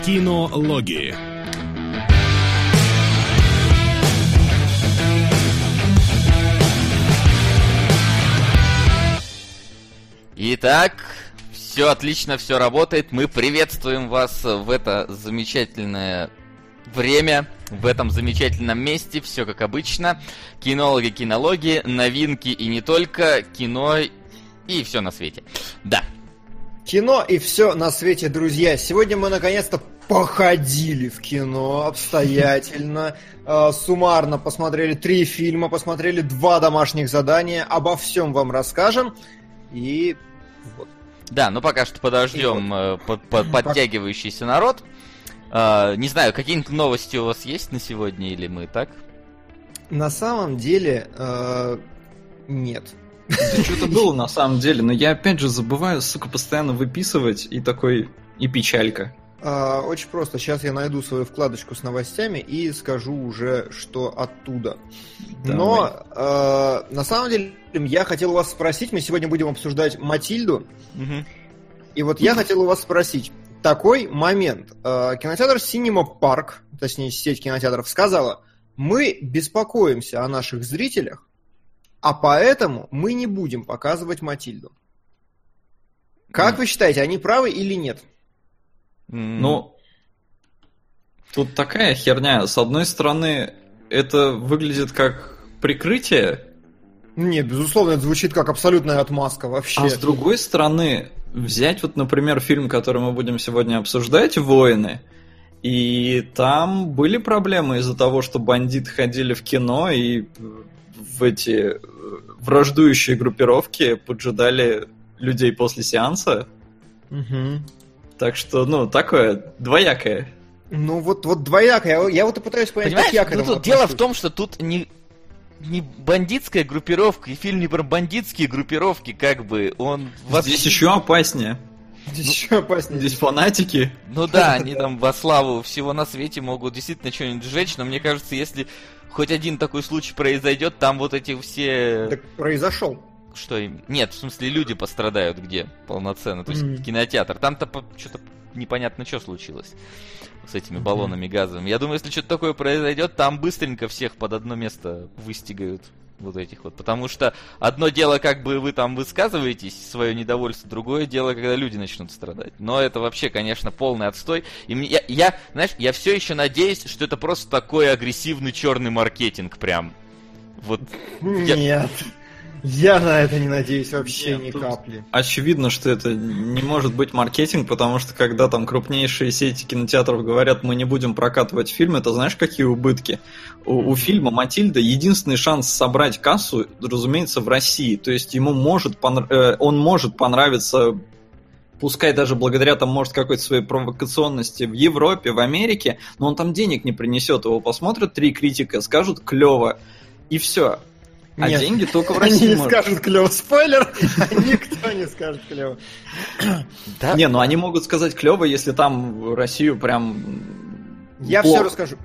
Кинологии. Итак, все отлично, все работает. Мы приветствуем вас в это замечательное время, в этом замечательном месте. Все как обычно. Кинологи, кинологи, новинки и не только, кино и все на свете. Да. Кино и все на свете, друзья. Сегодня мы наконец-то походили в кино обстоятельно. Суммарно посмотрели 3 фильма, посмотрели 2 домашних задания. Обо всем вам расскажем. И вот. Да, ну пока что подождем подтягивающийся народ. Не знаю, какие-нибудь новости у вас есть на сегодня или мы так? На самом деле нет. Да что-то было на самом деле, но я опять же забываю, сука, постоянно выписывать и такой, и печалька. Очень просто. Сейчас я найду свою вкладочку с новостями и скажу уже, что оттуда. Давай. Но на самом деле я хотел у вас спросить, мы сегодня будем обсуждать Матильду. Угу. И вот я хотел у вас спросить. Такой момент. Кинотеатр Cinema Park, точнее сеть кинотеатров, сказала, мы беспокоимся о наших зрителях, а поэтому мы не будем показывать Матильду. Как вы считаете, они правы или нет? Ну, тут такая херня. С одной стороны, это выглядит как прикрытие. Нет, безусловно, это звучит как абсолютная отмазка вообще. А с другой стороны, взять вот, например, фильм, который мы будем сегодня обсуждать, «Воины», и там были проблемы из-за того, что бандиты ходили в кино и в эти враждующие группировки поджидали людей после сеанса. Угу. Так что, ну, такое, двоякое. Ну, вот двоякое. Я вот и пытаюсь понять, понимаешь, как я к этому тут дело в том, что тут не бандитская группировка, и фильм не про бандитские группировки, как бы, он... Здесь еще опаснее. Здесь фанатики. Ну да, они там во славу всего на свете могут действительно что-нибудь сжечь, но мне кажется, если хоть один такой случай произойдет, там вот эти все... Так произошел. Что им? Нет, в смысле, люди пострадают где полноценно, то есть кинотеатр. Там-то что-то непонятно, что случилось с этими баллонами газовыми. Я думаю, если что-то такое произойдет, там быстренько всех под одно место выстигают вот этих вот. Потому что одно дело, как бы вы там высказываетесь, свое недовольство, другое дело, когда люди начнут страдать. Но это вообще, конечно, полный отстой. И мне, я все еще надеюсь, что это просто такой агрессивный черный маркетинг прям. Вот. Нет. Я на это не надеюсь вообще ни капли. Очевидно, что это не может быть маркетинг, потому что когда там крупнейшие сети кинотеатров говорят, мы не будем прокатывать фильм, это знаешь, какие убытки? У фильма «Матильда» единственный шанс собрать кассу, разумеется, в России. То есть ему он может понравиться, пускай даже благодаря там, может, какой-то своей провокационности в Европе, в Америке, но он там денег не принесет. Его посмотрят 3 критика, скажут «клево», и все. А нет, деньги только в России. Они не скажут клево. Спойлер, никто не скажет клево. Не, ну они могут сказать клево, если там Россию прям... Я все расскажу.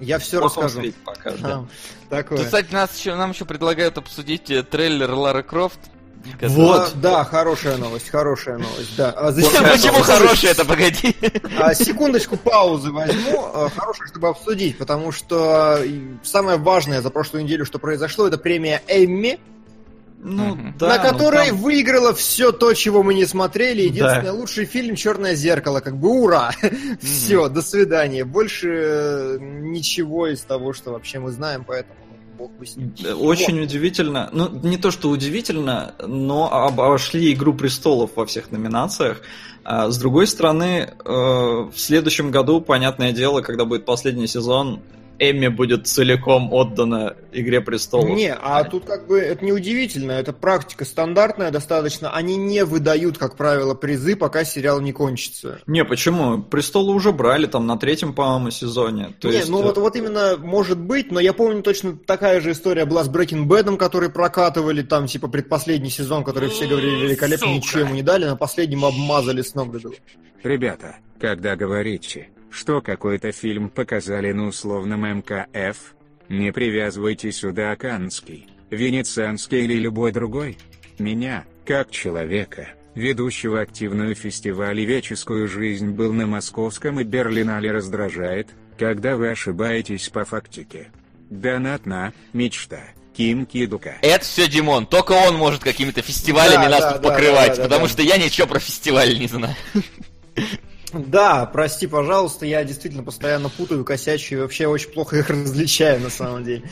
Тут, кстати, нам еще предлагают обсудить трейлер Лары Крофт. Вот, да, хорошая новость, да. Почему хорошая это, погоди? Секундочку паузы возьму, хорошую, чтобы обсудить, потому что самое важное за прошлую неделю, что произошло, это премия Эмми, на которой выиграло все то, чего мы не смотрели. Единственное, лучший фильм «Черное зеркало», как бы ура! Все, до свидания. Больше ничего из того, что вообще мы знаем, поэтому... Очень удивительно. Ну, не то, что удивительно, но обошли «Игру престолов» во всех номинациях. А с другой стороны, в следующем году, понятное дело, когда будет последний сезон, Эмми будет целиком отдана «Игре престолов». Не, а тут как бы это не удивительно, это практика стандартная достаточно. Они не выдают, как правило, призы, пока сериал не кончится. Не, почему? «Престолы» уже брали там на 3-м, по-моему, сезоне. Вот именно может быть, но я помню точно такая же история была с Breaking Bad'ом, который прокатывали там типа предпоследний сезон, который все говорили великолепно, ничего ему не дали, на последнем обмазали с ног до головы. Ребята, когда говорите, что какой-то фильм показали на условном МКФ, не привязывайте сюда Каннский, Венецианский или любой другой. Меня, как человека, ведущего активную фестивалевеческую жизнь, был на московском и Берлинале. Раздражает, когда вы ошибаетесь по фактике. Донат на «Мечта». Ким Кидука. Это все Димон, только он может какими-то фестивалями нас тут покрывать, потому что я ничего про фестиваль не знаю. Да, прости, пожалуйста, я действительно постоянно путаю, косячу и вообще очень плохо их различаю на самом деле.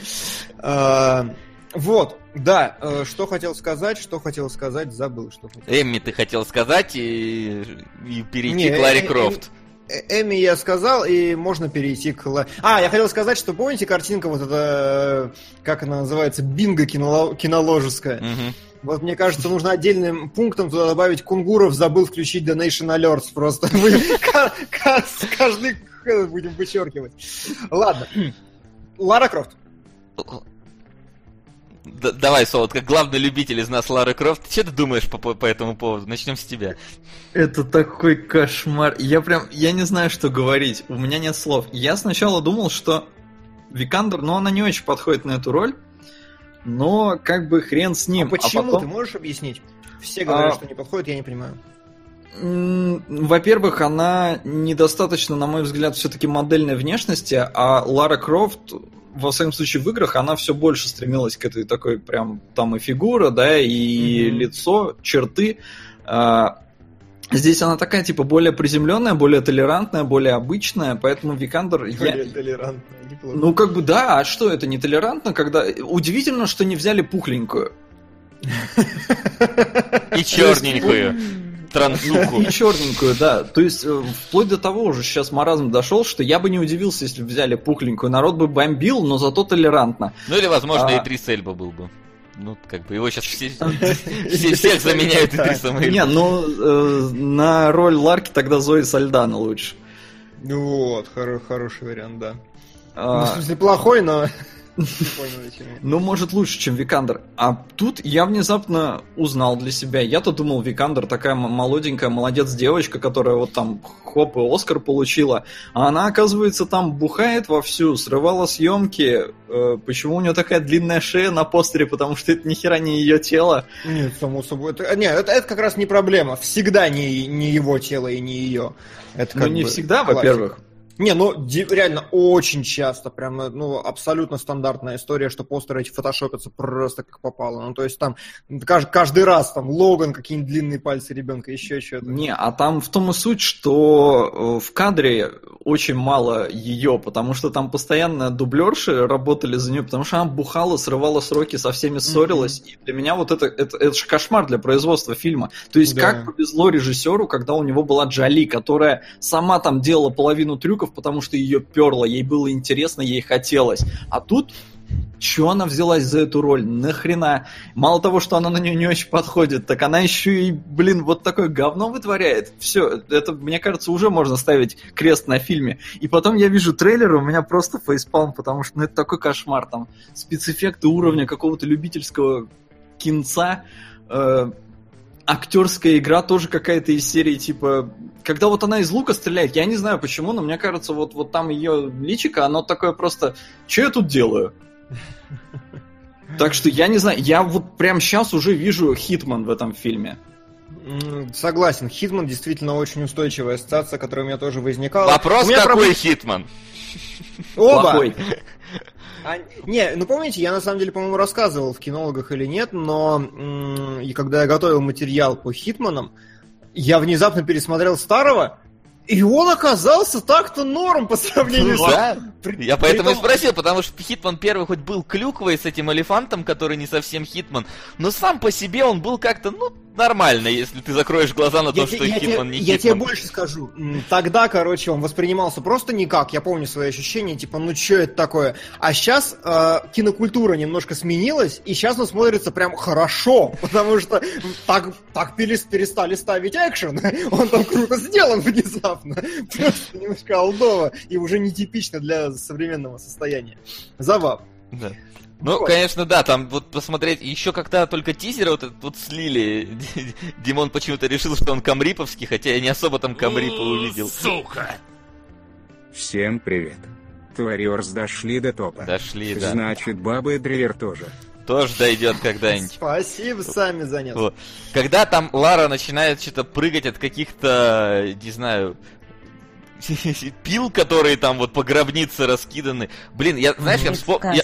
Вот, да, что хотел сказать, забыл, что хотел. Эмми ты хотел сказать и перейти к Ларе Крофт. Эмми я сказал, и можно перейти к... я хотел сказать, что помните картинка вот эта, как она называется, бинго киноложеская? Угу. Вот мне кажется, нужно отдельным пунктом туда добавить кунгуров, забыл включить Donation Alerts просто. Каждый будем вычеркивать. Ладно. Лара Крофт. Давай, Солод, как главный любитель из нас Лары Крофт, что ты думаешь по этому поводу? Начнем с тебя. Это такой кошмар. Я не знаю, что говорить. У меня нет слов. Я сначала думал, что Викандер, она не очень подходит на эту роль, но как бы хрен с ним. А почему? Ты можешь объяснить? Все говорят, что не подходит, я не понимаю. Во-первых, она недостаточно, на мой взгляд, все-таки модельной внешности, а Лара Крофт, во всяком случае, в играх она все больше стремилась к этой такой прям там и фигура, да, и лицо, черты. Здесь она такая, типа, более приземленная, более толерантная, более обычная, поэтому Викандер... Более толерантная, неплохо. Как бы да, а что это не толерантно, когда... Удивительно, что не взяли пухленькую. И черненькую. Трансуху. И черненькую, да. То есть, вплоть до того уже сейчас маразм дошел, что я бы не удивился, если бы взяли пухленькую. Народ бы бомбил, но зато толерантно. Или, возможно, Идрис Эльба был бы. Его сейчас всех заменяют Идрисом Эльба. Не, на роль Ларки тогда Зои Сальдана лучше. Вот, хороший вариант, да. В смысле, плохой, но... может лучше, чем Викандер. А тут я внезапно узнал для себя. Я-то думал, Викандер такая молоденькая, молодец девочка, которая вот там хоп и Оскар получила. А она, оказывается, там бухает вовсю, срывала съемки. Почему у нее такая длинная шея на постере? Потому что это нихера не ее тело. Нет, само собой. Это как раз не проблема. Всегда не его тело и не ее. Это не всегда, во-первых. Не, реально очень часто, прям, абсолютно стандартная история, что постеры эти фотошопятся просто как попало. То есть там каждый раз там Логан, какие-нибудь длинные пальцы ребенка, еще что-то. Не, а там в том и суть, что в кадре очень мало ее, потому что там постоянно дублерши работали за нее, потому что она бухала, срывала сроки, со всеми ссорилась. И для меня вот это же кошмар для производства фильма. То есть как повезло режиссеру, когда у него была Джоли, которая сама там делала половину трюков, потому что ее перло, ей было интересно, ей хотелось. А тут, чё она взялась за эту роль? Нахрена? Мало того, что она на нее не очень подходит, так она еще и, вот такое говно вытворяет. Все, это, мне кажется, уже можно ставить крест на фильме. И потом я вижу трейлер, у меня просто фейспалм, потому что это такой кошмар. Там спецэффекты уровня какого-то любительского кинца, актерская игра тоже какая-то из серии, типа, когда вот она из лука стреляет, я не знаю почему, но мне кажется, вот там ее личико, оно такое просто, что я тут делаю? Так что я не знаю, я вот прямо сейчас уже вижу Хитман в этом фильме. Согласен, Хитман действительно очень устойчивая ассоциация, которая у меня тоже возникала. Вопрос, какой Хитман? Оба! Плохой. Помните, я на самом деле, по-моему, рассказывал в кинологах или нет, но и когда я готовил материал по Хитманам, я внезапно пересмотрел старого, и он оказался так-то норм по сравнению с... Я поэтому и спросил, потому что Хитман первый хоть был клюквой с этим элефантом, который не совсем Хитман, но сам по себе он был как-то, нормально, если ты закроешь глаза на то, что Хитман не Хитман. Я тебе больше скажу. Тогда, он воспринимался просто никак. Я помню свои ощущения, типа, что это такое? А сейчас кинокультура немножко сменилась, и сейчас он смотрится прям хорошо, потому что так перестали ставить экшен. Он там круто сделан внезапно. Просто немножко олдово и уже нетипично для современного состояния. Забав. Да. Конечно, да, там вот посмотреть, еще когда только тизер вот слили, Димон почему-то решил, что он камриповский, хотя я не особо там камрипа увидел. Сука! Всем привет. Warriors дошли до топа. Дошли, да. Значит, Баба и Дрейер тоже. тоже дойдет когда-нибудь. Спасибо, сами занес. Вот. Когда там Лара начинает что-то прыгать от каких-то, не знаю, пил, которые там вот по гробнице раскиданы. Блин, я, знаешь, я вспомнил...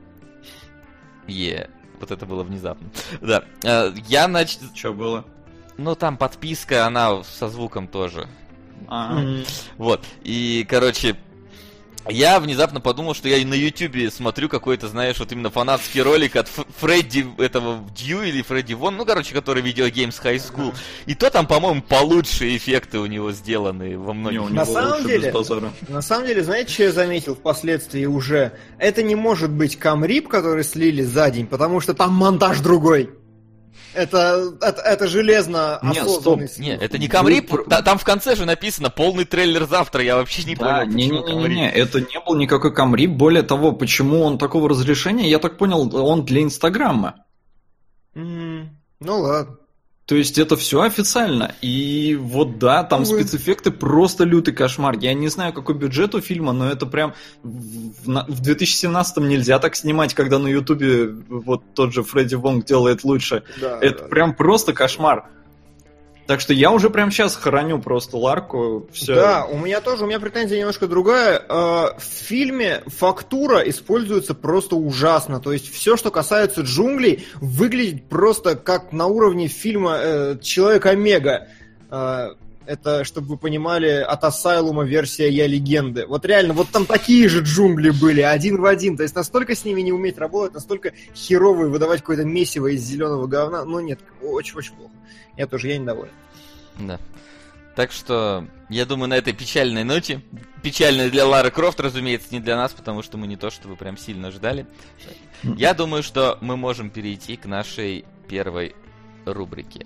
Вот это было внезапно. Да. Что было? Ну, там подписка, она со звуком тоже. Ага. Вот. И, короче, я внезапно подумал, что я и на Ютубе смотрю какой-то, знаешь, вот именно фанатский ролик от Фредди этого Дью или Фредди Вон, ну, короче, который Video Games High School. И то там, по-моему, получше эффекты у него сделаны во многих. На самом деле, знаете, что я заметил впоследствии уже? Это не может быть камрип, который слили за день, потому что там монтаж другой. Это железно осознанный. Нет, это не камрип. Там в конце же написано полный трейлер завтра. Я вообще не понял, почему камрип. Не, это не был никакой камрип. Более того, почему он такого разрешения, я так понял, он для Инстаграма. Ну ладно. То есть это все официально. И вот да, там спецэффекты просто лютый кошмар. Я не знаю, какой бюджет у фильма, но это прям в 2017-м нельзя так снимать, когда на Ютубе вот тот же Фредди Вонг делает лучше. Да, это прям просто кошмар. Так что я уже прям сейчас хороню просто Ларку. Все. Да, у меня претензия немножко другая. В фильме фактура используется просто ужасно. То есть все, что касается джунглей, выглядит просто как на уровне фильма «Человек-Омега». Это, чтобы вы понимали, от Асайлума версия «Я легенда». Вот реально, вот там такие же джунгли были, один в один. То есть настолько с ними не уметь работать, настолько херово выдавать какое-то месиво из зеленого говна. Но нет, очень-очень плохо. Я недоволен. Да. Так что, я думаю, на этой печальной ноте, печальной для Лары Крофт, разумеется, не для нас, потому что мы не то чтобы прям сильно ждали. Я думаю, что мы можем перейти к нашей первой рубрике.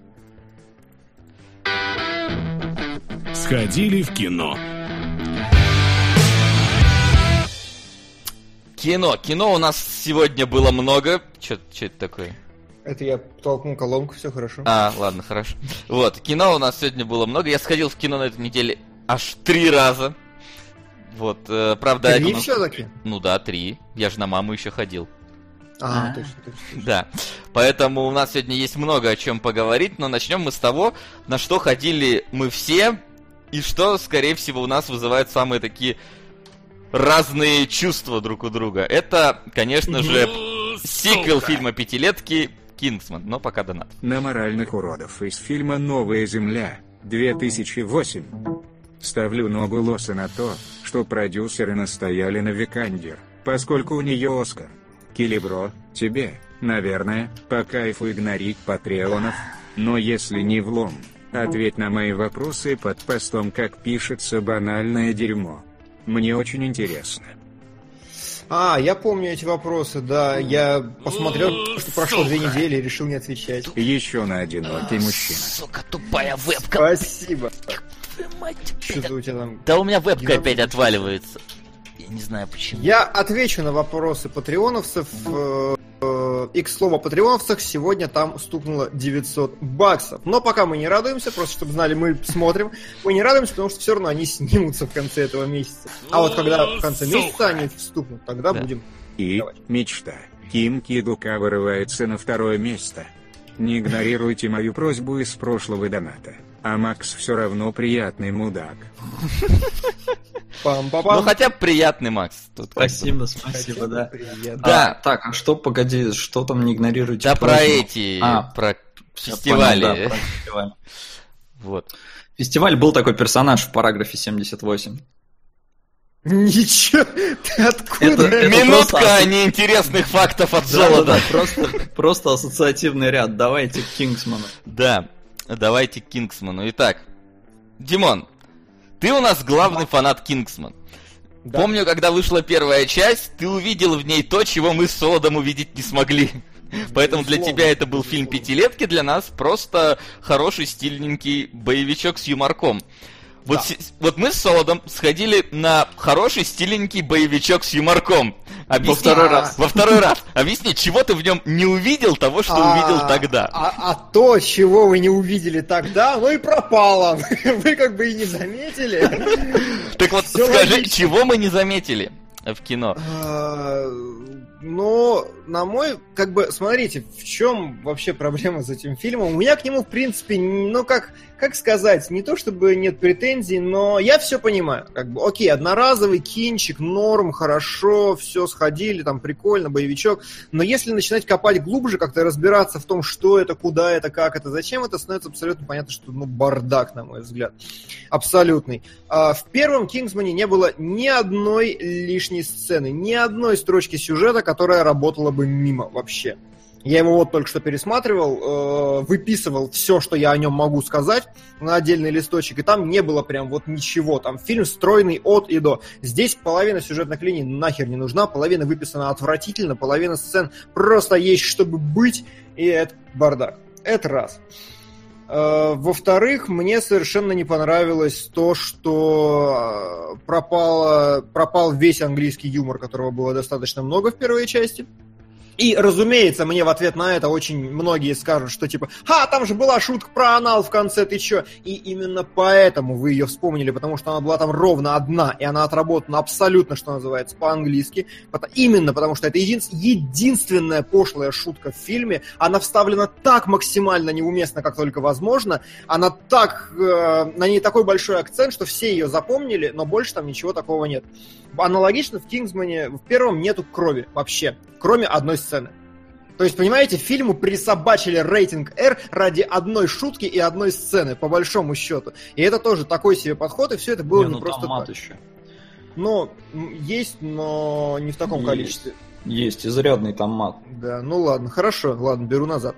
Сходили в кино. Кино у нас сегодня было много. Что это такое? Это я толкнул колонку, все хорошо. Ладно, хорошо. Вот, кино у нас сегодня было много. Я сходил в кино на этой неделе аж 3 раза. Вот, правда... 3 все-таки? Ну да, 3. Я же на маму еще ходил. Точно. Да, поэтому у нас сегодня есть много о чем поговорить, но начнем мы с того, на что ходили мы все, и что, скорее всего, у нас вызывает самые такие разные чувства друг у друга. Это, конечно же, сиквел фильма «Пятилетки» «Кингсман», но пока донат. На моральных уродов из фильма «Новая земля» 2008. Ставлю ногу Лоса на то, что продюсеры настояли на Викандер, поскольку у нее Оскар. Килибро, тебе, наверное, по кайфу игнорить патреонов, но если не влом, ответь на мои вопросы под постом, как пишется банальное дерьмо. Мне очень интересно. Я помню эти вопросы, да. Я посмотрел, что прошло 2 недели и решил не отвечать. Еще на одинокий мужчина. Сука, тупая вебка. Спасибо. Что-то у тебя там... Да у меня вебка опять отваливается. Я не знаю почему. Я отвечу на вопросы патреоновцев. И, к слову, о патреоновцах сегодня там стукнуло $900. Но пока мы не радуемся, просто чтобы знали, мы смотрим. Мы не радуемся, потому что все равно они снимутся в конце этого месяца. А вот когда в конце месяца они вступнут, тогда будем. И давай. Мечта. Ким Ки-дука вырывается на 2 место. Не игнорируйте мою просьбу из прошлого доната. А Макс все равно приятный мудак. Ну хотя бы приятный, Макс. Спасибо, да. Да. Так, а что, погоди, что там не игнорируйте? Да про эти, про фестивали. Вот. Фестиваль был такой персонаж в параграфе 78. Ничего, ты откуда? Это минутка неинтересных фактов от золота. Просто ассоциативный ряд. Давайте к Кингсману. Да, давайте к Кингсману. Итак, Димон, ты у нас главный фанат Кингсман. Да. Помню, когда вышла первая часть, ты увидел в ней то, чего мы с Солодом увидеть не смогли. Поэтому для тебя это был фильм «Пятилетки», для нас просто хороший, стильненький боевичок с юморком. Вот, да. Вот мы с Солодом сходили на хороший, стиленький боевичок с юморком. Во второй раз. Объясни, чего ты в нем не увидел того, что увидел тогда? А то, чего вы не увидели тогда, оно и пропало. Вы как бы и не заметили. Так вот, скажи, чего мы не заметили в кино? Но, на мой, смотрите, в чем вообще проблема с этим фильмом? У меня к нему, в принципе, как сказать, не то чтобы нет претензий, но я все понимаю. Окей, одноразовый кинчик, норм, хорошо, все сходили, там прикольно, боевичок. Но если начинать копать глубже, как-то разбираться в том, что это, куда это, как это, зачем это, становится абсолютно понятно, что, бардак, на мой взгляд. Абсолютный. В первом «Кингсмане» не было ни одной лишней сцены, ни одной строчки сюжета, которая работала бы мимо вообще. Я его вот только что пересматривал, выписывал все, что я о нем могу сказать на отдельный листочек, и там не было прям вот ничего. Там фильм стройный от и до. Здесь половина сюжетных линий нахер не нужна, половина выписана отвратительно, половина сцен просто есть, чтобы быть, и это бардак. Это раз. Во-вторых, мне совершенно не понравилось то, что пропал весь английский юмор, которого было достаточно много в первой части. И, разумеется, мне в ответ на это очень многие скажут, что типа, там же была шутка про анал в конце, ты чё? И именно поэтому вы ее вспомнили, потому что она была там ровно одна, и она отработана абсолютно, что называется, по-английски. Именно потому что это единственная пошлая шутка в фильме, она вставлена так максимально неуместно, как только возможно, она так, на ней такой большой акцент, что все ее запомнили, но больше там ничего такого нет. Аналогично в «Кингсмане» в первом нету крови вообще, кроме одной сцены. То есть, понимаете, фильму присобачили рейтинг R ради одной шутки и одной сцены, по большому счету. И это тоже такой себе подход, и все это было не просто мат так. еще. Есть, но не в таком количестве. Есть, изрядный там мат. Да, ладно, хорошо, беру назад.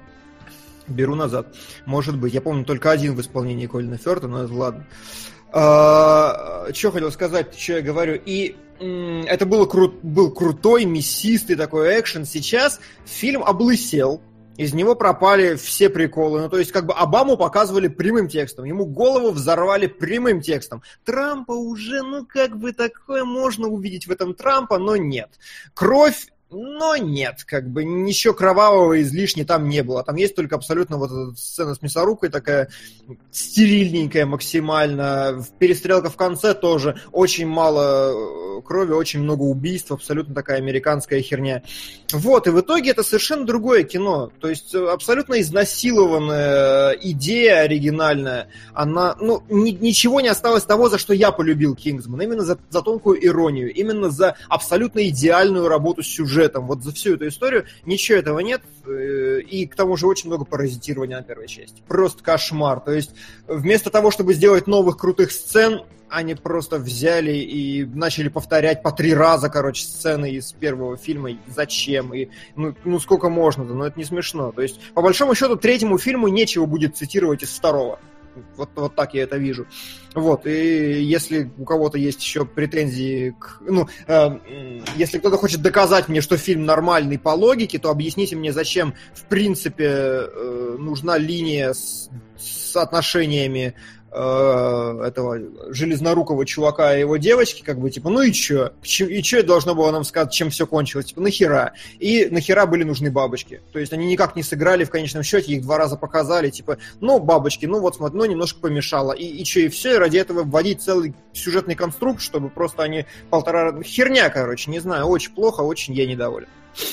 Может быть, я помню только один в исполнении Колина Фёрта, но это ладно. Что хотел сказать, что я говорю. И это был крутой, мясистый такой экшен. Сейчас фильм облысел. Из него пропали все приколы. То есть, Обаму показывали прямым текстом. Ему голову взорвали прямым текстом. Трампа уже, такое можно увидеть в этом Трампа, но нет. Кровь. Но нет, ничего кровавого излишне там не было. Там есть только абсолютно вот эта сцена с мясорубкой, такая стерильненькая максимально. Перестрелка в конце тоже. Очень мало крови, очень много убийств, абсолютно такая американская херня. Вот, и в итоге это совершенно другое кино. То есть абсолютно изнасилованная идея оригинальная. Она, ничего не осталось того, за что я полюбил «Кингсман». Именно за тонкую иронию, именно за абсолютно идеальную работу с сюжетом. Вот за всю эту историю ничего этого нет, и к тому же очень много паразитирования на первой части. Просто кошмар. То есть вместо того, чтобы сделать новых крутых сцен, они просто взяли и начали повторять по 3 раза, сцены из первого фильма. Зачем? И, сколько можно-то? Это не смешно. То есть, по большому счету, третьему фильму нечего будет цитировать из второго. Вот так я это вижу. Вот, и если у кого-то есть еще претензии если кто-то хочет доказать мне, что фильм нормальный по логике, то объясните мне, зачем, в принципе, нужна линия с отношениями этого железнорукого чувака и его девочки, и чё? И чё это должно было нам сказать, чем все кончилось? Нахера? И нахера были нужны бабочки? То есть они никак не сыграли в конечном счете, их 2 раза показали, бабочки, смотри, немножко помешало. И чё, и все, и ради этого вводить целый сюжетный конструкт, чтобы просто они 1,5... Херня, не знаю, очень плохо, очень я недоволен.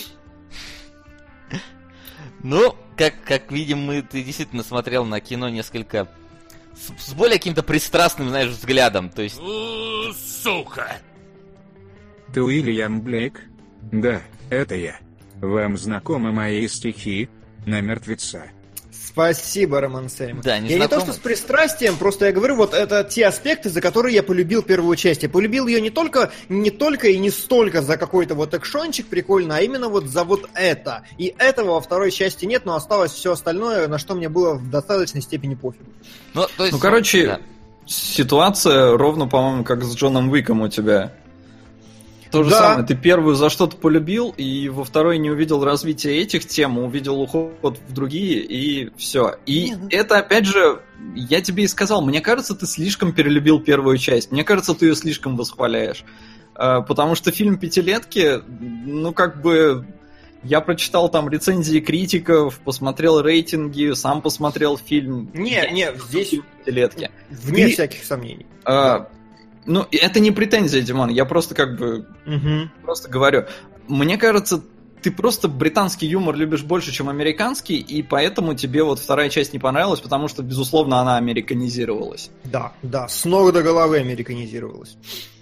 Как видим, ты действительно смотрел на кино несколько... с более каким-то пристрастным, взглядом, то есть... Сука! Ты Уильям Блейк? Да, это я. Вам знакомы мои стихи на мертвеца? Спасибо, Роман Сельман. Да, я не то, что с пристрастием, просто я говорю, вот это те аспекты, за которые я полюбил первую часть. Я полюбил ее не только и не столько за какой-то вот экшончик прикольно, а именно вот за вот это. И этого во второй части нет, но осталось все остальное, на что мне было в достаточной степени пофиг. Ситуация ровно, по-моему, как с Джоном Уиком у тебя. То же самое, ты первую за что-то полюбил, и во второй не увидел развития этих тем, увидел уход в другие, и все. И это, опять же, я тебе и сказал, мне кажется, ты слишком перелюбил первую часть, мне кажется, ты ее слишком восхваляешь. Потому что фильм «Пятилетки», я прочитал там рецензии критиков, посмотрел рейтинги, сам посмотрел фильм. Здесь «Пятилетки». Вне всяких сомнений. Это не претензия, Димон, я просто просто говорю. Мне кажется, ты просто британский юмор любишь больше, чем американский, и поэтому тебе вот вторая часть не понравилась, потому что, безусловно, она американизировалась. Да, с ног до головы американизировалась.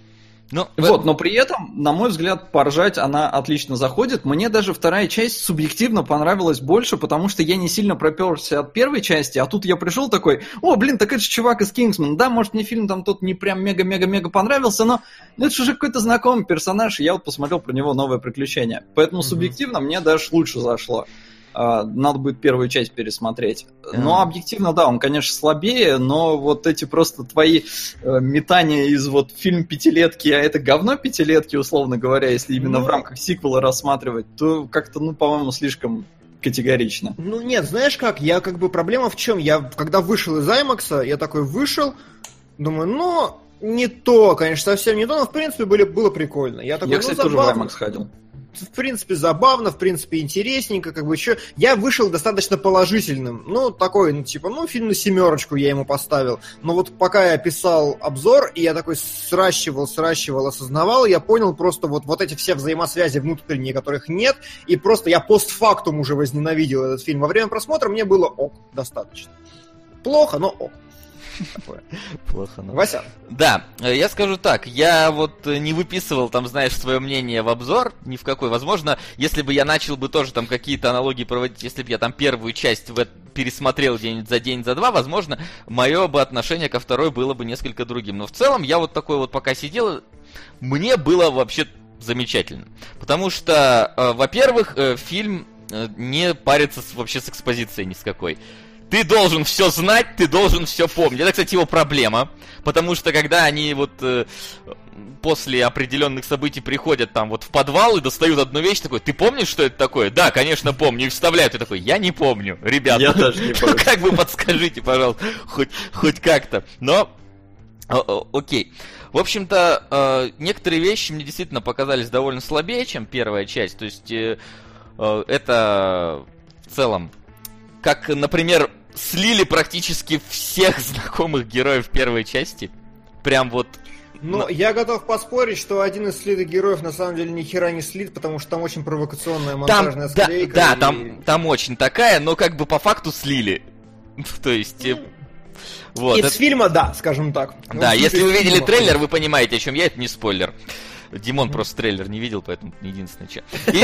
Но при этом, на мой взгляд, поржать она отлично заходит. Мне даже вторая часть субъективно понравилась больше, потому что я не сильно проперся от первой части, а тут я пришел такой, так это же чувак из Кингсмана, да, может мне фильм там тот не прям мега-мега-мега понравился, но это же уже какой-то знакомый персонаж, и я вот посмотрел про него «Новое приключение». Поэтому субъективно мне даже лучше зашло. Надо будет первую часть пересмотреть. Но объективно, да, он, конечно, слабее, но вот эти просто твои метания из вот фильм «Пятилетки», а это говно «Пятилетки», условно говоря, если именно в рамках сиквела рассматривать, то как-то, по-моему, слишком категорично. Нет, знаешь как, проблема в чем? Я, когда вышел из IMAX, я такой вышел, думаю, не то, конечно, совсем не то, но, в принципе, было прикольно. Я, кстати, тоже в IMAX ходил. В принципе, забавно, в принципе, интересненько, еще. Я вышел достаточно положительным. Такой, фильм на 7 я ему поставил. Но вот пока я писал обзор, и я такой сращивал, осознавал, я понял просто вот эти все взаимосвязи внутренние, которых нет, и просто я постфактум уже возненавидел этот фильм. Во время просмотра мне было достаточно. Плохо, но ок. Плохо, но... Вася. Да, я скажу так, я вот не выписывал там, знаешь, свое мнение в обзор, ни в какой. Возможно, если бы я начал бы тоже там какие-то аналогии проводить, если бы я там первую часть пересмотрел день за два, возможно, мое бы отношение ко второй было бы несколько другим. Но в целом я вот такой вот пока сидел, мне было вообще замечательно. Потому что, во-первых, фильм не парится вообще с экспозицией ни с какой. Ты должен все знать, ты должен все помнить. Это, кстати, его проблема, потому что когда они после определенных событий приходят там в подвал и достают одну вещь, такой, ты помнишь, что это такое? Да, конечно, помню. И вставляют, и такой, я не помню, ребята. Я даже не помню. Как бы подскажите, пожалуйста, хоть как-то. Но, окей. В общем-то, некоторые вещи мне действительно показались довольно слабее, чем первая часть. То есть, это в целом, как, например, слили практически всех знакомых героев первой части. Прям вот... я готов поспорить, что один из слитых героев на самом деле ни хера не слит, потому что там очень провокационная монтажная склейка. Да, там очень такая, но как бы по факту слили. То есть... Из фильма, да, скажем так. Да, если вы видели трейлер, вы понимаете, о чем я, это не спойлер. Димон просто трейлер не видел, поэтому единственное, что.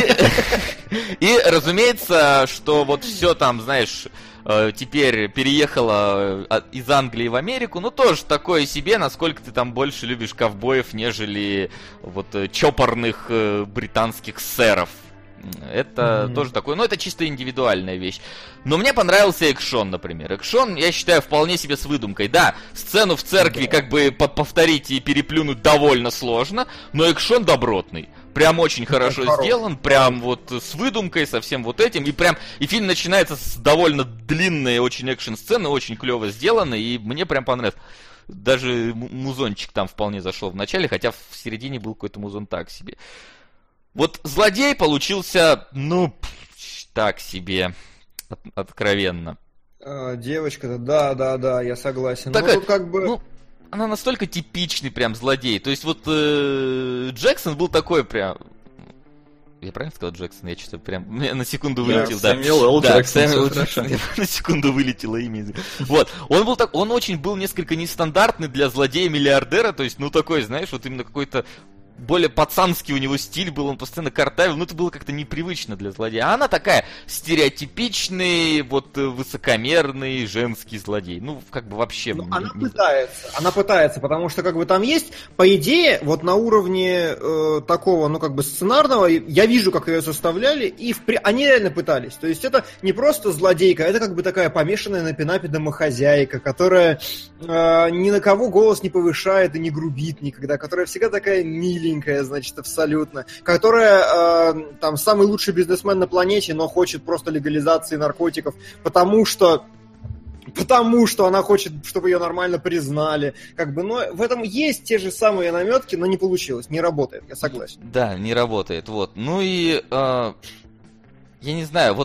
И, разумеется, что вот все там, знаешь, теперь переехало из Англии в Америку, тоже такое себе, насколько ты там больше любишь ковбоев, нежели вот чопорных британских сэров. Это тоже такое, это чисто индивидуальная вещь. Но мне понравился экшон, например. Экшон, я считаю, вполне себе с выдумкой. Да, сцену в церкви как бы повторить и переплюнуть довольно сложно, но экшон добротный. Прям очень хорошо сделан, прям вот с выдумкой, со всем вот этим. И фильм начинается с довольно длинной очень экшн-сцены, очень клево сделанной, и мне прям понравилось. Даже музончик там вполне зашел в начале, хотя в середине был какой-то музон так себе. Вот злодей получился, так себе, откровенно. Девочка-то, да, я согласен. Такая, тут как бы... она настолько типичный прям злодей. То есть вот Джексон был такой прям... Я правильно сказал Джексон? Я что-то прям... на секунду вылетел, да. Сэмюэл Джексон. На секунду вылетело имя. Вот. Он очень был несколько нестандартный для злодея-миллиардера. То есть, такой, знаешь, вот именно какой-то... более пацанский у него стиль был, он постоянно картавил, это было как-то непривычно для злодея. А она такая стереотипичный, высокомерный женский злодей. Как бы вообще... Она пытается, потому что как бы там есть, по идее, вот на уровне такого, сценарного, я вижу, как ее составляли, и они реально пытались. То есть это не просто злодейка, это как бы такая помешанная на пинапе домохозяйка, которая ни на кого голос не повышает и не грубит никогда, которая всегда такая миленькая, значит, абсолютно, которая там самый лучший бизнесмен на планете, но хочет просто легализации наркотиков, потому что она хочет, чтобы ее нормально признали. Но в этом есть те же самые наметки, но не получилось, не работает, я согласен. Да, не работает, вот. Я не знаю,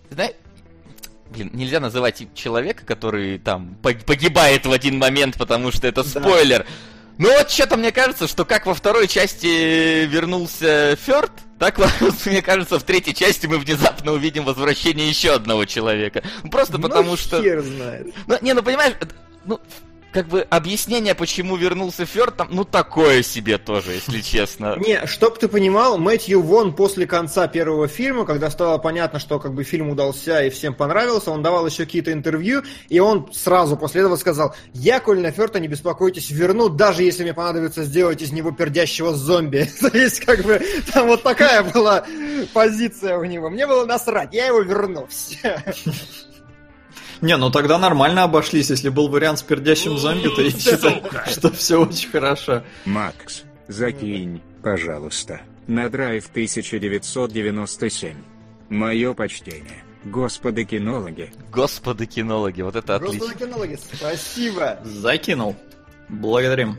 нельзя называть человека, который там погибает в один момент, потому что это спойлер. Что-то мне кажется, что как во второй части вернулся Фёрд, Так, мне кажется, в третьей части мы внезапно увидим возвращение еще одного человека. Просто потому что... хер знает. Ну, понимаешь, как бы объяснение, почему вернулся Фёрд, там, такое себе тоже, если честно. Не, чтоб ты понимал, Мэтью Вон после конца первого фильма, когда стало понятно, что как бы фильм удался и всем понравился, он давал еще какие-то интервью, и он сразу после этого сказал: я Колина Фёрда, не беспокойтесь, верну, даже если мне понадобится сделать из него пердящего зомби. То есть, как бы, там вот такая была позиция у него. Мне было насрать, я его верну. Все. Не, ну тогда нормально обошлись. Если был вариант с пердящим зомби, то я считаю, что все очень хорошо. Макс, закинь, пожалуйста, на драйв 1997. Мое почтение. Господи кинологи. Господи кинологи, вот это отлично. Господи кинологи, спасибо. Закинул. Благодарим.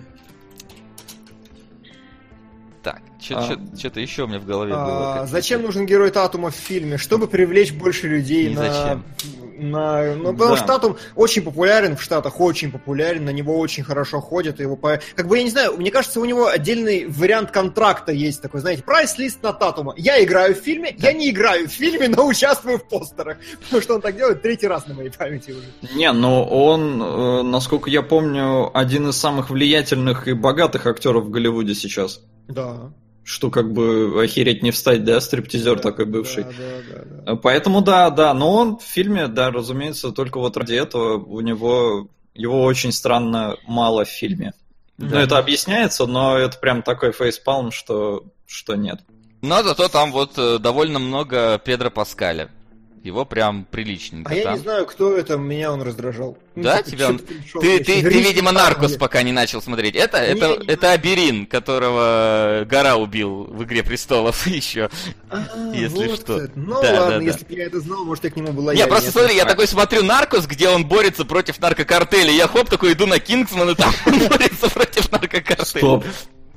Так, что-то еще у меня в голове было. Зачем нужен герой Татума в фильме? Чтобы привлечь больше людей потому что Татум очень популярен в Штатах, очень популярен, на него очень хорошо ходят. Как бы, я не знаю, мне кажется, у него отдельный вариант контракта есть такой, знаете, прайс-лист на Татума. Я играю в фильме, я не играю в фильме, но участвую в постерах. Потому что он так делает третий раз на моей памяти уже. Не, но он, насколько я помню, один из самых влиятельных и богатых актеров в Голливуде сейчас. Да. Что как бы охереть не встать, да, стриптизер такой бывший. Да. Поэтому да, но он в фильме, да, разумеется, только вот ради этого его очень странно мало в фильме. Да. Ну, это объясняется, но это прям такой фейспалм, что нет. Но зато там вот довольно много Педро Паскаля. Его прям приличненько. Я не знаю, кто это, меня он раздражал. Да, тебя он... Ты, видимо, Наркос пока не начал смотреть. Это Аберин, которого Гора убил в «Игре престолов» еще, если вот что. Это. Ну ладно, если бы я это знал, может, я к нему была... Не, просто смотри, я такой смотрю Наркос, где он борется против наркокартеля. Я такой иду на Кингсман, и там он борется против наркокартеля. Стоп.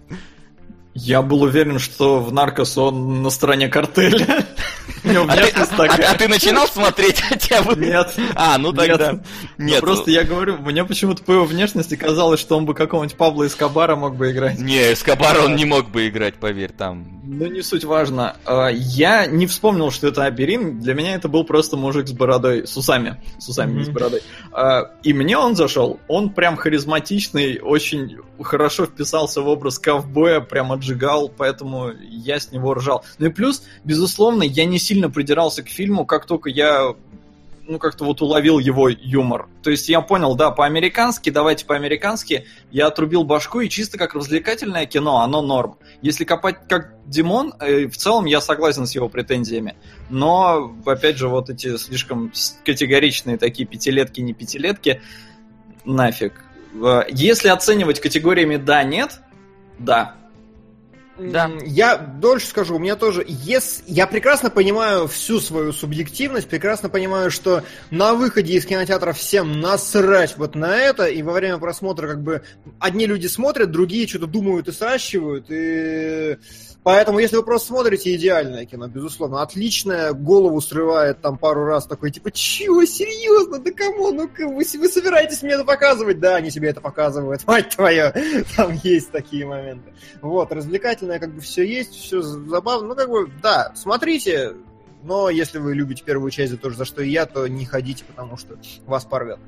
Я был уверен, что в Наркос он на стороне картеля. А ты начинал смотреть хотя бы? Нет. Ну тогда. Нет. Просто я говорю, мне почему-то по его внешности казалось, что он бы какого-нибудь Пабло Эскобара мог бы играть. Не, Эскобара он не мог бы играть, поверь, там. Ну, не суть важно. Я не вспомнил, что это Аберин. Для меня это был просто мужик с бородой, с усами. С усами, не с бородой. И мне он зашел. Он прям харизматичный, очень хорошо вписался в образ ковбоя, прям отжигал, поэтому я с него ржал. Ну и плюс, безусловно, я не сильно придирался к фильму, как только я как-то вот уловил его юмор. То есть я понял, да, по-американски, давайте по-американски, я отрубил башку, и чисто как развлекательное кино, оно норм. Если копать как Димон, в целом я согласен с его претензиями. Но, опять же, вот эти слишком категоричные такие пятилетки, не пятилетки, нафиг. Если оценивать категориями да-нет, да. Да. Я дольше скажу, у меня тоже я прекрасно понимаю всю свою субъективность, прекрасно понимаю, что на выходе из кинотеатра всем насрать вот на это, и во время просмотра как бы одни люди смотрят, другие что-то думают и сращивают, и поэтому если вы просто смотрите, идеальное кино, безусловно, отличное, голову срывает там пару раз, такой типа, чего, серьезно, да кому, вы собираетесь мне это показывать? Да, они себе это показывают, мать твою, там есть такие моменты. Вот, развлекательное как бы все есть, все забавно, да, смотрите, но если вы любите первую часть за то же, за что и я, то не ходите, потому что вас порвет.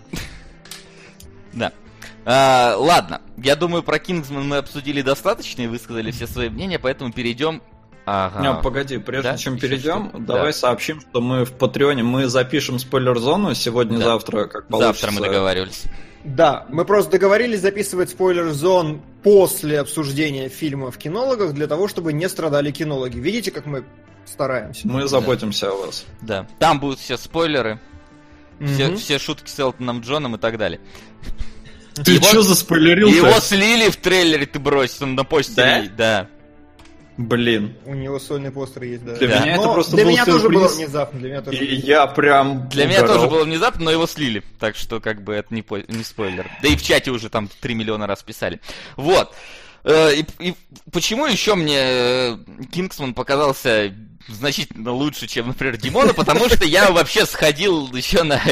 Да. Ладно, я думаю, про Кингсман мы обсудили достаточно и высказали все свои мнения, поэтому перейдем... Погоди, прежде чем перейдем, давай сообщим, что мы в Патреоне, мы запишем спойлер-зону сегодня-завтра, как получится. Завтра мы договаривались. Да, мы просто договорились записывать спойлер-зон после обсуждения фильма в кинологах, для того, чтобы не страдали кинологи. Видите, как мы стараемся? Мы заботимся о вас. Да, там будут все спойлеры, все шутки с Элтоном Джоном и так далее. Ты что заспойлерил-то? Его слили в трейлере, ты бросил, он на постере. Да. Блин. У него сольный постер есть, да. Для меня это просто для был меня сюрприз. тоже было внезапно. Я прям Для меня тоже было внезапно, но его слили. Так что, как бы, это не спойлер. Да и в чате уже там 3 миллиона раз писали. Вот. И почему еще мне Кингсман показался значительно лучше, чем, например, Димона? Потому что я вообще сходил еще на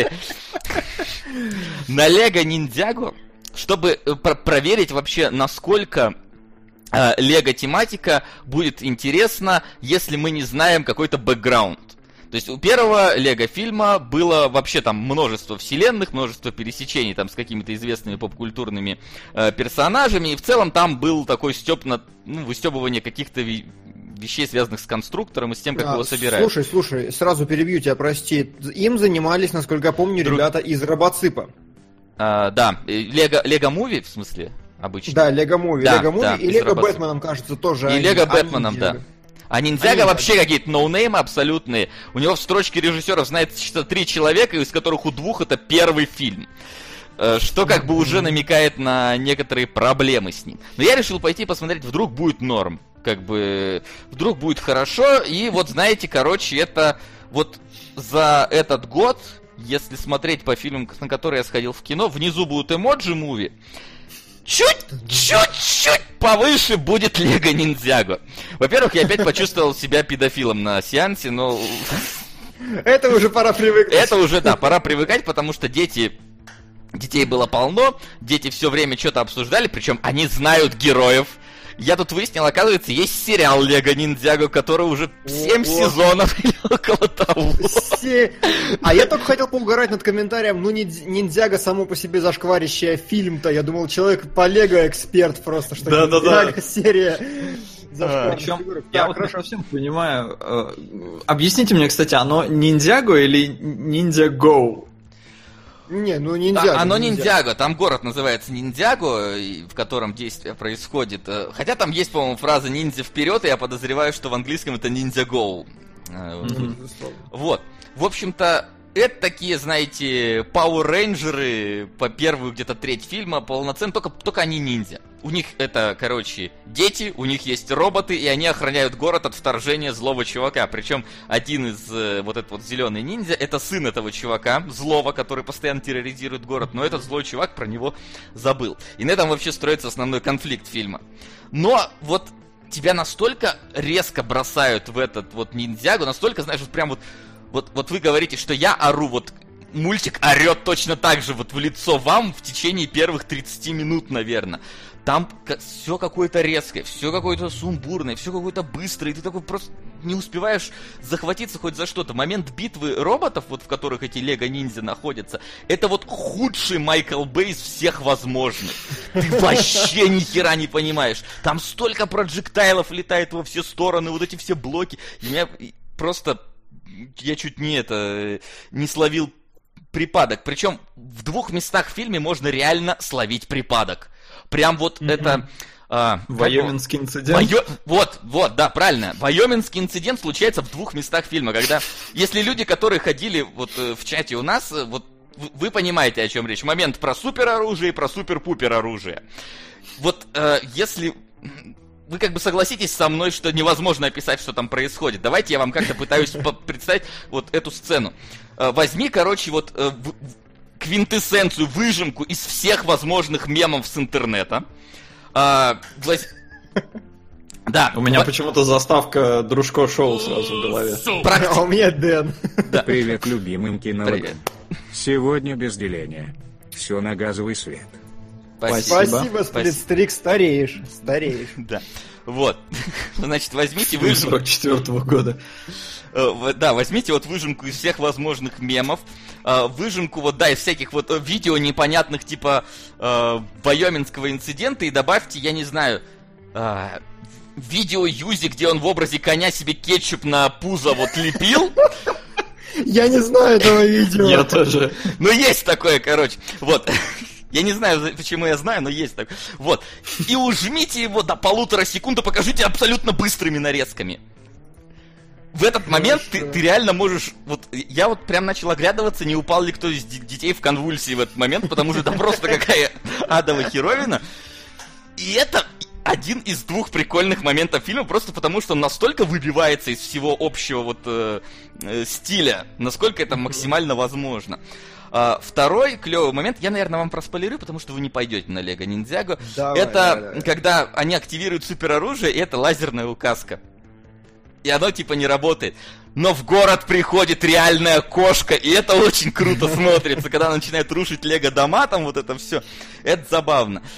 Лего Ниндзяго, чтобы проверить вообще, насколько лего-тематика будет интересна, если мы не знаем какой-то бэкграунд. То есть у первого лего-фильма было вообще там множество вселенных, множество пересечений там с какими-то известными поп-культурными персонажами, и в целом там был такой стёб на выстёбывание каких-то вещей, связанных с конструктором и с тем, как его собирают. Слушай, сразу перебью тебя, прости. Им занимались, насколько я помню, ребята из Робоципа. Да, Лего-муви, в смысле, обычно. Да, Лего-муви. Да, Лего-муви да, и Лего-Бэтменом, кажется, тоже. И Лего-Бэтменом, да. А Ниндзяго вообще какие-то ноунеймы абсолютные. У него в строчке режиссеров знает 3 человека, из которых у 2 это первый фильм. Что как бы уже намекает на некоторые проблемы с ним. Но я решил пойти посмотреть, вдруг будет норм. Как бы, вдруг будет хорошо. И вот знаете, короче, это вот за этот год, если смотреть по фильмам, на которые я сходил в кино, внизу будут эмоджи-муви. Чуть-чуть повыше будет Лего Ниндзяго. Во-первых, я опять почувствовал себя педофилом на сеансе, но... Это уже пора привыкнуть. Это уже, да, пора привыкать, потому что детей было полно, дети все время что-то обсуждали, причем они знают героев. Я тут выяснил, оказывается, есть сериал Лего Ниндзяго, который уже 7 сезонов или около того. А я только хотел поугарать над комментарием, Ниндзяго само по себе зашкварящая фильм-то. Я думал, человек по Лего эксперт просто, что Ниндзяго серия. Причем, я вот не совсем понимаю. Объясните мне, кстати, оно Ниндзяго или Ниндзяго? Не, Ниндзяго. Оно Ниндзяго, там город называется Ниндзяго, в котором действие происходит. Хотя там есть, по-моему, фраза «ниндзя вперед», и я подозреваю, что в английском это «ниндзя гоу». Вот. В общем-то, это такие, знаете, Power Rangers по первую где-то треть фильма полноценно, только они ниндзя. У них это, короче, дети, у них есть роботы, и они охраняют город от вторжения злого чувака. Причем один из вот этот вот зеленый ниндзя, это сын этого чувака, злого, который постоянно терроризирует город. Но этот злой чувак про него забыл. И на этом вообще строится основной конфликт фильма. Но вот тебя настолько резко бросают в этот вот ниндзягу, настолько, знаешь, вот прям вот вы говорите, что я ору, вот мультик орет точно так же вот в лицо вам в течение первых 30 минут, наверное. Там все какое-то резкое, все какое-то сумбурное, все какое-то быстрое, и ты такой просто не успеваешь захватиться хоть за что-то. Момент битвы роботов, вот в которых эти лего-ниндзя находятся, это вот худший Майкл Бэй из всех возможных. Ты вообще ни хера не понимаешь. Там столько проджектайлов летает во все стороны, вот эти все блоки. И меня просто... Я чуть не словил припадок. Причем в 2 местах в фильме можно реально словить припадок. Прям вот это... Вайоминский инцидент. Вот, да, правильно. Вайоминский инцидент случается в 2 местах фильма, когда... Если люди, которые ходили вот в чате у нас, вот вы понимаете, о чем речь. Момент про супероружие и про супер-пупер оружие. Вот если... Вы как бы согласитесь со мной, что невозможно описать, что там происходит. Давайте я вам как-то пытаюсь представить вот эту сцену. Возьми, короче, вот квинтэссенцию, выжимку из всех возможных мемов с интернета. Да. У меня почему-то заставка Дружко Шоу сразу в голове. А у меня Дэн. Привет, любимым кинологам. Сегодня без деления. Все на газовый свет. Спасибо, Сплитстрик, стареешь. Да. Вот. Значит, возьмите выжимку 44-го года. Да, возьмите вот выжимку из всех возможных мемов. Выжимку вот, да, из всяких вот видео непонятных типа вайоминского инцидента и добавьте, я не знаю, видео Юзи, где он в образе коня себе кетчуп на пузо вот лепил. Я не знаю этого видео. Я тоже. Ну, есть такое, короче. Вот. Я не знаю, почему я знаю, но есть так. Вот. И ужмите его до 1,5 секунды, покажите абсолютно быстрыми нарезками. В этот момент ты реально можешь... Вот я вот прям начал оглядываться, не упал ли кто из детей в конвульсии в этот момент, потому что это просто какая адовая херовина. И это один из 2 прикольных моментов фильма, просто потому что он настолько выбивается из всего общего вот стиля, насколько это максимально возможно. Второй клевый момент, я, наверное, вам проспойлерю, потому что вы не пойдете на Лего Ниндзяго. Это когда они активируют супероружие, и это лазерная указка. И оно типа не работает. Но в город приходит реальная кошка, и это очень круто смотрится, когда она начинает рушить Лего дома, там вот это все. Это забавно.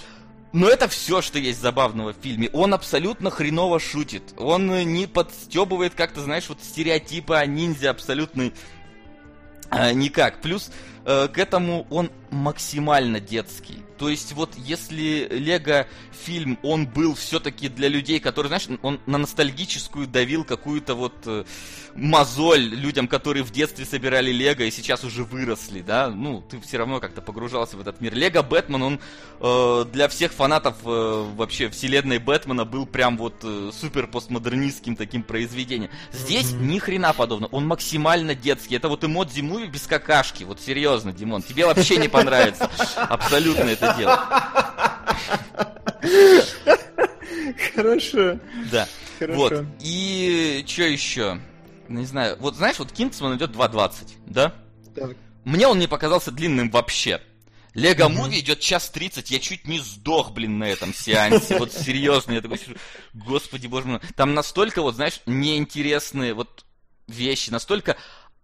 Но это все, что есть забавного в фильме. Он абсолютно хреново шутит. Он не подстебывает как-то, знаешь, вот стереотипы о ниндзя абсолютно никак. Плюс к этому он максимально детский. То есть вот если Лего фильм, он был все-таки для людей, которые, знаешь, он на ностальгическую давил какую-то вот мозоль людям, которые в детстве собирали Лего и сейчас уже выросли, да, ну, ты все равно как-то погружался в этот мир. Лего Бэтмен, он для всех фанатов вообще вселенной Бэтмена был прям вот супер постмодернистским таким произведением. Здесь ни хрена подобного, он максимально детский. Это вот эмодзи-муви без какашки, вот серьезно, Димон, тебе вообще не понравится абсолютно это дело. Хорошо. Да. Хорошо. Вот. И что еще? Не знаю. Вот знаешь, вот Кингсман идет 2:20, да? Так. Мне он не показался длинным вообще. Лего Муви идет 1:30, я чуть не сдох, блин, на этом сеансе. Вот серьезно, я такой сижу, господи боже мой. Там настолько, вот знаешь, неинтересные вот вещи, настолько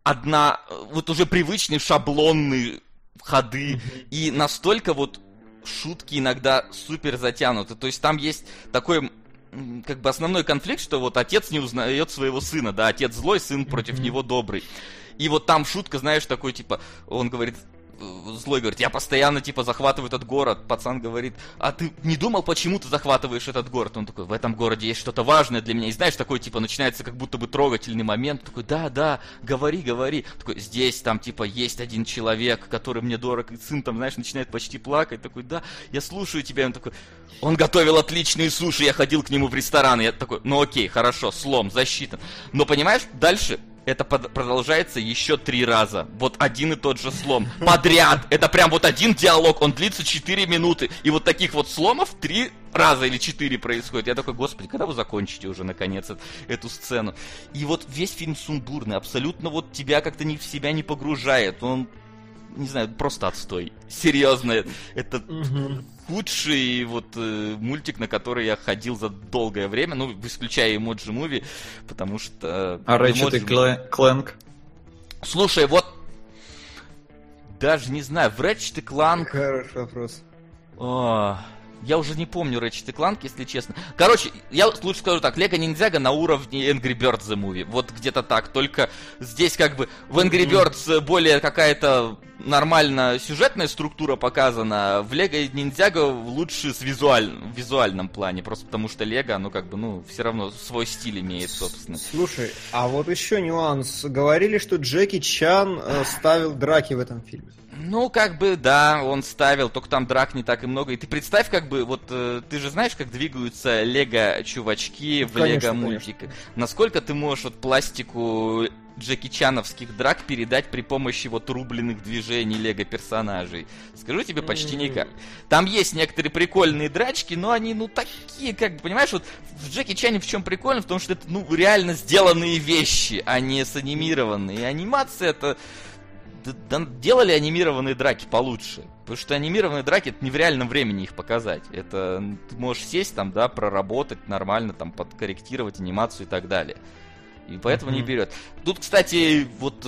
вот уже привычные шаблонные ходы, и настолько вот шутки иногда супер затянуты. То есть там есть такой, как бы основной конфликт, что вот отец не узнает своего сына, да, отец злой, сын против него добрый. И вот там шутка, знаешь, такой, типа, он говорит, злой говорит, я постоянно, типа, захватываю этот город. Пацан говорит, а ты не думал, почему ты захватываешь этот город? Он такой, в этом городе есть что-то важное для меня. И знаешь, такой, типа, начинается как будто бы трогательный момент. Такой, да, говори. Такой, здесь, там, типа, есть один человек, который мне дорог. И сын там, знаешь, начинает почти плакать. Такой, да, я слушаю тебя. И он такой, он готовил отличные суши, я ходил к нему в ресторан. И я такой, ну окей, хорошо, слом, засчитан. Но, понимаешь, дальше... Это продолжается еще 3 раза. Вот один и тот же слом. Подряд. Это прям вот один диалог. Он длится 4 минуты. И вот таких вот сломов 3 раза или 4 происходит. Я такой, господи, когда вы закончите уже наконец эту сцену? И вот весь фильм сумбурный. Абсолютно вот тебя как-то в себя не погружает. Он, не знаю, просто отстой. Серьезно. Это... худший вот мультик, на который я ходил за долгое время, ну, исключая Emoji Movie, потому что... А Ratchet и Clank? Слушай, вот... Даже не знаю, в Ratchet и Clank... Хороший вопрос. Я уже не помню Ratchet и Clank, если честно. Короче, я лучше скажу так, Лего Ниндзяго на уровне Angry Birds The Movie. Вот где-то так, только здесь как бы в Angry Birds более какая-то нормально сюжетная структура показана, в Лего Ниндзяго лучше в визуальном плане, просто потому что Лего, оно как бы, ну, все равно свой стиль имеет, собственно. Слушай, а вот еще нюанс. Говорили, что Джеки Чан ставил драки в этом фильме. Ну, как бы, да, он ставил, только там драк не так и много. И ты представь, как бы, вот, ты же знаешь, как двигаются лего-чувачки в лего-мультиках. Насколько ты можешь вот пластику Джеки Чановских драк передать при помощи вот рубленых движений лего-персонажей? Скажу тебе, почти никак. Там есть некоторые прикольные драчки, но они, ну, такие, как бы, понимаешь, вот в Джеки Чане в чем прикольно? В том, что это, ну, реально сделанные вещи, а не санимированные. И анимация это... Делали анимированные драки получше. Потому что анимированные драки, это не в реальном времени их показать. Это ты можешь сесть там, да, проработать нормально, там, подкорректировать анимацию и так далее. И поэтому не берет. Тут, кстати, вот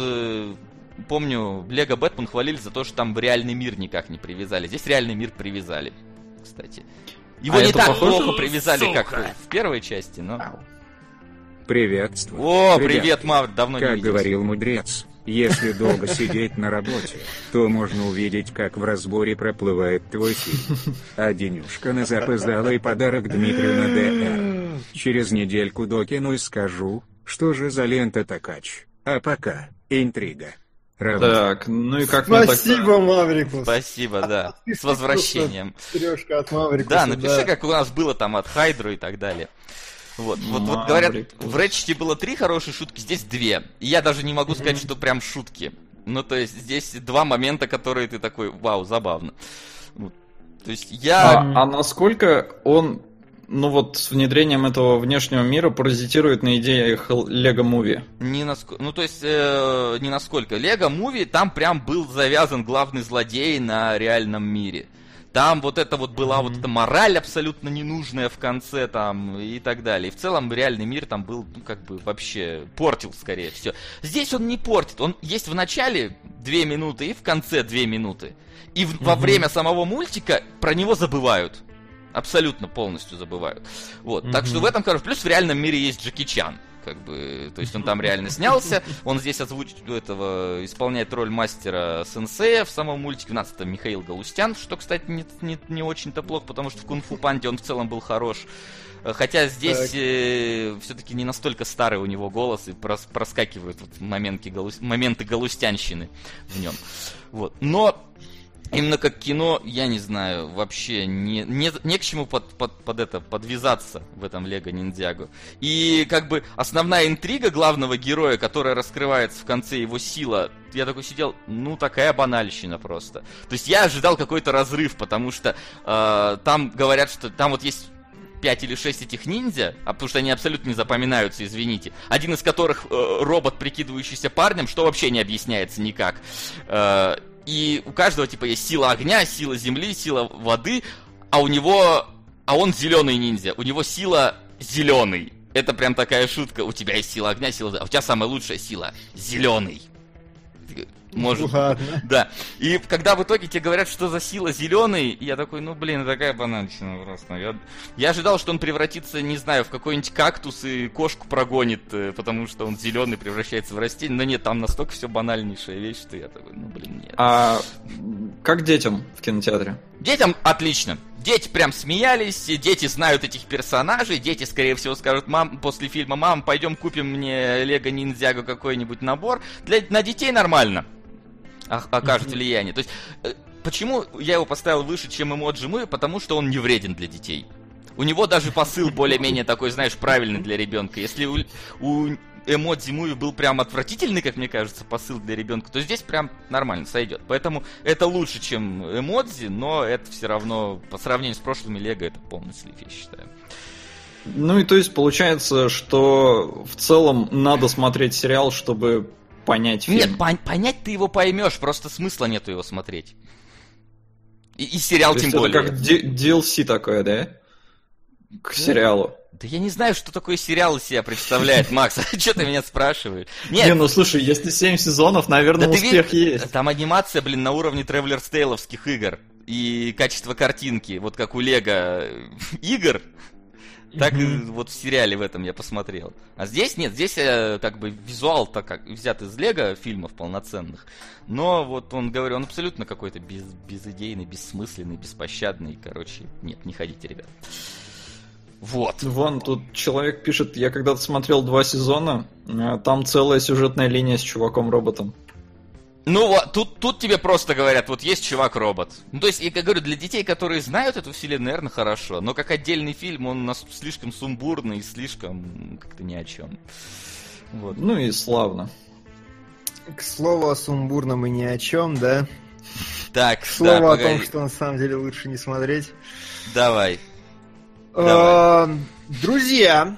помню, Лего Бэтмен хвалили за то, что там в реальный мир никак не привязали. Здесь реальный мир привязали, кстати. Его не так плохо привязали, как в первой части, но... Приветствую. О, привет, Мавр, давно не виделись. Как говорил мудрец, если долго сидеть на работе, то можно увидеть, как в разборе проплывает твой фильм. А денюшка на запоздалый подарок Дмитрию на ДР. Через недельку докину и скажу, что же за лента такач. А пока, интрига. Так, ну и как спасибо, Маврику. Спасибо, да. С возвращением. Сережка от Маврикуса. Да, напиши, как у нас было там от Хайдру и так далее. Вот говорят, в Рэчете было 3 хорошие шутки, здесь 2. И я даже не могу сказать, что прям шутки. Ну, то есть, здесь 2 момента, которые ты такой, вау, забавно. Вот. То есть, я... А насколько он, ну вот, с внедрением этого внешнего мира паразитирует на идеях Лего Муви? Ну, то есть, не насколько. Лего Муви, там прям был завязан главный злодей на реальном мире. Там вот это вот была вот эта мораль абсолютно ненужная в конце там и так далее. И в целом реальный мир там был, ну, как бы вообще портил скорее все. Здесь он не портит. Он есть в начале 2 минуты и в конце 2 минуты. И во время самого мультика про него забывают. Абсолютно полностью забывают. Вот. Так что в этом, короче, плюс в реальном мире есть Джеки Чан. Как бы, то есть он там реально снялся, он здесь исполняет роль мастера-сенсея в самом мультике. У нас это Михаил Галустян, что, кстати, не очень-то плохо, потому что в Кунг-фу Панде он в целом был хорош. Хотя здесь все-таки не настолько старый у него голос, и проскакивают моменты галустянщины в нем. Вот. Но именно как кино, я не знаю, вообще не к чему подвязаться в этом Лего Ниндзяго. И как бы основная интрига главного героя, которая раскрывается в конце, его сила, я такой сидел, такая банальщина просто. То есть я ожидал какой-то разрыв, потому что там говорят, что там вот есть 5 или 6 этих ниндзя, потому что они абсолютно не запоминаются, извините. Один из которых робот, прикидывающийся парнем, что вообще не объясняется никак. И у каждого, типа, есть сила огня, сила земли, сила воды, а он зеленый ниндзя, у него сила зеленый. Это прям такая шутка. У тебя есть сила огня, сила воды, а у тебя самая лучшая сила зеленый. Может. Ладно. Да. И когда в итоге тебе говорят, что за сила зеленый, я такой, такая банальщина просто. Я ожидал, что он превратится, не знаю, в какой-нибудь кактус и кошку прогонит, потому что он зеленый, превращается в растение. Но нет, там настолько все банальнейшая вещь, что я такой, нет. А как детям в кинотеатре? Детям отлично. Дети прям смеялись, дети знают этих персонажей, дети, скорее всего, скажут, после фильма, мам, пойдем купим мне Лего Ниндзяго какой-нибудь набор. На детей нормально окажет влияние. То есть, почему я его поставил выше, чем Эмоджи Муви? Потому что он не вреден для детей. У него даже посыл более-менее такой, знаешь, правильный для ребенка. Если у Эмодзи Муви был прям отвратительный, как мне кажется, посыл для ребенка, то здесь прям нормально сойдет. Поэтому это лучше, чем Эмодзи, но это все равно, по сравнению с прошлыми Лего, это полный слив, я считаю. И то есть получается, что в целом надо смотреть сериал, чтобы понять фильм. Нет, понять ты его поймешь, просто смысла нету его смотреть. И сериал то тем есть более. Это как DLC такое, да? К сериалу. Да я не знаю, что такое сериал из себя представляет, Макс. Что ты меня спрашиваешь? Нет. Слушай, если 7 сезонов, наверное, да успех есть. Там анимация, на уровне Traveler's Tale'овских игр. И качество картинки, вот как у Лего игр, так и вот в сериале в этом я посмотрел. А здесь нет, здесь как бы визуал так как взят из Лего фильмов полноценных. Но вот он абсолютно какой-то безидейный, бессмысленный, беспощадный. Короче, нет, не ходите, ребят. Вот. Вон, тут человек пишет, я когда-то смотрел 2 сезона, там целая сюжетная линия с чуваком-роботом. Вот, тут тебе просто говорят, вот есть чувак-робот. То есть, я говорю, для детей, которые знают эту вселенную, наверное, хорошо. Но как отдельный фильм, он слишком сумбурный и слишком как-то ни о чем. Вот. И славно. К слову о сумбурном и ни о чем, да? Так, к слову о том, что на самом деле лучше не смотреть. Давай. Друзья,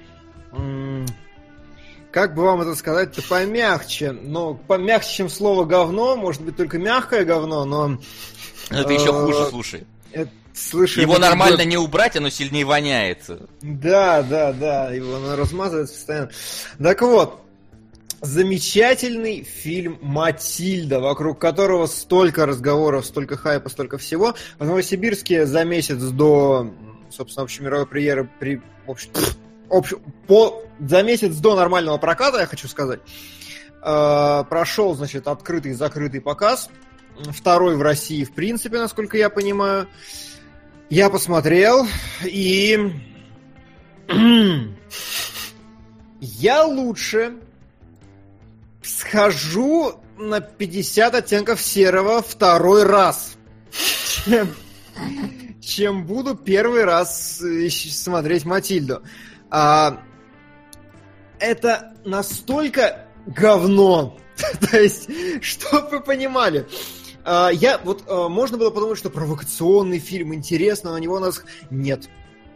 как бы вам это сказать-то помягче? Но помягче, чем слово говно, может быть только мягкое говно, но... Это еще хуже, слушай. Слушай, его нормально не убрать, оно сильнее воняет. Да, его размазывается постоянно. Так вот, замечательный фильм «Матильда», вокруг которого столько разговоров, столько хайпа, столько всего. В Новосибирске за месяц до, собственно, общемировой премьеры, за месяц до нормального проката, я хочу сказать, прошел, значит, открытый и закрытый показ. Второй в России, в принципе, насколько я понимаю. Я посмотрел, и я лучше схожу на 50 оттенков серого второй раз, чем буду первый раз смотреть «Матильду». Это настолько говно. То есть, чтоб вы понимали. Можно было подумать, что провокационный фильм, интересно, на него у нас нет.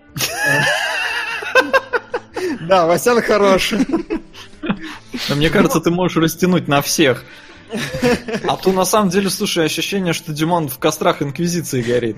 Да, Васян хорош. Мне кажется, ты можешь растянуть на всех. А то на самом деле, слушай, ощущение, что Димон в кострах Инквизиции горит.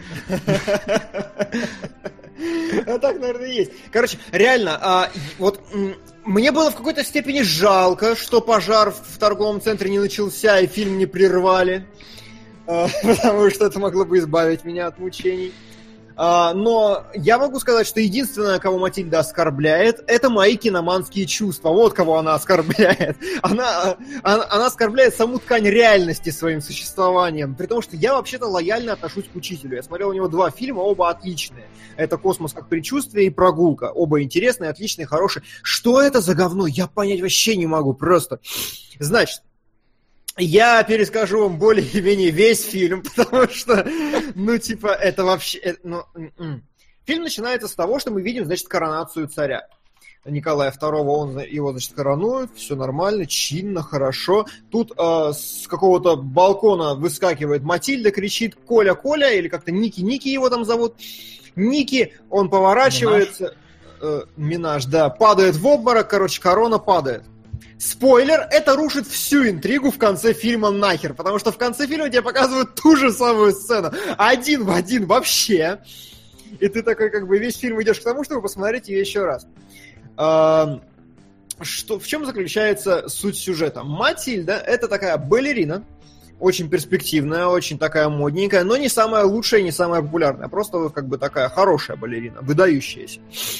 А так, наверное, и есть. Короче, реально, мне было в какой-то степени жалко, что пожар в торговом центре не начался и фильм не прервали, потому что это могло бы избавить меня от мучений. Но я могу сказать, что единственное, кого Матильда оскорбляет, это мои киноманские чувства. Вот кого она оскорбляет. Она оскорбляет саму ткань реальности своим существованием. При том, что я вообще-то лояльно отношусь к учителю. Я смотрел у него 2 фильма, оба отличные. Это «Космос как предчувствие» и «Прогулка». Оба интересные, отличные, хорошие. Что это за говно? Я понять вообще не могу просто. Значит, я перескажу вам более-менее весь фильм, потому что, это вообще... Фильм начинается с того, что мы видим, значит, коронацию царя. Николая II, его, значит, коронуют, все нормально, чинно, хорошо. Тут с какого-то балкона выскакивает Матильда, кричит «Коля, Коля», или как-то Ники его там зовут. Ники, он поворачивается... Минаж, да, падает в обморок, корона падает. Спойлер, это рушит всю интригу в конце фильма нахер, потому что в конце фильма тебе показывают ту же самую сцену, один в один вообще, и ты такой весь фильм идешь к тому, чтобы посмотреть ее еще раз. В чем заключается суть сюжета? Матильда — это такая балерина, очень перспективная, очень такая модненькая, но не самая лучшая, не самая популярная, просто такая хорошая балерина, выдающаяся.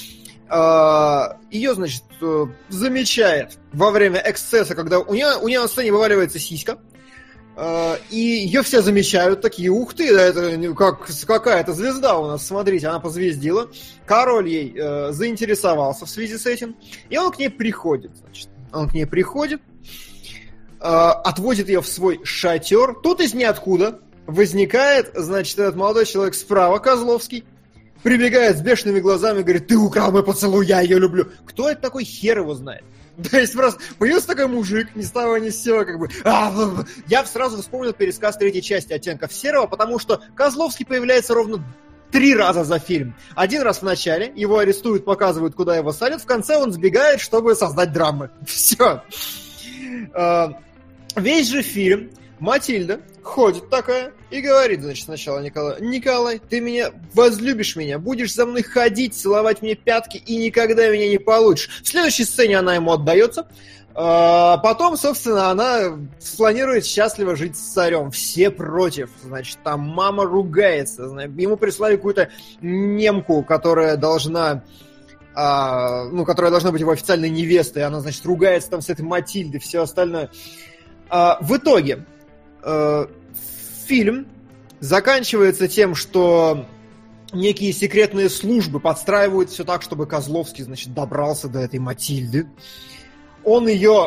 Ее, значит, замечает во время эксцесса, когда у нее на сцене вываливается сиська, и ее все замечают, такие, ух ты, это какая-то звезда у нас, смотрите, она позвездила. Король ей заинтересовался в связи с этим, и он к ней приходит, значит. Отводит ее в свой шатер. Тут из ниоткуда возникает, значит, этот молодой человек справа, Козловский, прибегает с бешеными глазами и говорит: ты украл мой поцелуй, я ее люблю. Кто это такой, хер его знает. То есть просто появился такой мужик, ни с того ни с сего, Я сразу вспомнил пересказ 3-й части «Оттенков серого», потому что Козловский появляется ровно 3 раза за фильм. 1 раз в начале, его арестуют, показывают, куда его садят, в конце он сбегает, чтобы создать драмы. Все. Весь же фильм Матильда ходит такая и говорит, значит, сначала Николай: Николай, ты возлюбишь меня, будешь за мной ходить, целовать мне пятки и никогда меня не получишь. В следующей сцене она ему отдается. Потом, собственно, она планирует счастливо жить с царем. Все против. Значит, там мама ругается. Ему прислали какую-то немку, которая должна быть его официальной невестой. Она, значит, ругается там с этой Матильдой, все остальное. В итоге фильм заканчивается тем, что некие секретные службы подстраивают все так, чтобы Козловский, значит, добрался до этой Матильды. Он ее...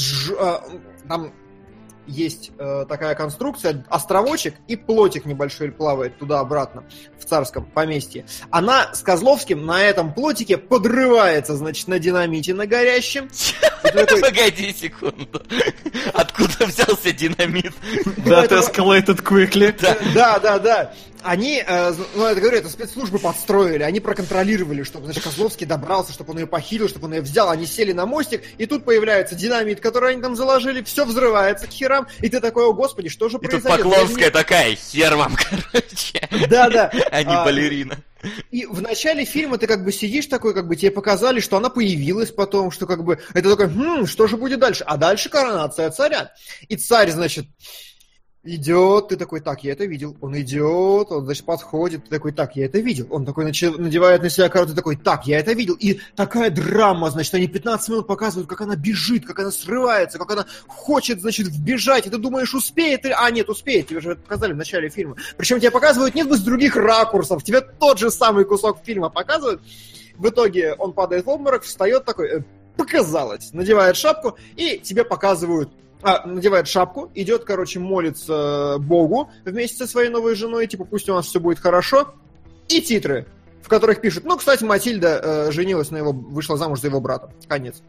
Там есть такая конструкция, островочек и плотик небольшой плавает туда-обратно в царском поместье. Она с Козловским на этом плотике подрывается, значит, на динамите, на горящем. Погоди секунду. Откуда взялся динамит? That escalated quickly. Да. Они, это спецслужбы подстроили, они проконтролировали, чтобы, значит, Козловский добрался, чтобы он ее похитил, чтобы он ее взял. Они сели на мостик, и тут появляется динамит, который они там заложили, все взрывается к херам, и ты такой: о господи, что же произойдет? И тут Поклонская такая: хер вам, короче. Да. А не балерина. И в начале фильма ты сидишь такой, тебе показали, что она появилась потом, что это такой, что же будет дальше? А дальше коронация царя. И царь, значит, идет, ты такой: так, я это видел. Он идет, он, значит, подходит, ты такой: так, я это видел. Он такой надевает на себя корону, ты такой: так, я это видел. И такая драма, значит, они 15 минут показывают, как она бежит, как она срывается, как она хочет, значит, вбежать, и ты думаешь, успеет ли? А, нет, успеет, тебе же это показали в начале фильма. Причем тебе показывают не с других ракурсов, тебе тот же самый кусок фильма показывают. В итоге он падает в обморок, встает такой: показалось, надевает шапку, и тебе показывают. Надевает шапку, идет, молится Богу вместе со своей новой женой, пусть у нас все будет хорошо. И титры, в которых пишут: кстати, Матильда женилась вышла замуж за его брата. Конец.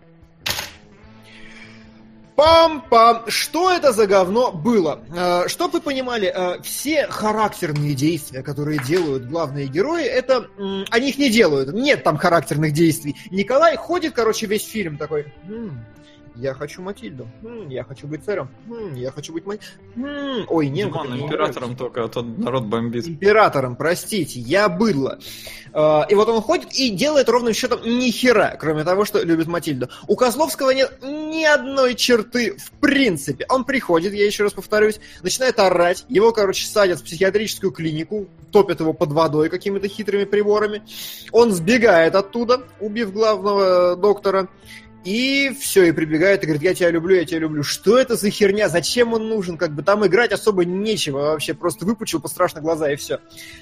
Пам-пам! Что это за говно было? Чтоб вы понимали, все характерные действия, которые делают главные герои, они их не делают. Нет там характерных действий. Николай ходит, весь фильм такой: Я хочу Матильду. Я хочу быть царем. Я хочу быть Ой, не, Димон, императором только, а то народ бомбит. Императором, простите, я быдло. И вот он ходит и делает ровным счетом ни хера, кроме того, что любит Матильду. У Козловского нет ни одной черты в принципе. Он приходит, я еще раз повторюсь, начинает орать. Его, садят в психиатрическую клинику, топят его под водой какими-то хитрыми приборами. Он сбегает оттуда, убив главного доктора. И все, и прибегает и говорит, я тебя люблю. Что это за херня? Зачем он нужен? Там играть особо нечего вообще. Просто выпучил пострашно глаза и все.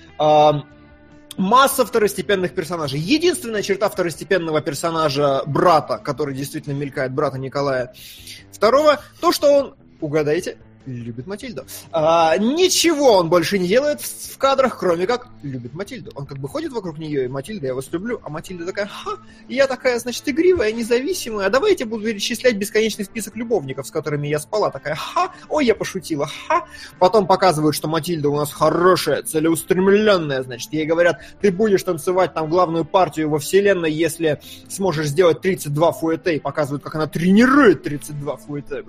Масса второстепенных персонажей. Единственная черта второстепенного персонажа брата, который действительно мелькает, брата Николая II, то, что он, угадайте, любит Матильду. Ничего он больше не делает в кадрах, кроме как любит Матильду. Он ходит вокруг нее, и Матильда, я вас люблю, а Матильда такая, я такая, значит, игривая, независимая, а давайте буду перечислять бесконечный список любовников, с которыми я спала, такая, ой, я пошутила, Потом показывают, что Матильда у нас хорошая, целеустремленная, значит, ей говорят, ты будешь танцевать там главную партию во вселенной, если сможешь сделать 32 фуэте, и показывают, как она тренирует 32 фуэте.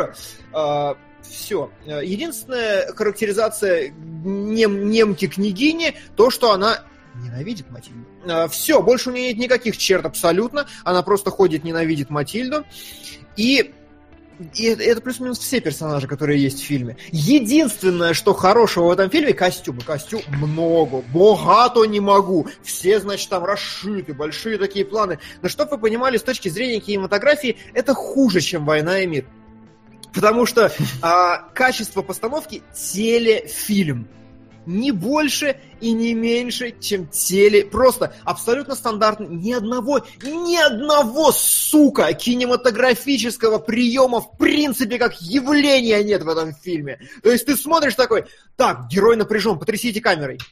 Все. Единственная характеризация немки-княгини, то, что она ненавидит Матильду. Все, больше у нее нет никаких черт абсолютно. Она просто ходит, ненавидит Матильду. И это плюс-минус все персонажи, которые есть в фильме. Единственное, что хорошего в этом фильме, костюмы. Костюм много. Богато не могу. Все, значит, там расшиты, большие такие планы. Но чтоб вы понимали, с точки зрения кинематографии, это хуже, чем «Война и мир». Потому что качество постановки – телефильм. Не больше и не меньше, чем Просто абсолютно стандартный. Ни одного, сука, кинематографического приема в принципе как явления нет в этом фильме. То есть ты смотришь такой, так, герой напряжен, потрясите камерой.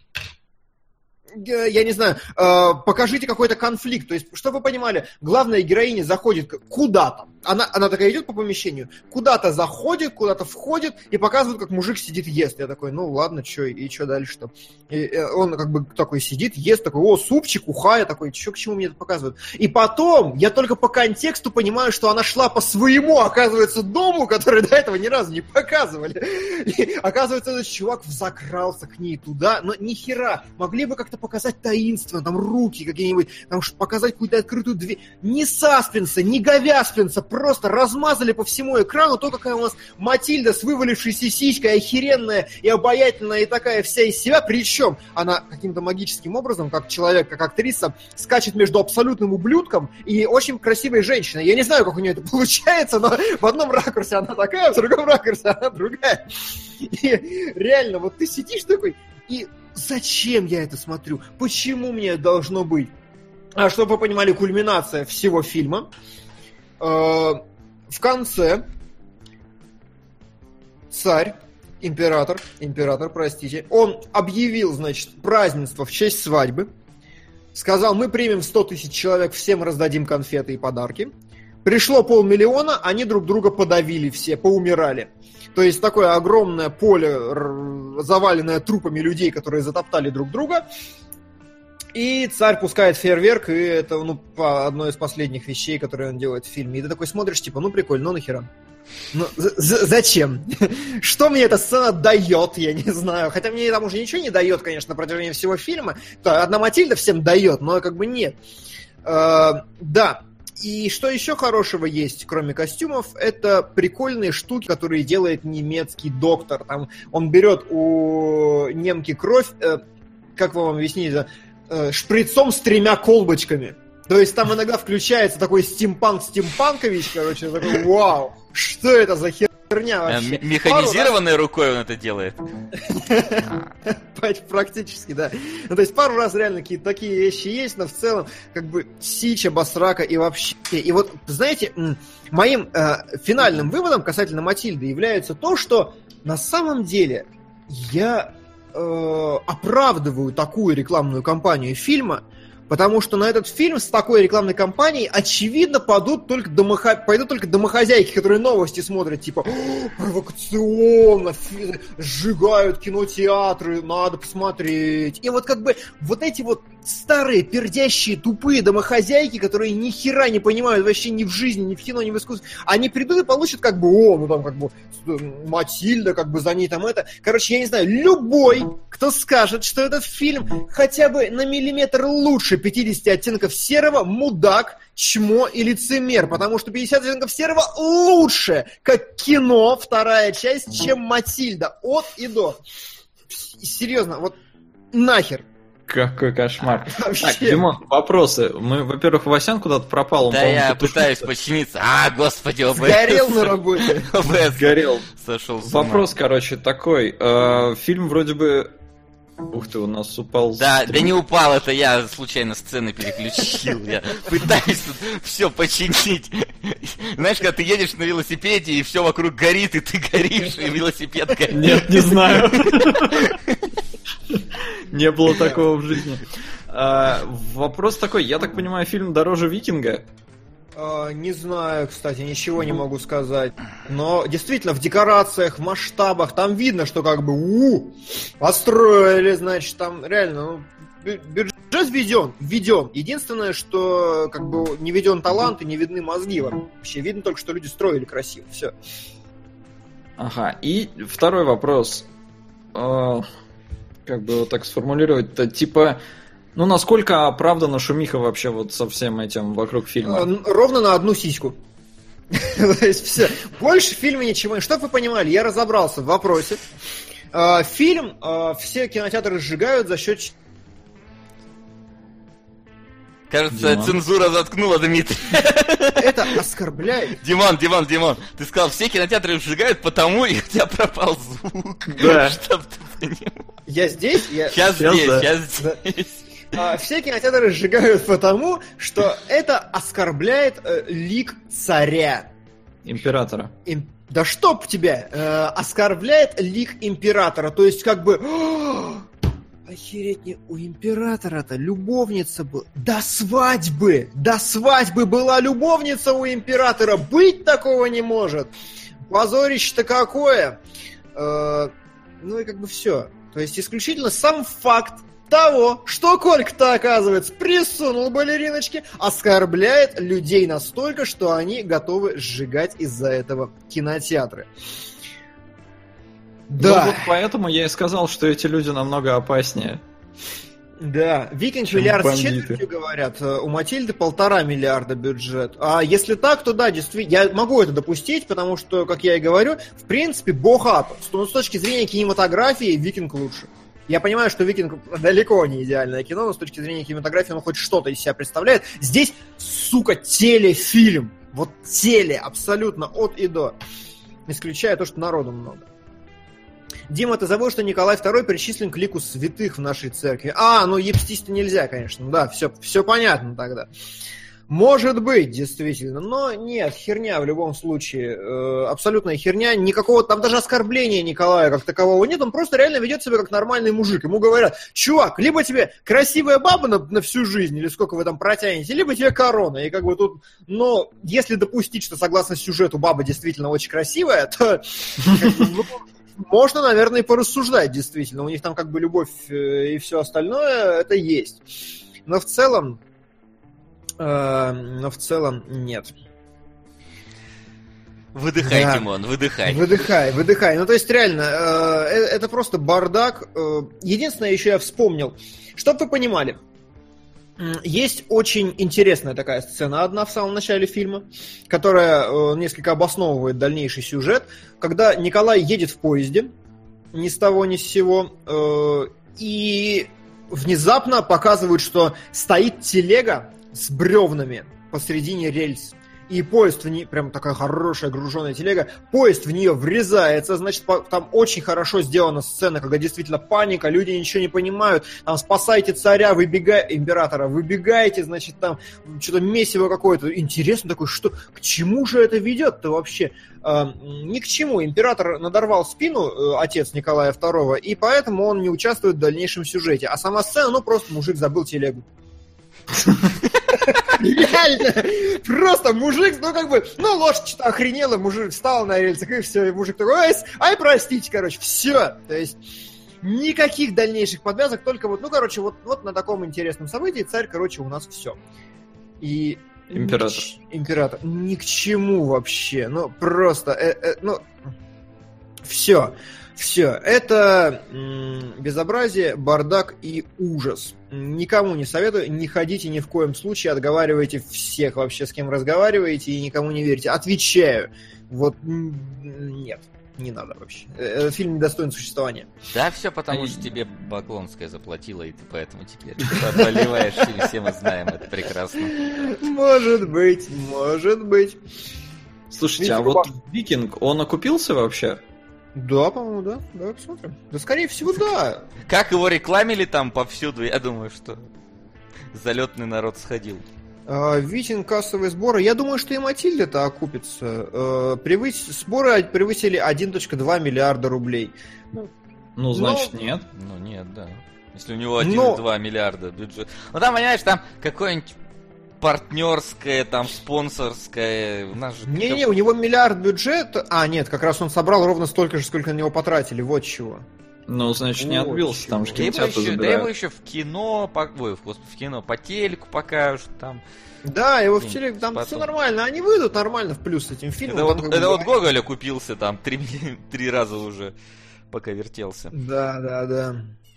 Я не знаю, покажите какой-то конфликт. То есть, чтобы вы понимали, главная героиня заходит куда-то. Она такая идет по помещению, куда-то заходит, куда-то входит и показывает, как мужик сидит, ест. Я такой, ну ладно, что дальше-то? И он такой сидит, ест, такой, супчик, уха. Я такой, к чему мне это показывают? И потом, я только по контексту понимаю, что она шла по своему, оказывается, дому, который до этого ни разу не показывали. И, оказывается, этот чувак закрался к ней туда, но ни хера. Могли бы как-то показать таинственно, там руки какие-нибудь, там показать какую-то открытую дверь. Ни саспенса, ни говяспенса, просто размазали по всему экрану то, какая у нас Матильда с вывалившейся сиськой, охеренная и обаятельная, и такая вся из себя. Причем она каким-то магическим образом, как человек, как актриса, скачет между абсолютным ублюдком и очень красивой женщиной. Я не знаю, как у нее это получается, но в одном ракурсе она такая, в другом ракурсе она другая. И реально, вот ты сидишь такой, и зачем я это смотрю? Почему мне это должно быть? А чтобы вы понимали, кульминация всего фильма. В конце царь, император, простите, он объявил, значит, празднество в честь свадьбы. Сказал, мы примем 100 тысяч человек, всем раздадим конфеты и подарки. Пришло 500 000, они друг друга подавили все, поумирали. То есть такое огромное поле, заваленное трупами людей, которые затоптали друг друга. И царь пускает фейерверк, и это, одно из последних вещей, которые он делает в фильме. И ты такой смотришь, типа, прикольно, нахера? Зачем? Что мне эта сцена дает, я не знаю. Хотя мне там уже ничего не дает, конечно, на протяжении всего фильма. Одна Матильда всем дает, но нет. Да. И что еще хорошего есть, кроме костюмов, это прикольные штуки, которые делает немецкий доктор. Там он берет у немки кровь, как вам объяснить, шприцом с 3 колбочками. То есть там иногда включается такой стимпанкович, такой, вау, что это за херня вообще? Механизированной рукой он это делает? Практически, да. То есть пару раз реально какие-то такие вещи есть, но в целом сича, басрака и вообще. И вот, знаете, моим финальным выводом касательно Матильды является то, что на самом деле я оправдываю такую рекламную кампанию фильма, Потому что на этот фильм с такой рекламной кампанией, очевидно, пойдут только домохозяйки, которые новости смотрят, типа, провокационно, сжигают кинотеатры, надо посмотреть. И вот как бы вот эти вот старые, пердящие, тупые домохозяйки, которые ни хера не понимают вообще ни в жизни, ни в кино, ни в искусстве, они придут и получат как бы, Матильда, как бы за ней там это. Короче, я не знаю, любой, кто скажет, что этот фильм хотя бы на миллиметр лучше 50 оттенков серого, мудак, чмо и лицемер, потому что 50 оттенков серого лучше, как кино, вторая часть, чем Матильда, от и до. Серьезно, вот нахер. Какой кошмар. Так, Димон, вопросы. Мы, во-первых, Васян куда-то пропал. Он, да, я пытаюсь починиться. Господи, ОБС. Сгорел на работе. ОБС сгорел. Сошел с ума. Вопрос, короче, такой. Фильм вроде бы... Ух ты, у нас упал... Да не упал, это я случайно сцены переключил. Я пытаюсь тут все починить. Знаешь, когда ты едешь на велосипеде, и все вокруг горит, и ты горишь, и велосипед горит. Нет, не знаю. Не было такого в жизни. Вопрос такой, я так понимаю, фильм дороже «Викинга»? Не знаю, кстати, ничего не могу сказать. Но действительно, в декорациях, в масштабах, там видно, что как бы построили, значит, там реально, бюджет введен. Единственное, что как бы не введен талант и не видны мозги вообще. Видно только, что люди строили красиво. Все. Ага, и второй вопрос. Как бы вот так сформулировать-то, типа, насколько оправдана шумиха вообще вот со всем этим вокруг фильма? Ровно на одну сиську. То есть все. Больше в фильме ничего. Чтоб вы понимали, я разобрался в вопросе. Фильм все кинотеатры сжигают за счет... Кажется, цензура заткнула Дмитрия. Это оскорбляет. Димон, ты сказал, все кинотеатры сжигают, потому и у тебя пропал звук. Да. Чтоб ты понимал. Я здесь? Сейчас здесь. Все кинотеатры сжигают потому, что это оскорбляет лик царя. Императора. Да чтоб тебя! Оскорбляет лик императора. То есть как бы... Охереть, у императора-то любовница была. До свадьбы была любовница у императора. Быть такого не может. Позорище-то какое. И как бы все. То есть исключительно сам факт того, что Колька-то, оказывается, присунул балериночки, оскорбляет людей настолько, что они готовы сжигать из-за этого кинотеатры. Да. Вот поэтому я и сказал, что эти люди намного опаснее. Да, «Викинг» миллиард с четвертью, говорят, у «Матильды» 1,5 миллиарда бюджет. А если так, то да, действительно, я могу это допустить, потому что, как я и говорю, в принципе, богато. С точки зрения кинематографии «Викинг» лучше. Я понимаю, что «Викинг» далеко не идеальное кино, но с точки зрения кинематографии он хоть что-то из себя представляет. Здесь, сука, телефильм. Вот абсолютно от и до. Исключая то, что народу много. Дима, ты забыл, что Николай II причислен к лику святых в нашей церкви. Епстись-то нельзя, конечно. Да, все понятно тогда. Может быть, действительно. Но нет, херня в любом случае. Абсолютная херня. Никакого там даже оскорбления Николая как такового нет. Он просто реально ведет себя как нормальный мужик. Ему говорят: чувак, либо тебе красивая баба на всю жизнь, или сколько вы там протянете, либо тебе корона. И как бы тут... Но если допустить, что согласно сюжету баба действительно очень красивая, то... Можно, наверное, и порассуждать, действительно. У них там как бы любовь и все остальное, это есть. Но в целом нет. Выдыхай, да. Тимон, выдыхай. Выдыхай. То есть, реально, это просто бардак. Единственное, еще я вспомнил. Чтоб вы понимали, есть очень интересная такая сцена одна в самом начале фильма, которая несколько обосновывает дальнейший сюжет, когда Николай едет в поезде, ни с того ни с сего, и внезапно показывают, что стоит телега с бревнами посредине рельс. И поезд в ней, прям такая хорошая груженая телега, поезд в нее врезается, значит, там очень хорошо сделана сцена, когда действительно паника, люди ничего не понимают, там спасайте царя, императора, выбегайте, значит, там что-то месиво какое-то. Интересно такое, что, к чему же это ведет-то вообще? Ни к чему. Император надорвал спину, отец Николая II, и поэтому он не участвует в дальнейшем сюжете. А сама сцена, просто мужик забыл телегу. Реально! Просто мужик, лошадь что-то охренела, мужик встал на рельсах, и все, и мужик такой, ай, простите, короче, все. То есть никаких дальнейших подвязок, только вот на таком интересном событии царь, у нас все. И император. Ни к чему вообще. Все. Это безобразие, бардак и ужас. Никому не советую, не ходите ни в коем случае, отговаривайте всех вообще, с кем разговариваете, и никому не верьте. Отвечаю. Нет. Не надо вообще. Этот фильм недостоин существования. Да, все потому, что тебе Баклонская заплатила, и ты поэтому теперь проливаешь фильм, все мы знаем, это прекрасно. Может быть. Слушайте, а вот «Викинг», он окупился вообще? Да, по-моему, да. Давай посмотрим. Да, скорее всего, да. Как его рекламили там повсюду, я думаю, что залетный народ сходил. «Викинг» кассовые сборы. Я думаю, что и «Матильда»-то окупится. Сборы превысили 1,2 миллиарда рублей. Значит, нет. Нет, да. Если у него 1,2 миллиарда бюджет. Там, понимаешь, там какое-нибудь партнерское, там, спонсорское. Не-не, у него миллиард бюджет. Нет, как раз он собрал ровно столько же, сколько на него потратили. Вот чего. Значит, не отбился, там же кинотеатры забирают. Да его еще в кино, по телеку покажут, там. Да, его в телеку, там все нормально, они выйдут нормально в плюс с этим фильмом. Это вот Гоголь окупился там 3 раза уже, пока вертелся. Да.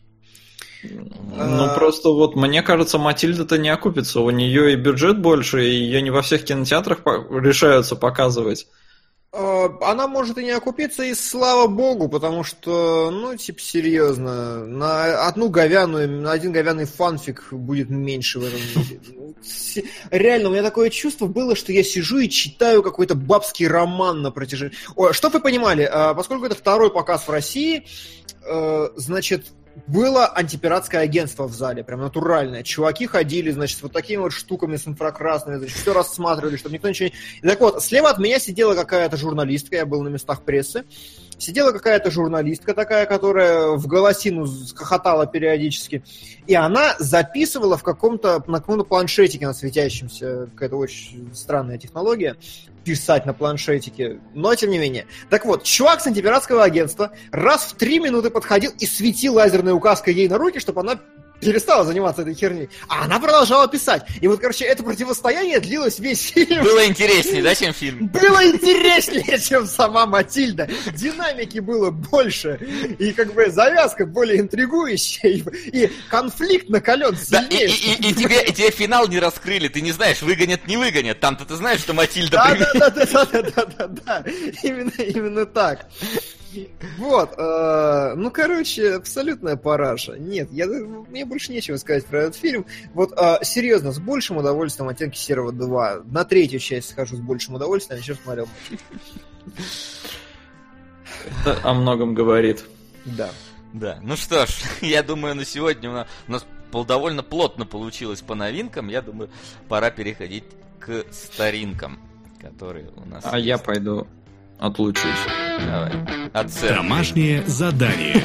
Просто мне кажется, «Матильда»-то не окупится, у нее и бюджет больше, и ее не во всех кинотеатрах решаются показывать. Она может и не окупиться, и слава богу, потому что, серьезно, на один говяный фанфик будет меньше в этом мире. Реально, у меня такое чувство было, что я сижу и читаю какой-то бабский роман на протяжении... Чтоб вы понимали, поскольку это второй показ в России, значит... Было антипиратское агентство в зале, прям натуральное. Чуваки ходили, значит, вот такими вот штуками с инфракрасными, значит, все рассматривали, чтобы никто ничего не... Так вот, слева от меня сидела какая-то журналистка, я был на местах прессы, сидела какая-то журналистка такая, которая в голосину хохотала периодически, и она записывала на каком-то планшетике на светящемся, какая-то очень странная технология, писать на планшетике, но тем не менее. Так вот, чувак с антипиратского агентства раз в 3 минуты подходил и светил лазерной указкой ей на руки, чтобы она перестала заниматься этой херней. А она продолжала писать. И вот, это противостояние длилось весь фильм. Было интереснее, да, чем фильм? Было интереснее, чем сама «Матильда». Динамики было больше. И завязка более интригующая. И конфликт накален сильнее. Да, и тебе финал не раскрыли. Ты не знаешь, выгонят, не выгонят. Там-то ты знаешь, что «Матильда» Да. Именно так. Вот, абсолютная параша. Нет, мне больше нечего сказать про этот фильм. Вот, серьезно, с большим удовольствием «Оттенки серого 2». На 3-ю часть схожу с большим удовольствием, еще смотрел. Это о многом говорит. Да. Ну что ж, я думаю, на сегодня у нас довольно плотно получилось по новинкам. Я думаю, пора переходить к старинкам, которые у нас есть. Я пойду отлучусь. Давай. Домашнее задание.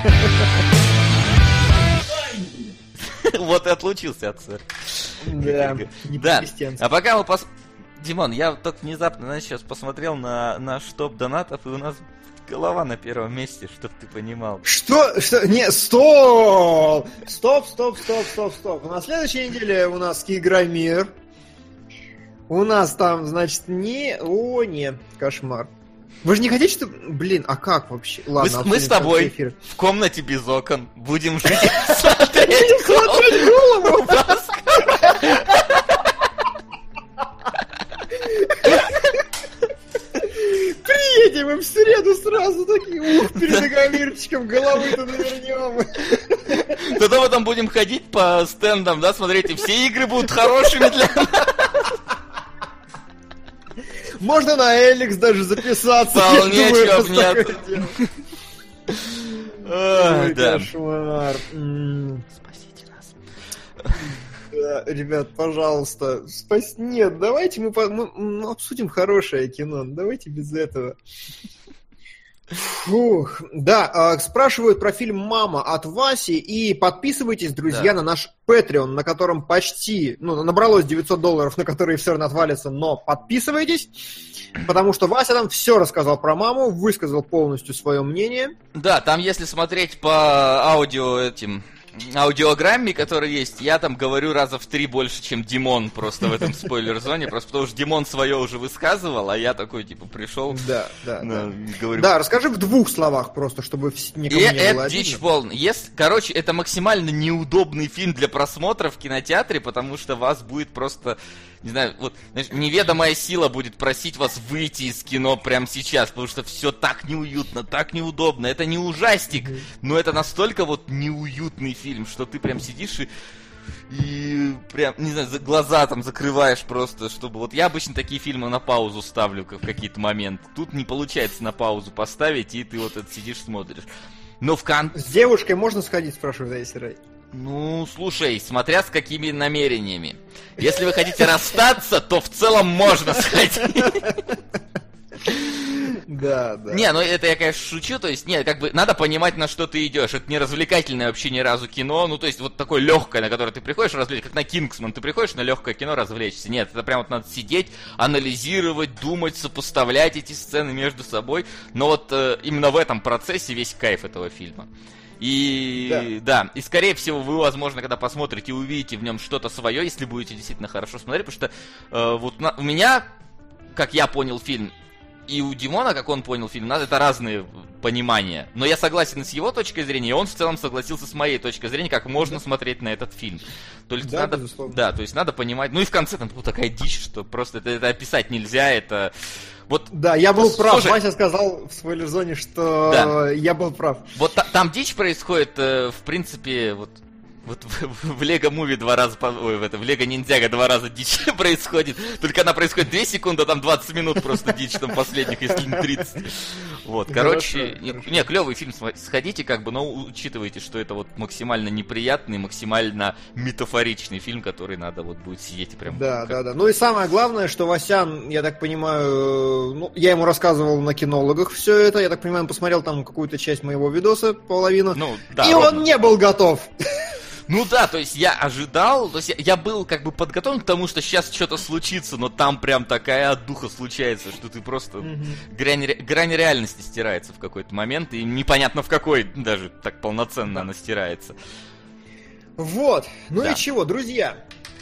Вот и отлучился от церкви. Да. А пока мы Димон, я только внезапно, сейчас посмотрел на наш топ донатов, и у нас голова на первом месте, чтоб ты понимал. Что? Не, стоп! Стоп. На следующей неделе у нас «Игромир». У нас там, значит, кошмар. Вы же не хотите, что... а как вообще? Ладно, мы с тобой в комнате без окон будем жить и смотреть голову! Приедем и в среду сразу такие, перед Игромирчиком головы-то навернем. Тогда мы там будем ходить по стендам, да, смотреть, и все игры будут хорошими для нас. Можно на Эликс даже записаться. Вполне, чё нет. Кошмар. Спасите нас. Ребят, пожалуйста, нет, давайте мы обсудим хорошее кино, давайте без этого. Фух, да, спрашивают про фильм «Мама» от Васи, и подписывайтесь, друзья, на наш Patreon, на котором почти, набралось $900, на которые все равно отвалится, но подписывайтесь, потому что Вася нам все рассказал про «Маму», высказал полностью свое мнение. Да, там если смотреть по аудиограмме, которая есть, я там говорю раза в 3 больше, чем Димон просто в этом спойлер-зоне, просто потому что Димон свое уже высказывал, а я такой, пришел, говорю... Да, расскажи в 2 словах просто, чтобы никому не было обидно. Это дичь полная. Короче, это максимально неудобный фильм для просмотра в кинотеатре, потому что вас будет просто... Не знаю, неведомая сила будет просить вас выйти из кино прямо сейчас, потому что все так неуютно, так неудобно. Это не ужастик, но это настолько неуютный фильм, что ты прям сидишь и прям, не знаю, глаза там закрываешь просто, чтобы... Я обычно такие фильмы на паузу ставлю в какие-то моменты. Тут не получается на паузу поставить, и ты это сидишь, смотришь. Но С девушкой можно сходить, спрашивает Айсерай? Слушай, смотря с какими намерениями. Если вы хотите расстаться, то в целом можно сходить. Да. Не, это я, конечно, шучу, то есть, надо понимать, на что ты идешь. Это не развлекательное вообще ни разу кино, то есть, такое легкое, на которое ты приходишь развлечься, как на Кингсман, ты приходишь на легкое кино развлечься. Нет, это прям надо сидеть, анализировать, думать, сопоставлять эти сцены между собой. Но именно в этом процессе весь кайф этого фильма. И и скорее всего вы, возможно, когда посмотрите, увидите в нем что-то свое, если будете действительно хорошо смотреть, потому что у меня, как я понял фильм, и у Димона, как он понял фильм, это разные понимания. Но я согласен с его точкой зрения, и он в целом согласился с моей точкой зрения, как можно смотреть на этот фильм. Только то есть надо понимать. И в конце там такая дичь, что просто это описать нельзя, это... Да, я был прав. Слушай, Вася сказал в спойлер-зоне, что я был прав. Там дичь происходит, в принципе, в Лего Муви 2 раза, в Лего Ниндзяго 2 раза дичь происходит. Только она происходит 2 секунды, а там 20 минут просто дичь там последних, если не 30. Короче, клевый фильм, сходите но учитывайте, что это максимально неприятный, максимально метафоричный фильм, который надо будет сидеть и прям... Да. И самое главное, что Васян, я так понимаю, я ему рассказывал на кинологах все это, я так понимаю, он посмотрел там какую-то часть моего видоса, половину, и он не был готов. То есть я ожидал, то есть я был подготовлен к тому, что сейчас что-то случится, но там прям такая отдуха случается, что ты просто... Грань реальности стирается в какой-то момент, и непонятно в какой даже так полноценно она стирается. И чего, друзья?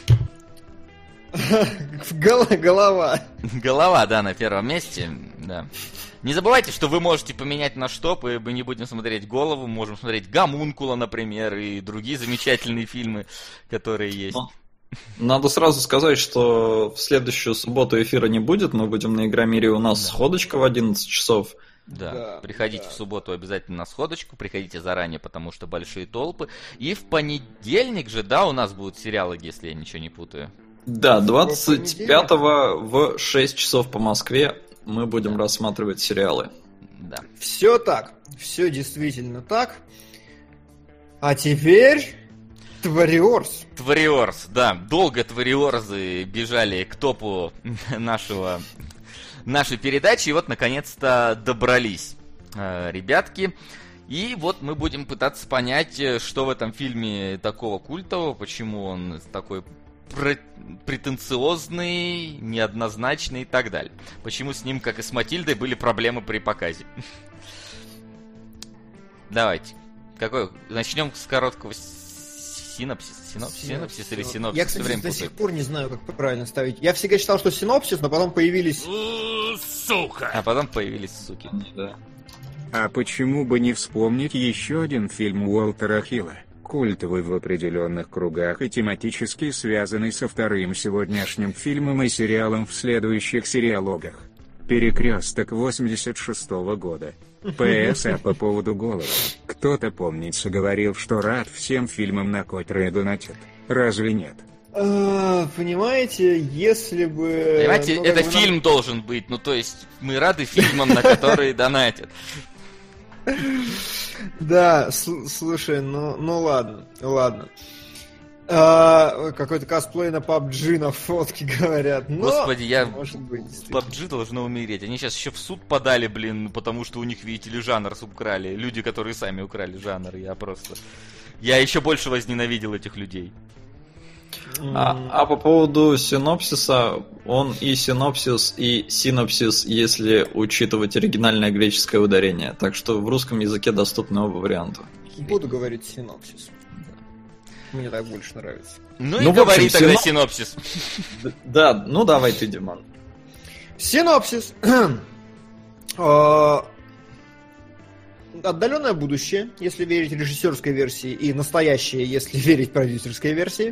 Голова. Голова, на первом месте, да. Не забывайте, что вы можете поменять наш топ, и мы не будем смотреть голову, можем смотреть «Гомункула», например, и другие замечательные фильмы, которые есть. Надо сразу сказать, что в следующую субботу эфира не будет, мы будем на Игромире, у нас сходочка в 11 часов. Да, приходите в субботу обязательно на сходочку, приходите заранее, потому что большие толпы. И в понедельник же, у нас будут сериалы, если я ничего не путаю. Да, 25-го в 6 часов по Москве мы будем рассматривать сериалы. Да. Все так, все действительно так. А теперь... Твариорс, да. Долго твариорзы бежали к топу нашей передачи, и наконец-то добрались ребятки. И мы будем пытаться понять, что в этом фильме такого культового, почему он такой претенциозный, неоднозначный и так далее. Почему с ним, как и с Матильдой, были проблемы при показе. Давайте. Начнем с короткого синопсис или синопсис? Я, кстати, до сих пор не знаю, как правильно ставить. Я всегда считал, что синопсис, но потом появились... Сука! А потом появились суки. Да. А почему бы не вспомнить еще один фильм Уолтера Хилла? Культовый в определенных кругах и тематически связанный со вторым сегодняшним фильмом и сериалом в следующих сериалогах. «Перекресток» 86-го года. ПС, по поводу головы. Кто-то, помнится, говорил, что рад всем фильмам, на которые донатят. Разве нет? Понимаете, если бы... Понимаете, это фильм должен быть, то есть мы рады фильмам, на которые донатят. Да, слушай, ну ладно. Какой-то косплей на PUBG на фотке, говорят. Но, Господи, может быть, PUBG должно умереть. Они сейчас еще в суд подали, потому что у них, видите ли, жанр украли. Люди, которые сами украли жанр. Я еще больше возненавидел этих людей. А по поводу синопсиса, он и синопсис, и синопсис, если учитывать оригинальное греческое ударение. Так что в русском языке доступны оба варианта. Буду говорить синопсис. Мне так больше нравится. Ну и говори тогда синопсис. Да, ну давай ты, Диман. Синопсис. Отдаленное будущее, если верить режиссерской версии, и настоящее, если верить продюсерской версии.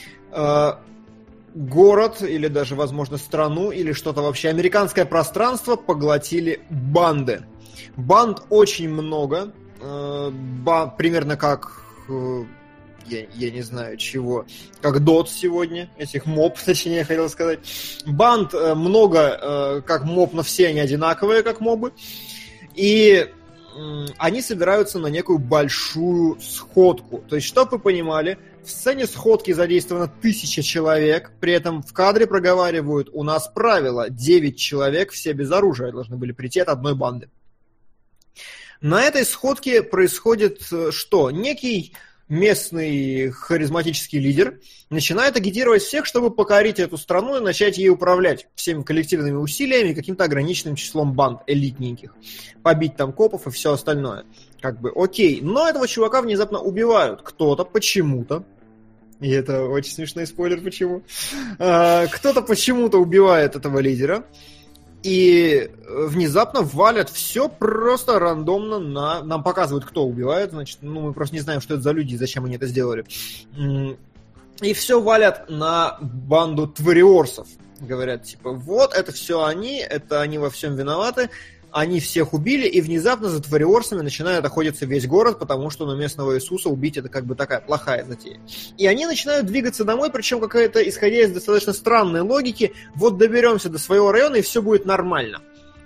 Город, или даже, возможно, страну, или что-то вообще, американское пространство поглотили банды. Банд очень много. Примерно как... Я не знаю чего, как Dot сегодня, этих моб, точнее, я хотел сказать. Банд много, как моб, но все они одинаковые, как мобы. И они собираются на некую большую сходку. То есть, чтобы вы понимали, в сцене сходки задействовано 1000 человек, при этом в кадре проговаривают: у нас правило, 9 человек, все без оружия должны были прийти от одной банды. На этой сходке происходит что? Некий местный харизматический лидер начинает агитировать всех, чтобы покорить эту страну и начать ей управлять всеми коллективными усилиями и каким-то ограниченным числом банд элитненьких. Побить там копов и все остальное. Как бы окей. Но этого чувака внезапно убивают. Кто-то почему-то. И это очень смешной спойлер, почему. Кто-то почему-то убивает этого лидера. И внезапно валят все просто рандомно на... Нам показывают, кто убивает, значит, мы просто не знаем, что это за люди и зачем они это сделали. И все валят на банду твариорсов. Говорят, типа, вот, это все они, это они во всем виноваты, они всех убили, и внезапно за твариорсами начинает охотиться весь город, потому что местного Иисуса убить это как бы такая плохая затея. И они начинают двигаться домой, причем какая-то, исходя из достаточно странной логики, вот доберемся до своего района, и все будет нормально.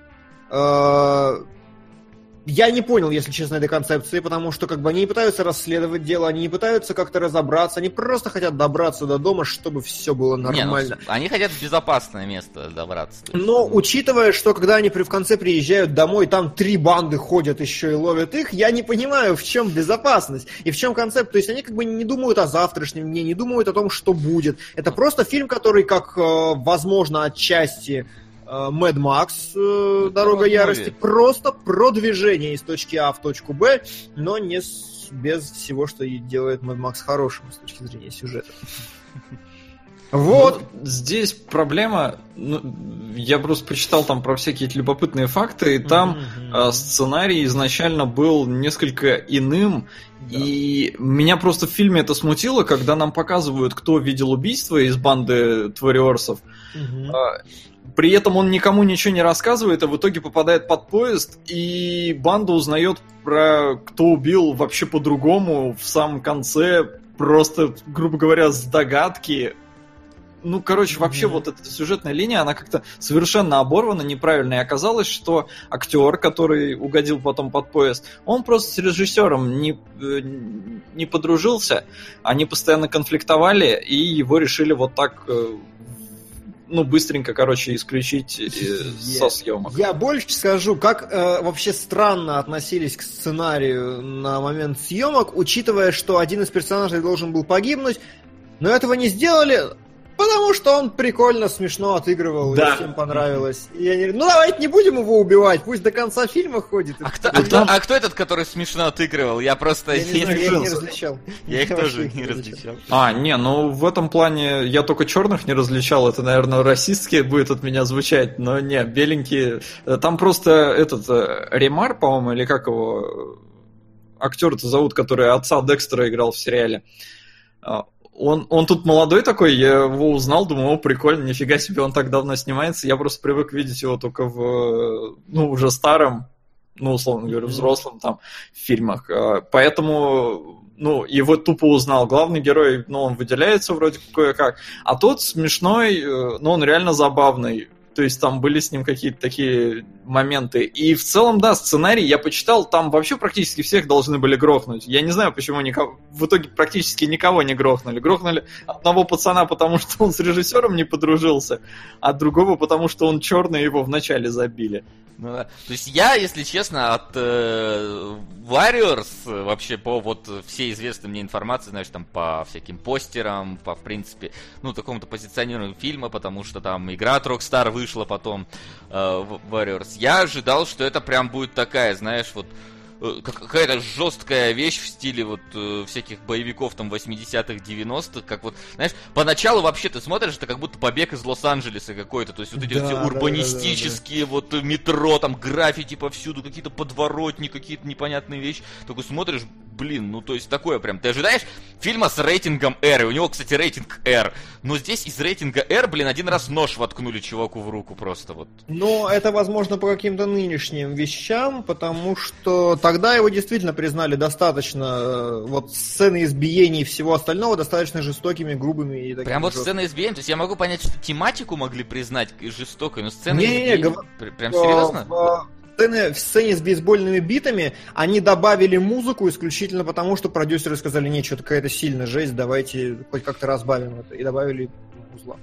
Я не понял, если честно, этой концепции, потому что как бы они не пытаются расследовать дело, они не пытаются как-то разобраться, они просто хотят добраться до дома, чтобы все было нормально. Они хотят в безопасное место добраться. Но учитывая, что когда они в конце приезжают домой, там 3 банды ходят еще и ловят их, я не понимаю, в чем безопасность и в чем концепт. То есть они как бы не думают о завтрашнем дне, не думают о том, что будет. Это просто фильм, который, как, возможно, отчасти... Mad Max, Дорога ярости, просто продвижение из точки А в точку Б, но без всего, что делает Mad Max хорошим с точки зрения сюжета. Вот. Ну, здесь проблема, я просто почитал там про всякие любопытные факты, и там сценарий изначально был несколько иным, да. И меня просто в фильме это смутило, когда нам показывают, кто видел убийство из банды твариорсов. При этом он никому ничего не рассказывает, а в итоге попадает под поезд, и банда узнает про кто убил вообще по-другому в самом конце, просто, грубо говоря, с догадки. Ну, короче, вообще вот эта сюжетная линия, она как-то совершенно оборвана, неправильно. И оказалось, что актер, который угодил потом под поезд, он просто с режиссером не подружился, они постоянно конфликтовали, и его решили вот так... быстренько, исключить со съемок. Я больше скажу, как вообще странно относились к сценарию на момент съемок, учитывая, что один из персонажей должен был погибнуть, но этого не сделали, потому что он прикольно, смешно отыгрывал, да. И всем понравилось. И они говорят, давайте не будем его убивать, пусть до конца фильма ходит. А кто этот, который смешно отыгрывал? Я просто... Я не различал. Я их тоже не различал. В этом плане я только черных не различал, это, наверное, расистски будет от меня звучать, но не, беленькие... Там просто Ремар, по-моему, или как его актер-то зовут, который отца Декстера играл в сериале. Он тут молодой такой, я его узнал, думаю, прикольно, нифига себе, он так давно снимается. Я просто привык видеть его только в, уже старом, условно говоря, взрослом там фильмах. Поэтому, его тупо узнал. Главный герой, он выделяется вроде кое-как. А тот смешной, он реально забавный. То есть там были с ним какие-то такие моменты. И в целом, да, сценарий я почитал, там вообще практически всех должны были грохнуть. Я не знаю, почему в итоге практически никого не грохнули. Грохнули одного пацана, потому что он с режиссером не подружился, а другого, потому что он черный, его вначале забили. Ну, да. То есть я, если честно, от Warriors вообще по вот всей известной мне информации, знаешь, там по всяким постерам, по, в принципе, ну, такому-то позиционированию фильма, потому что там игра от Rockstar вышла потом, Warriors, я ожидал, что это прям будет такая, знаешь, вот какая-то жесткая вещь в стиле вот всяких боевиков там 80-х, 90-х, как вот, знаешь, поначалу вообще ты смотришь, это как будто побег из Лос-Анджелеса какой-то, то есть вот эти все урбанистические вот метро, там граффити повсюду, какие-то подворотни, какие-то непонятные вещи, такой смотришь, блин, ну то есть такое прям, ты ожидаешь фильма с рейтингом R, и у него, кстати, рейтинг R, но здесь из рейтинга R, блин, один раз нож воткнули чуваку в руку просто вот. Но это, возможно, по каким-то нынешним вещам, потому что тогда его действительно признали достаточно, вот сцены избиений и всего остального достаточно жестокими, грубыми и такими. Прям вот сцены избиений, то есть я могу понять, что тематику могли признать жестокой, но сцены избиений, прям серьезно? В сцене с бейсбольными битами они добавили музыку исключительно потому, что продюсеры сказали, не, что-то какая-то сильная жесть, давайте хоть как-то разбавим это, и добавили музла.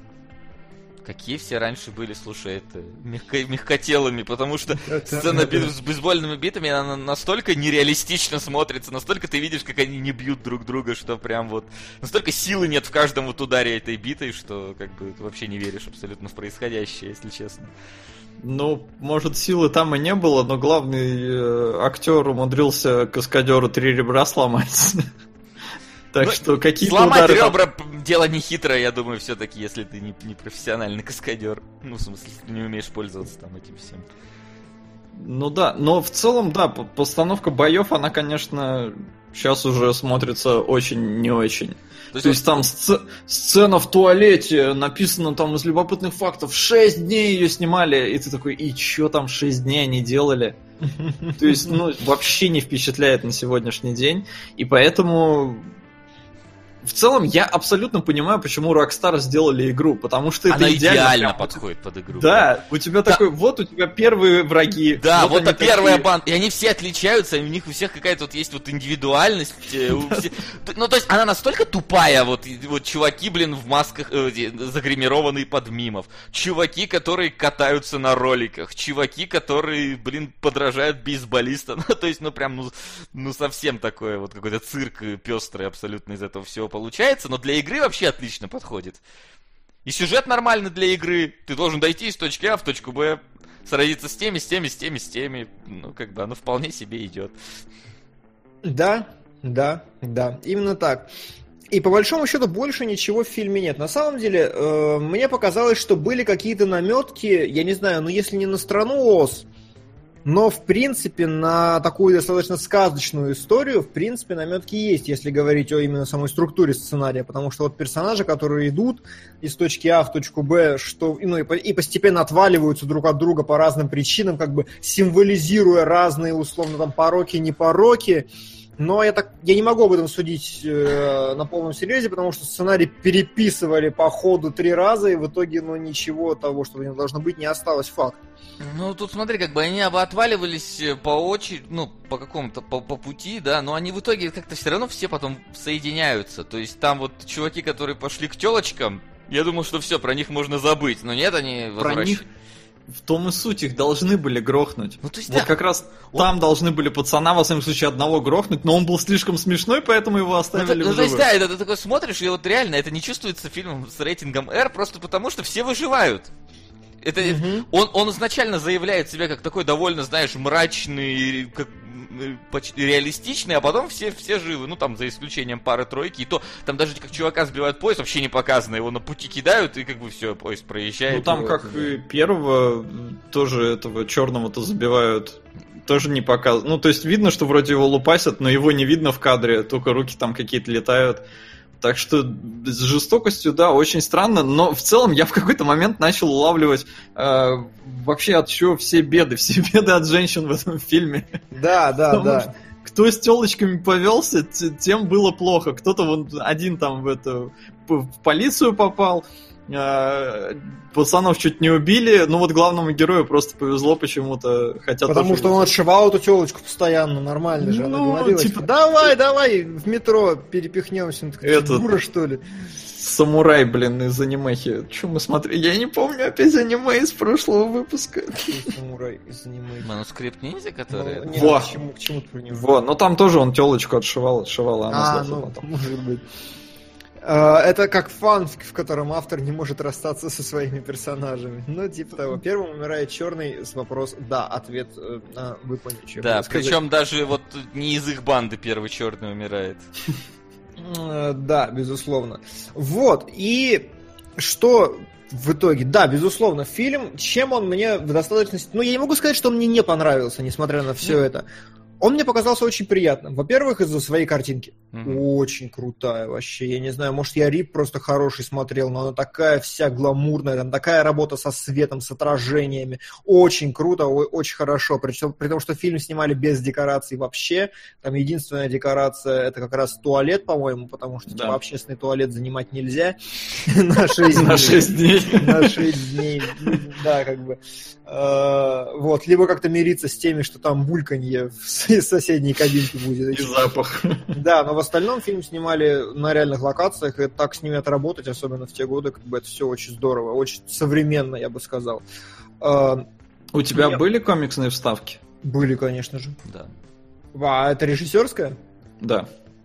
Какие все раньше были, слушай, это мягкотелыми, потому что сцена с бейсбольными битами, она настолько нереалистично смотрится, настолько ты видишь, как они не бьют друг друга, что прям вот... Настолько силы нет в каждом вот ударе этой битой, что как бы ты вообще не веришь абсолютно в происходящее, если честно. Ну, может, силы там и не было, но главный актер умудрился каскадеру 3 ребра сломать. Так что какие-то сломать ребра дело не хитрое, я думаю, все-таки, если ты не профессиональный каскадер. Ну, в смысле, если ты не умеешь пользоваться там этим всем. Ну да, но в целом, да, постановка боев, она, конечно, сейчас уже смотрится очень не очень. То есть там сцена в туалете, написано там из любопытных фактов, 6 дней ее снимали, и ты такой, и чё там 6 дней они делали? То есть, ну, вообще не впечатляет на сегодняшний день, и поэтому... В целом, я абсолютно понимаю, почему Rockstar сделали игру, потому что она это идеально подходит под игру. Да, у тебя такой, вот у тебя первые враги. Да, вот это первая банда, и они все отличаются, у них у всех какая-то вот есть вот индивидуальность. Ну, то есть, она настолько тупая, вот чуваки, блин, в масках, загримированные под мимов, чуваки, которые катаются на роликах, чуваки, которые, блин, подражают бейсболистам, то есть, ну, прям, ну, совсем такое, вот какой-то цирк пестрый абсолютно из этого всего получается, но для игры вообще отлично подходит. И сюжет нормальный для игры. Ты должен дойти из точки А в точку Б, сразиться с теми, с теми, с теми, с теми. Ну, как бы оно вполне себе идет. Да, именно так. И по большому счету больше ничего в фильме нет. На самом деле, мне показалось, что были какие-то наметки, я не знаю, ну если не на страну Оз, но, в принципе, на такую достаточно сказочную историю, в принципе, наметки есть, если говорить о именно самой структуре сценария, потому что вот персонажи, которые идут из точки А в точку Б, и постепенно отваливаются друг от друга по разным причинам, как бы символизируя разные, условно, там, пороки, не пороки, но я не могу об этом судить на полном серьезе, потому что сценарий переписывали по ходу 3 раза, и в итоге, ничего того, что не должно быть, не осталось факт. Ну, тут смотри, как бы они отваливались по очереди, по какому-то, по пути, да, но они в итоге как-то все равно все потом соединяются. То есть там вот чуваки, которые пошли к телочкам, я думал, что все, про них можно забыть, но нет, они возвращаются. В том и суть, их должны были грохнуть. Ну, то есть, вот да. Как раз там должны были пацана, во всяком случае, одного грохнуть, но он был слишком смешной, поэтому его оставили в живых. То есть, да, ты такой смотришь, и вот реально это не чувствуется фильмом с рейтингом R, просто потому что все выживают. Это, он изначально заявляет себя как такой довольно, знаешь, мрачный, почти реалистичный, а потом все живы, там за исключением пары-тройки, и то там даже как чувака сбивают поезд, вообще не показано, его на пути кидают, и как бы все, поезд проезжает. Ну там как и первого, тоже этого черного-то забивают, тоже не показано. Ну то есть видно, что вроде его лупасят, но его не видно в кадре, только руки там какие-то летают. Так что с жестокостью, да, очень странно, но в целом я в какой-то момент начал улавливать вообще от чего все беды от женщин в этом фильме. Да. Кто с телочками повелся, тем было плохо. Кто-то один там в полицию попал, пацанов чуть не убили, ну вот главному герою просто повезло почему-то, хотя потому что он отшивал эту телочку постоянно, нормально же, она говорила, типа, давай, в метро перепихнемся, это дура, что ли? Самурай, блин, из анимехи. Че мы смотрели? Я не помню опять аниме из прошлого выпуска. Самурай из аниме. Манускрипт ниндзя, который... Во! К чему ты про него? Во, но там тоже он телочку отшивал, а она сложила потом. Может быть. Это как фанфик, в котором автор не может расстаться со своими персонажами. Ну, типа того. Первым умирает черный с вопросом «да», ответ «вы поняли». Да, причем даже вот не из их банды первый черный умирает. Да, безусловно. Вот, и что в итоге? Да, безусловно, фильм, чем он мне в достаточности... Ну, я не могу сказать, что он мне не понравился, несмотря на все это. Он мне показался очень приятным. Во-первых, из-за своей картинки. Очень крутая вообще. Я не знаю, может, я Рип просто хороший смотрел, но она такая вся гламурная, там такая работа со светом, с отражениями. Очень круто, очень хорошо. При том, что фильм снимали без декораций вообще. Там единственная декорация — это как раз туалет, по-моему, потому что типа общественный туалет занимать нельзя. На 6 дней. На 6 дней. Да, как бы. Вот. Либо как-то мириться с теми, что там бульканье из соседней кабинки будет. И запах. Да, но в остальном фильм снимали на реальных локациях, и так с ними отработать, особенно в те годы, как бы это все очень здорово, очень современно, я бы сказал. У тебя были комиксные вставки? Были, конечно же. Да. А это режиссерская? Да.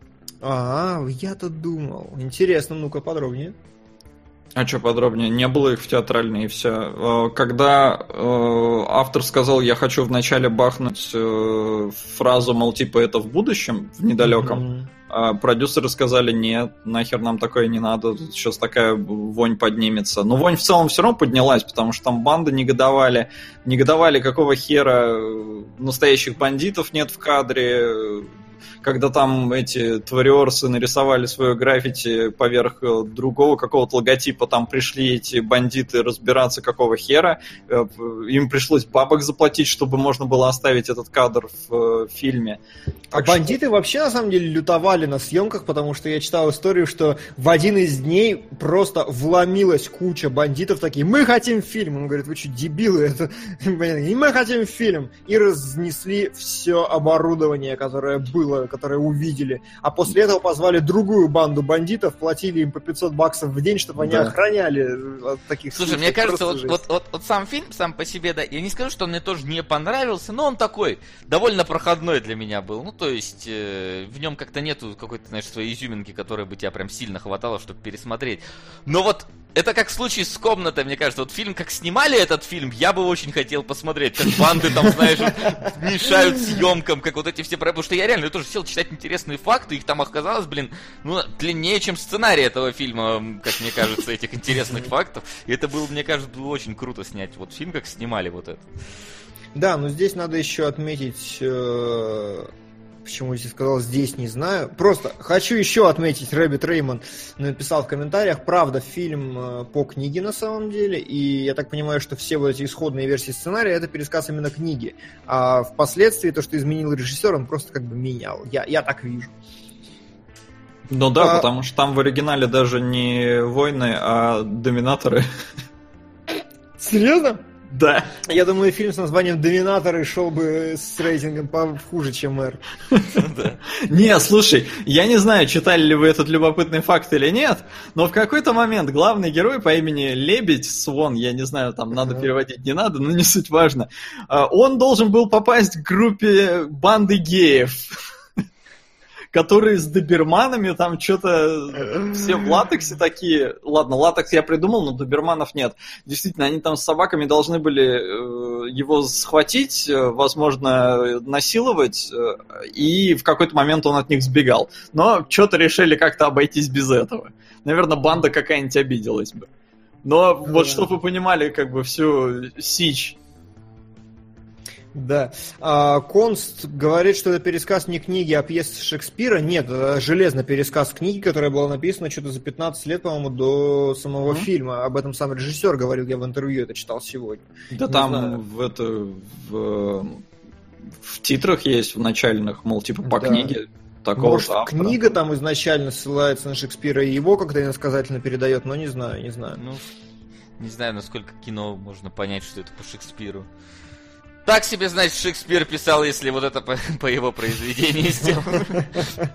Я-то думал. Интересно, ну-ка подробнее. А что подробнее? Не было их в театральной и все. Когда автор сказал, я хочу вначале бахнуть фразу, мол, типа это в будущем, в недалеком, продюсеры сказали, нет, нахер нам такое не надо, тут сейчас такая вонь поднимется. Но вонь в целом все равно поднялась, потому что там банды негодовали, какого хера настоящих бандитов нет в кадре. Когда там эти твариорсы нарисовали свое граффити поверх другого какого-то логотипа, там пришли эти бандиты разбираться, какого хера. Им пришлось бабок заплатить, чтобы можно было оставить этот кадр в фильме. Бандиты вообще, на самом деле, лютовали на съемках, потому что я читал историю, что в один из дней просто вломилась куча бандитов такие, мы хотим фильм. Он говорит, вы что, дебилы? Это... И мы хотим фильм. И разнесли все оборудование, которое было, которые увидели, а после этого позвали другую банду бандитов, платили им по $500 в день, чтобы они охраняли от таких случаев. Слушай, мне кажется, вот сам фильм сам по себе, да, я не скажу, что он мне тоже не понравился, но он такой, довольно проходной для меня был, ну, то есть, в нем как-то нету какой-то, знаешь, своей изюминки, которой бы тебя прям сильно хватало, чтобы пересмотреть. Но вот это как в случае с «Комнатой», мне кажется, вот фильм, как снимали этот фильм, я бы очень хотел посмотреть, как банды там, знаешь, мешают съемкам, как вот эти все, потому что я реально тоже сел читать интересные факты, их там оказалось, длиннее, чем сценарий этого фильма, как мне кажется, этих интересных фактов, и это было, мне кажется, было очень круто снять вот фильм, как снимали вот это. Да, но здесь надо еще отметить... Почему я сказал здесь, не знаю. Просто хочу еще отметить, Рэббит Реймон написал в комментариях, правда, фильм по книге на самом деле, и я так понимаю, что все вот эти исходные версии сценария это пересказ именно книги, а впоследствии то, что изменил режиссер, он просто как бы менял. Я так вижу. Ну да, потому что там в оригинале даже не войны, а доминаторы. Серьезно? Да. Я думаю, фильм с названием «Доминаторы» шел бы с рейтингом хуже, чем «Р». Не, слушай, я не знаю, читали ли вы этот любопытный факт или нет, но в какой-то момент главный герой по имени Лебедь, Свон, я не знаю, там надо переводить, не надо, но не суть важно, он должен был попасть к группе банды геев, которые с доберманами, там что-то все в латексе такие. Ладно, латекс я придумал, но доберманов нет. Действительно, они там с собаками должны были его схватить, возможно, насиловать, и в какой-то момент он от них сбегал. Но что-то решили как-то обойтись без этого. Наверное, банда какая-нибудь обиделась бы. Но вот чтобы вы понимали, как бы всю сичь. Да. Конст говорит, что это пересказ не книги, а пьесы Шекспира. Нет, это железный пересказ книги, которая была написана что-то за 15 лет, по-моему, до самого фильма. Об этом сам режиссер говорил, я в интервью это читал сегодня. Да, там в титрах есть, в начальных, мол, типа по книге. такого Может, книга там изначально ссылается на Шекспира и его как-то иносказательно передает, но не знаю. Ну, не знаю, насколько кино можно понять, что это по Шекспиру. Так себе, значит, Шекспир писал, если вот это по его произведению сделано.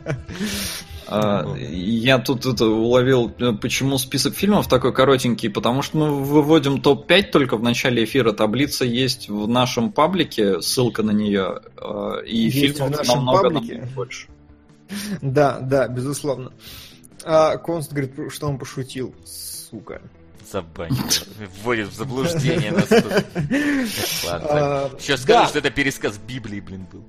Я тут уловил, почему список фильмов такой коротенький, потому что мы выводим топ-5 только в начале эфира. Таблица есть в нашем паблике, ссылка на нее, и есть фильмов намного больше. Да, безусловно. Конст говорит, что он пошутил, сука. Забанил. Вводит в заблуждение нас тут. Ладно. Еще скажу, что это пересказ Библии, был.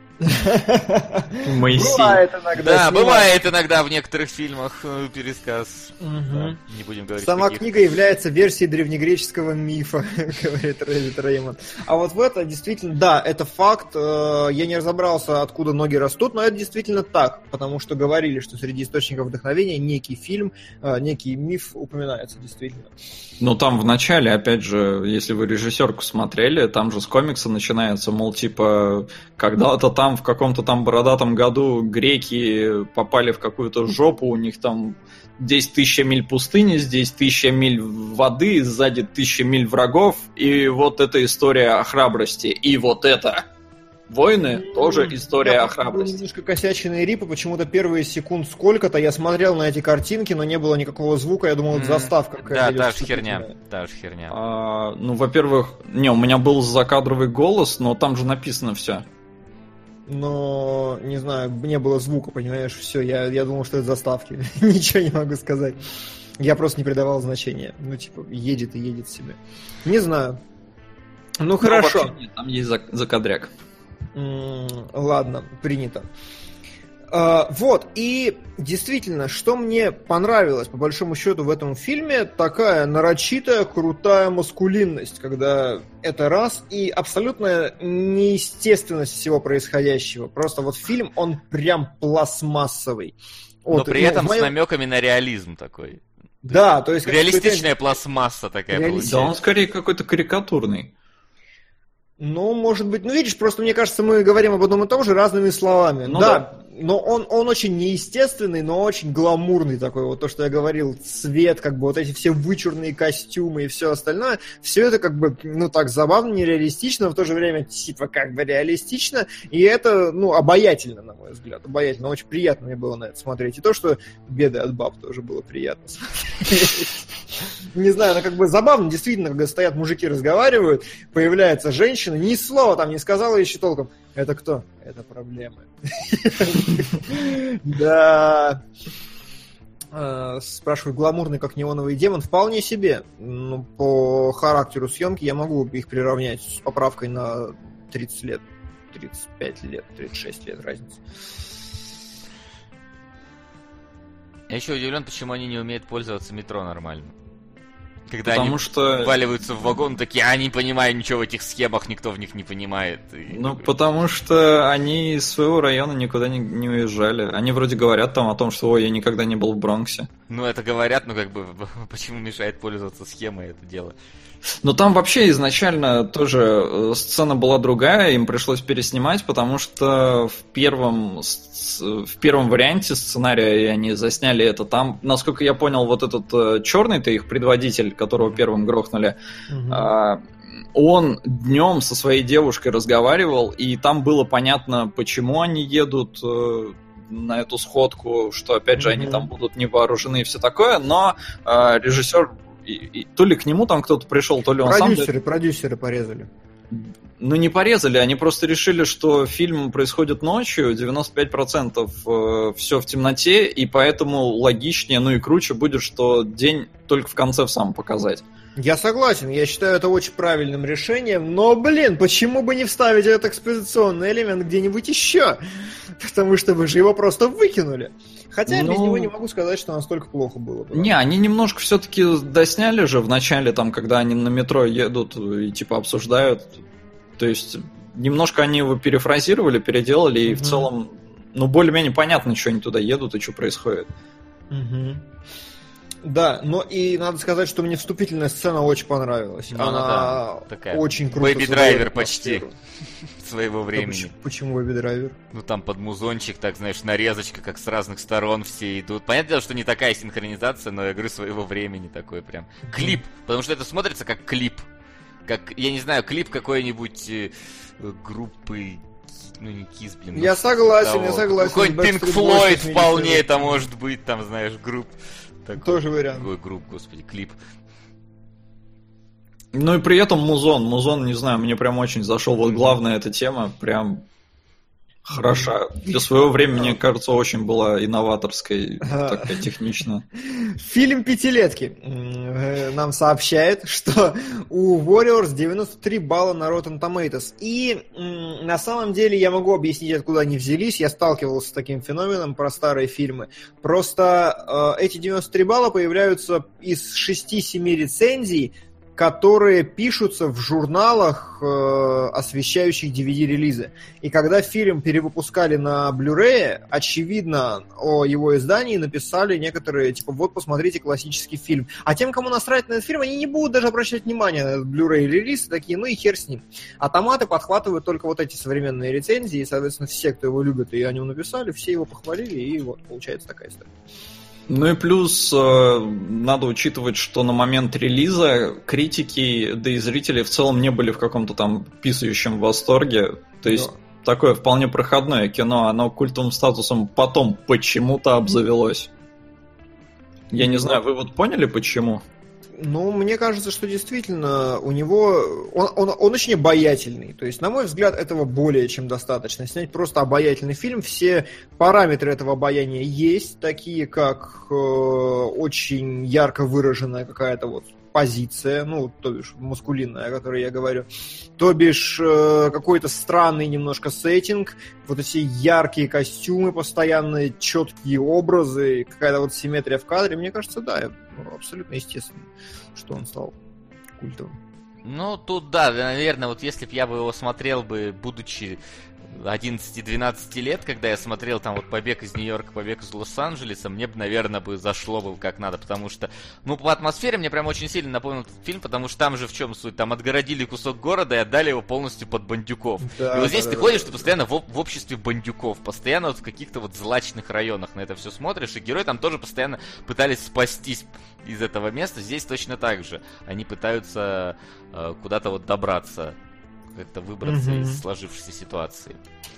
Моисей. Бывает иногда. Да, бывает иногда в некоторых фильмах пересказ. Да, не будем говорить. Сама книга является версией древнегреческого мифа, говорит Рэддит Реймонд. А вот в это действительно, да, это факт. Я не разобрался, откуда ноги растут, но это действительно так, потому что говорили, что среди источников вдохновения некий фильм, некий миф упоминается действительно. Ну там в начале, опять же, если вы режиссерку смотрели, там же с комикса начинается, мол, типа, когда-то там в каком-то там бородатом году греки попали в какую-то жопу, у них там здесь 1000 миль пустыни, здесь 1000 миль воды, сзади 1000 миль врагов, и вот эта история о храбрости. И вот это войны тоже история о храбрости. Немножко косячные рипы, почему-то первые секунд сколько-то я смотрел на эти картинки, но не было никакого звука, я думал, это заставка какая-то. Да, та же херня. Ну, во-первых, у меня был закадровый голос, но там же написано все. Но, не знаю, не было звука, понимаешь, все, я думал, что это заставки. Ничего не могу сказать. Я просто не придавал значения. Ну, типа, едет и едет себе. Не знаю. Ну, хорошо. Нет, там есть закадряк. Ладно, принято. Вот, и действительно, что мне понравилось, по большому счету, в этом фильме, такая нарочитая, крутая маскулинность, когда это раз, и абсолютная неестественность всего происходящего. Просто вот фильм, он прям пластмассовый. Но при этом с намеками на реализм такой. Да, то есть... Реалистичная пластмасса такая получается. Да, он скорее какой-то карикатурный. Ну, может быть, видишь, просто мне кажется, мы говорим об одном и том же разными словами. Ну, да, но он очень неестественный, но очень гламурный такой, вот то, что я говорил, цвет, как бы вот эти все вычурные костюмы и все остальное, все это как бы, так забавно, нереалистично, но в то же время типа как бы реалистично, и это, обаятельно, на мой взгляд, обаятельно, очень приятно мне было на это смотреть, и то, что «Беды от баб» тоже было приятно смотреть. Не знаю, как бы забавно, действительно, когда стоят мужики, разговаривают, появляется женщина, ни слова там не сказала еще толком. Это кто? Это проблемы. Да. Спрашиваю, гламурный, как неоновый демон? Вполне себе. По характеру съемки я могу их приравнять с поправкой на 30 лет, 35 лет, 36 лет разница. Я еще удивлен, почему они не умеют пользоваться метро нормально. Когда потому что вваливаются в вагон, такие, не понимаю ничего в этих схемах, никто в них не понимает. Потому что они из своего района никуда не уезжали. Они вроде говорят там о том, что я никогда не был в Бронксе. Это говорят, почему мешает пользоваться схемой это дело? Но там вообще изначально тоже сцена была другая, им пришлось переснимать, потому что в первом варианте сценария, и они засняли это, там, насколько я понял, вот этот черный-то их предводитель, которого первым грохнули, он днем со своей девушкой разговаривал, и там было понятно, почему они едут на эту сходку, что, опять же, они там будут не вооружены и все такое, но режиссер... И то ли к нему там кто-то пришел, то ли он сам... Продюсеры порезали. Не порезали, они просто решили, что фильм происходит ночью, 95% все в темноте, и поэтому логичнее, и круче будет, что день только в конце сам показать. Я согласен, я считаю это очень правильным решением, но, почему бы не вставить этот экспозиционный элемент где-нибудь еще? Потому что вы же его просто выкинули. Хотя без него не могу сказать, что настолько плохо было бы. Не, они немножко все-таки досняли же в начале, там, когда они на метро едут и типа обсуждают. То есть немножко они его перефразировали, переделали, и в целом, более-менее понятно, что они туда едут и что происходит. Да, но и надо сказать, что мне вступительная сцена очень понравилась. Она такая очень круто. Бэби Драйвер почти. своего времени. Почему Baby Driver? Ну там под музончик, так знаешь, нарезочка, как с разных сторон все идут. Понятное дело, что не такая синхронизация, но игры своего времени такой прям. Клип, потому что это смотрится как клип. Как, я не знаю, клип какой-нибудь группы... Ну, не Kiss, блин. Я согласен. Какой-нибудь Pink Floyd вполне это может быть, там, знаешь, групп. Тоже вариант. Какой групп, господи, клип. Ну и при этом музон, не знаю, мне прям очень зашел. Вот главная эта тема прям хороша. Для своего времени, мне кажется, очень была инноваторской, такая техничная. Фильм «Пятилетки» нам сообщает, что у Warriors 93 балла на Rotten Tomatoes. И на самом деле я могу объяснить, откуда они взялись. Я сталкивался с таким феноменом про старые фильмы. Просто эти 93 балла появляются из 6-7 рецензий, которые пишутся в журналах, освещающих DVD-релизы. И когда фильм перевыпускали на Blu-ray, очевидно, о его издании написали некоторые, типа, вот, посмотрите классический фильм. А тем, кому насрать на этот фильм, они не будут даже обращать внимание на этот Blu-ray-релиз, такие, ну и хер с ним. А томаты подхватывают только вот эти современные рецензии, и, соответственно, все, кто его любит и о нем написали, все его похвалили, и вот, получается такая история. Ну и плюс надо учитывать, что на момент релиза критики, да и зрители в целом не были в каком-то там писающем восторге. То есть такое вполне проходное кино, оно культовым статусом потом почему-то обзавелось. Я не знаю, вы вот поняли почему? Ну, мне кажется, что действительно у него... Он очень обаятельный. То есть, на мой взгляд, этого более чем достаточно. Снять просто обаятельный фильм. Все параметры этого обаяния есть, такие как очень ярко выраженная какая-то вот позиция, ну, то бишь маскулинная, о которой я говорю, то бишь какой-то странный немножко сеттинг, вот эти яркие костюмы постоянные, четкие образы, какая-то вот симметрия в кадре. Мне кажется, да, абсолютно естественно, что он стал культовым. Ну, тут да, наверное, вот если бы я бы его смотрел бы, будучи 11-12 лет, когда я смотрел там вот «Побег из Нью-Йорка», «Побег из Лос-Анджелеса», мне бы, наверное, зашло бы как надо, потому что, ну, по атмосфере мне прям очень сильно напомнил этот фильм, потому что там же в чем суть, там отгородили кусок города и отдали его полностью под бандюков. Да, и вот здесь ты ходишь, ты постоянно в обществе бандюков, постоянно вот в каких-то вот злачных районах на это все смотришь, и герои там тоже постоянно пытались спастись из этого места, здесь точно так же. Они пытаются куда-то вот добраться, как-то выбраться из сложившейся ситуации.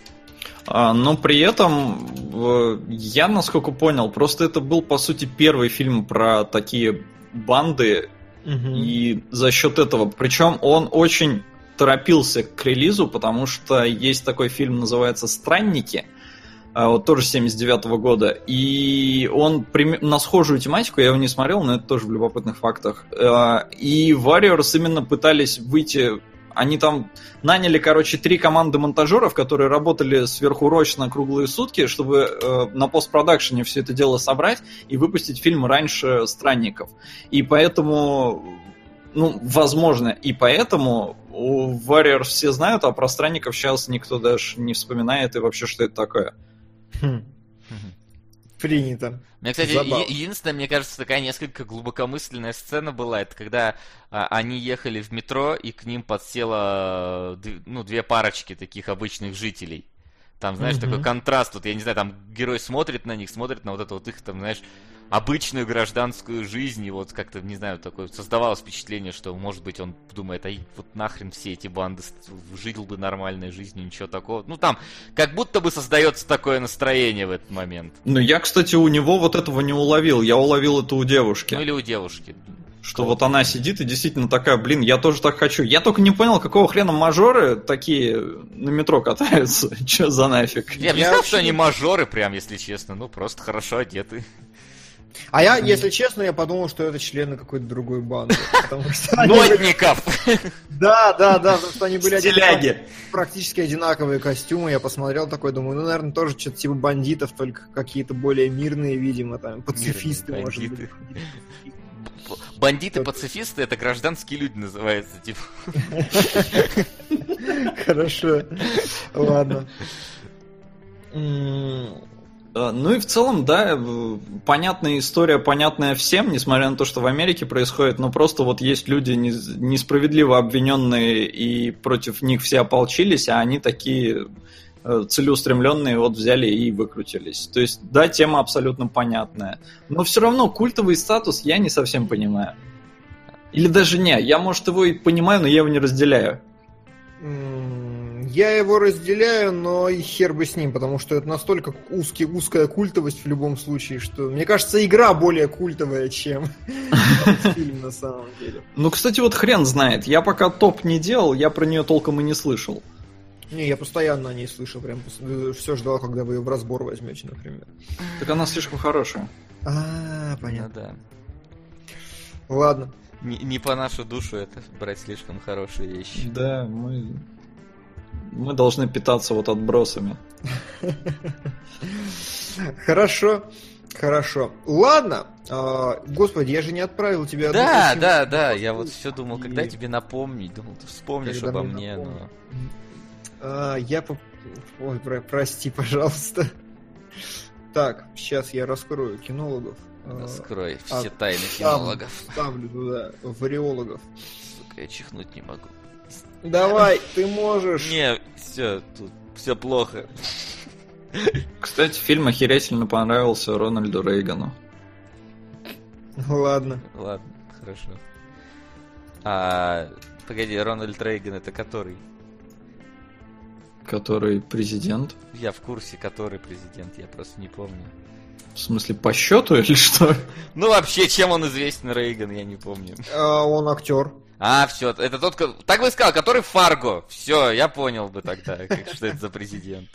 Но при этом, я, насколько понял, просто это был, по сути, первый фильм про такие банды, и за счет этого, причем он очень торопился к релизу, потому что есть такой фильм, называется «Странники», вот тоже 79-го года, и он на схожую тематику, я его не смотрел, но это тоже в любопытных фактах, и Warriors именно пытались выйти. Они там наняли, 3 команды монтажеров, которые работали сверхурочно круглые сутки, чтобы на постпродакшене все это дело собрать и выпустить фильм раньше «Странников». И поэтому, ну, возможно, и поэтому у Warriors все знают, а про «Странников» сейчас никто даже не вспоминает, и вообще, что это такое. Принято. Мне, кстати, единственная, мне кажется, такая несколько глубокомысленная сцена была, это когда они ехали в метро, и к ним подсело, ну, 2 парочки таких обычных жителей. Там, знаешь, такой контраст, вот, я не знаю, там герой смотрит на них, смотрит на вот это вот их, там, знаешь, обычную гражданскую жизнь, и вот как-то, не знаю, такое создавалось впечатление, что, может быть, он думает, вот нахрен все эти банды, жил бы нормальной жизнью, ничего такого. Ну, там, как будто бы создается такое настроение в этот момент. Ну, я, кстати, у него вот этого не уловил, я уловил это у девушки. Ну, или у девушки. Что вот она сидит и действительно такая, блин, я тоже так хочу. Я только не понял, какого хрена мажоры такие на метро катаются. Че за нафиг? Я не знал, что они мажоры, прям, если честно. Ну, просто хорошо одеты. А я, если честно, я подумал, что это члены какой-то другой банды. Нотников! Да, потому что они были практически одинаковые костюмы. Я посмотрел такой, думаю, ну, наверное, тоже что-то типа бандитов, только какие-то более мирные, видимо, там, пацифисты, может быть. Бандиты-пацифисты — это гражданские люди называются, типа. Хорошо. Ладно. Ну и в целом, да, понятная история, понятная всем, несмотря на то, что в Америке происходит, но просто вот есть люди несправедливо обвиненные, и против них все ополчились, а они такие целеустремленные вот взяли и выкрутились. То есть, да, тема абсолютно понятная. Но все равно культовый статус я не совсем понимаю. Или даже не, я, может, его и понимаю, но я его не разделяю. Я его разделяю, но и хер бы с ним, потому что это настолько узкая культовость в любом случае, что, мне кажется, игра более культовая, чем фильм на самом деле. Ну, кстати, вот хрен знает. Я пока топ не делал, я про нее толком и не слышал. Не, я постоянно о ней слышал, прям все ждал, когда вы ее в разбор возьмете, например. Так она слишком хорошая. Понятно. Ну, да. Ладно. Не по нашу душу это брать слишком хорошие вещи. Да, мы должны питаться вот отбросами. Хорошо. Ладно. Господи, я же не отправил тебе... Да. Я вот все думал, когда тебе напомнить. Думал, ты вспомнишь обо мне, но... Ой, прости, пожалуйста. Так, сейчас я раскрою кинологов. Раскрой все тайны кинологов. Ставлю туда вариологов. Сука, я чихнуть не могу. Давай, ты можешь. Не, все, тут все плохо. Кстати, фильм охерительно понравился Рональду Рейгану. Ладно, хорошо. Погоди, Рональд Рейган это который? Который президент? Я в курсе, который президент, я просто не помню. В смысле, по счету или что? Ну, вообще, чем он известен, Рейган, я не помню. Он актер. Все, это тот, так бы сказал, который Фарго. Все, я понял бы тогда, что это за президент.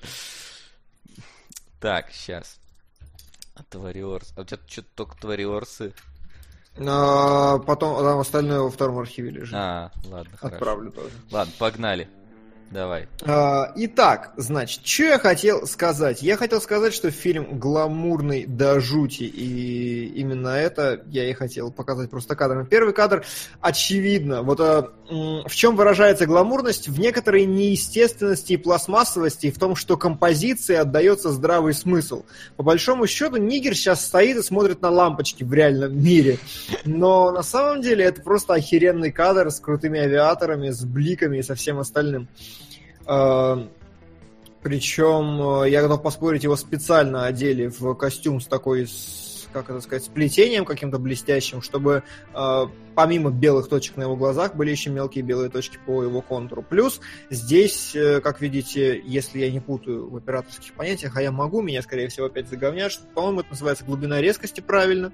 Так, сейчас. Твариорс. А у тебя что-то только Твариорсы? Потом там остальное во втором архиве лежит. Ладно, хорошо. Отправлю тоже. Ладно, погнали. Давай. Итак, значит, что я хотел сказать? Я хотел сказать, что фильм гламурный до жути, и именно это я и хотел показать просто кадром. Первый кадр, очевидно, вот в чем выражается гламурность? В некоторой неестественности и пластмассовости, в том, что композиции отдается здравый смысл. По большому счету, нигер сейчас стоит и смотрит на лампочки в реальном мире, но на самом деле это просто охеренный кадр с крутыми авиаторами, с бликами и со всем остальным. Причем, я готов поспорить, его специально одели в костюм с такой, как это сказать, с плетением каким-то блестящим, чтобы помимо белых точек на его глазах были еще мелкие белые точки по его контуру. Плюс здесь, как видите, если я не путаю в операторских понятиях, а я могу, меня, скорее всего, опять заговнят, что, по-моему, это называется глубина резкости правильно,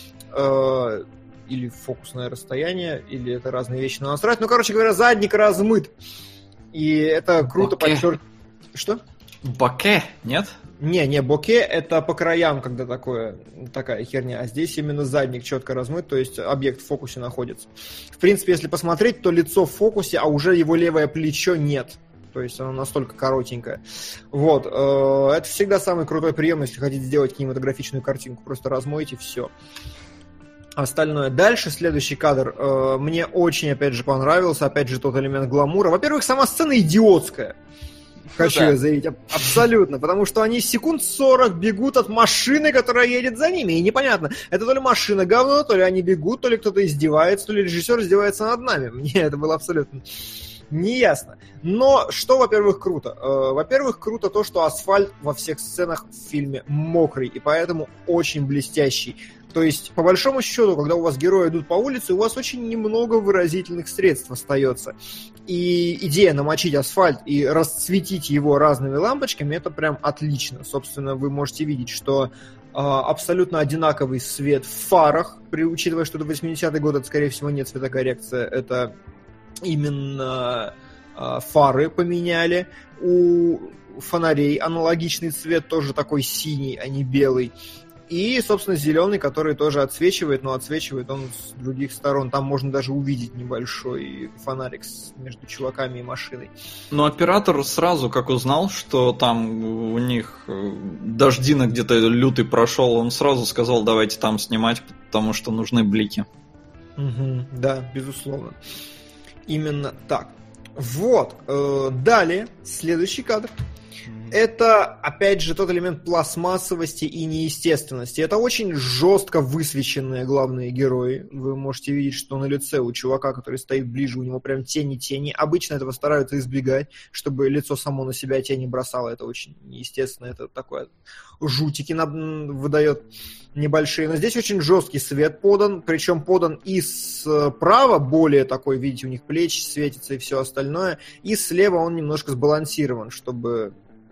или фокусное расстояние, или это разные вещи, но насрать. Ну, короче говоря, задник размыт. И это круто подчеркивает. Что? Боке, нет? Не, боке это по краям, когда такая херня. А здесь именно задник четко размыт, то есть объект в фокусе находится. В принципе, если посмотреть, то лицо в фокусе, а уже его левое плечо нет. То есть оно настолько коротенькое. Вот. Это всегда самый крутой прием, если хотите сделать кинематографичную картинку. Просто размойте, все. Остальное дальше, следующий кадр, мне очень, опять же, понравился, опять же, тот элемент гламура. Во-первых, сама сцена идиотская, хочу я заявить, абсолютно, потому что они секунд 40 бегут от машины, которая едет за ними, и непонятно, это то ли машина говно, то ли они бегут, то ли кто-то издевается, то ли режиссер издевается над нами. Мне это было абсолютно неясно. Но что, во-первых, круто? Во-первых, круто то, что асфальт во всех сценах в фильме мокрый, и поэтому очень блестящий. То есть, по большому счету, когда у вас герои идут по улице, у вас очень немного выразительных средств остается. И идея намочить асфальт и расцветить его разными лампочками, это прям отлично. Собственно, вы можете видеть, что абсолютно одинаковый свет в фарах, учитывая, что это 80-й год, это, скорее всего, не цветокоррекция, это именно фары поменяли. У фонарей аналогичный цвет, тоже такой синий, а не белый. И, собственно, зеленый, который тоже отсвечивает, но отсвечивает он с других сторон. Там можно даже увидеть небольшой фонарик между чуваками и машиной. Но оператор сразу, как узнал, что там у них дождина где-то лютый прошел, он сразу сказал, давайте там снимать, потому что нужны блики. Да, безусловно. Именно так. Вот. Далее, следующий кадр. это, опять же, тот элемент пластмассовости и неестественности. Это очень жестко высвеченные главные герои. Вы можете видеть, что на лице у чувака, который стоит ближе, у него прям тени. Обычно этого стараются избегать, чтобы лицо само на себя тени бросало. Это очень неестественно. Это такое жутики выдает небольшие. Но здесь очень жесткий свет подан, причем подан и справа более такой, видите, у них плечи светятся и все остальное, и слева он немножко сбалансирован, чтобы...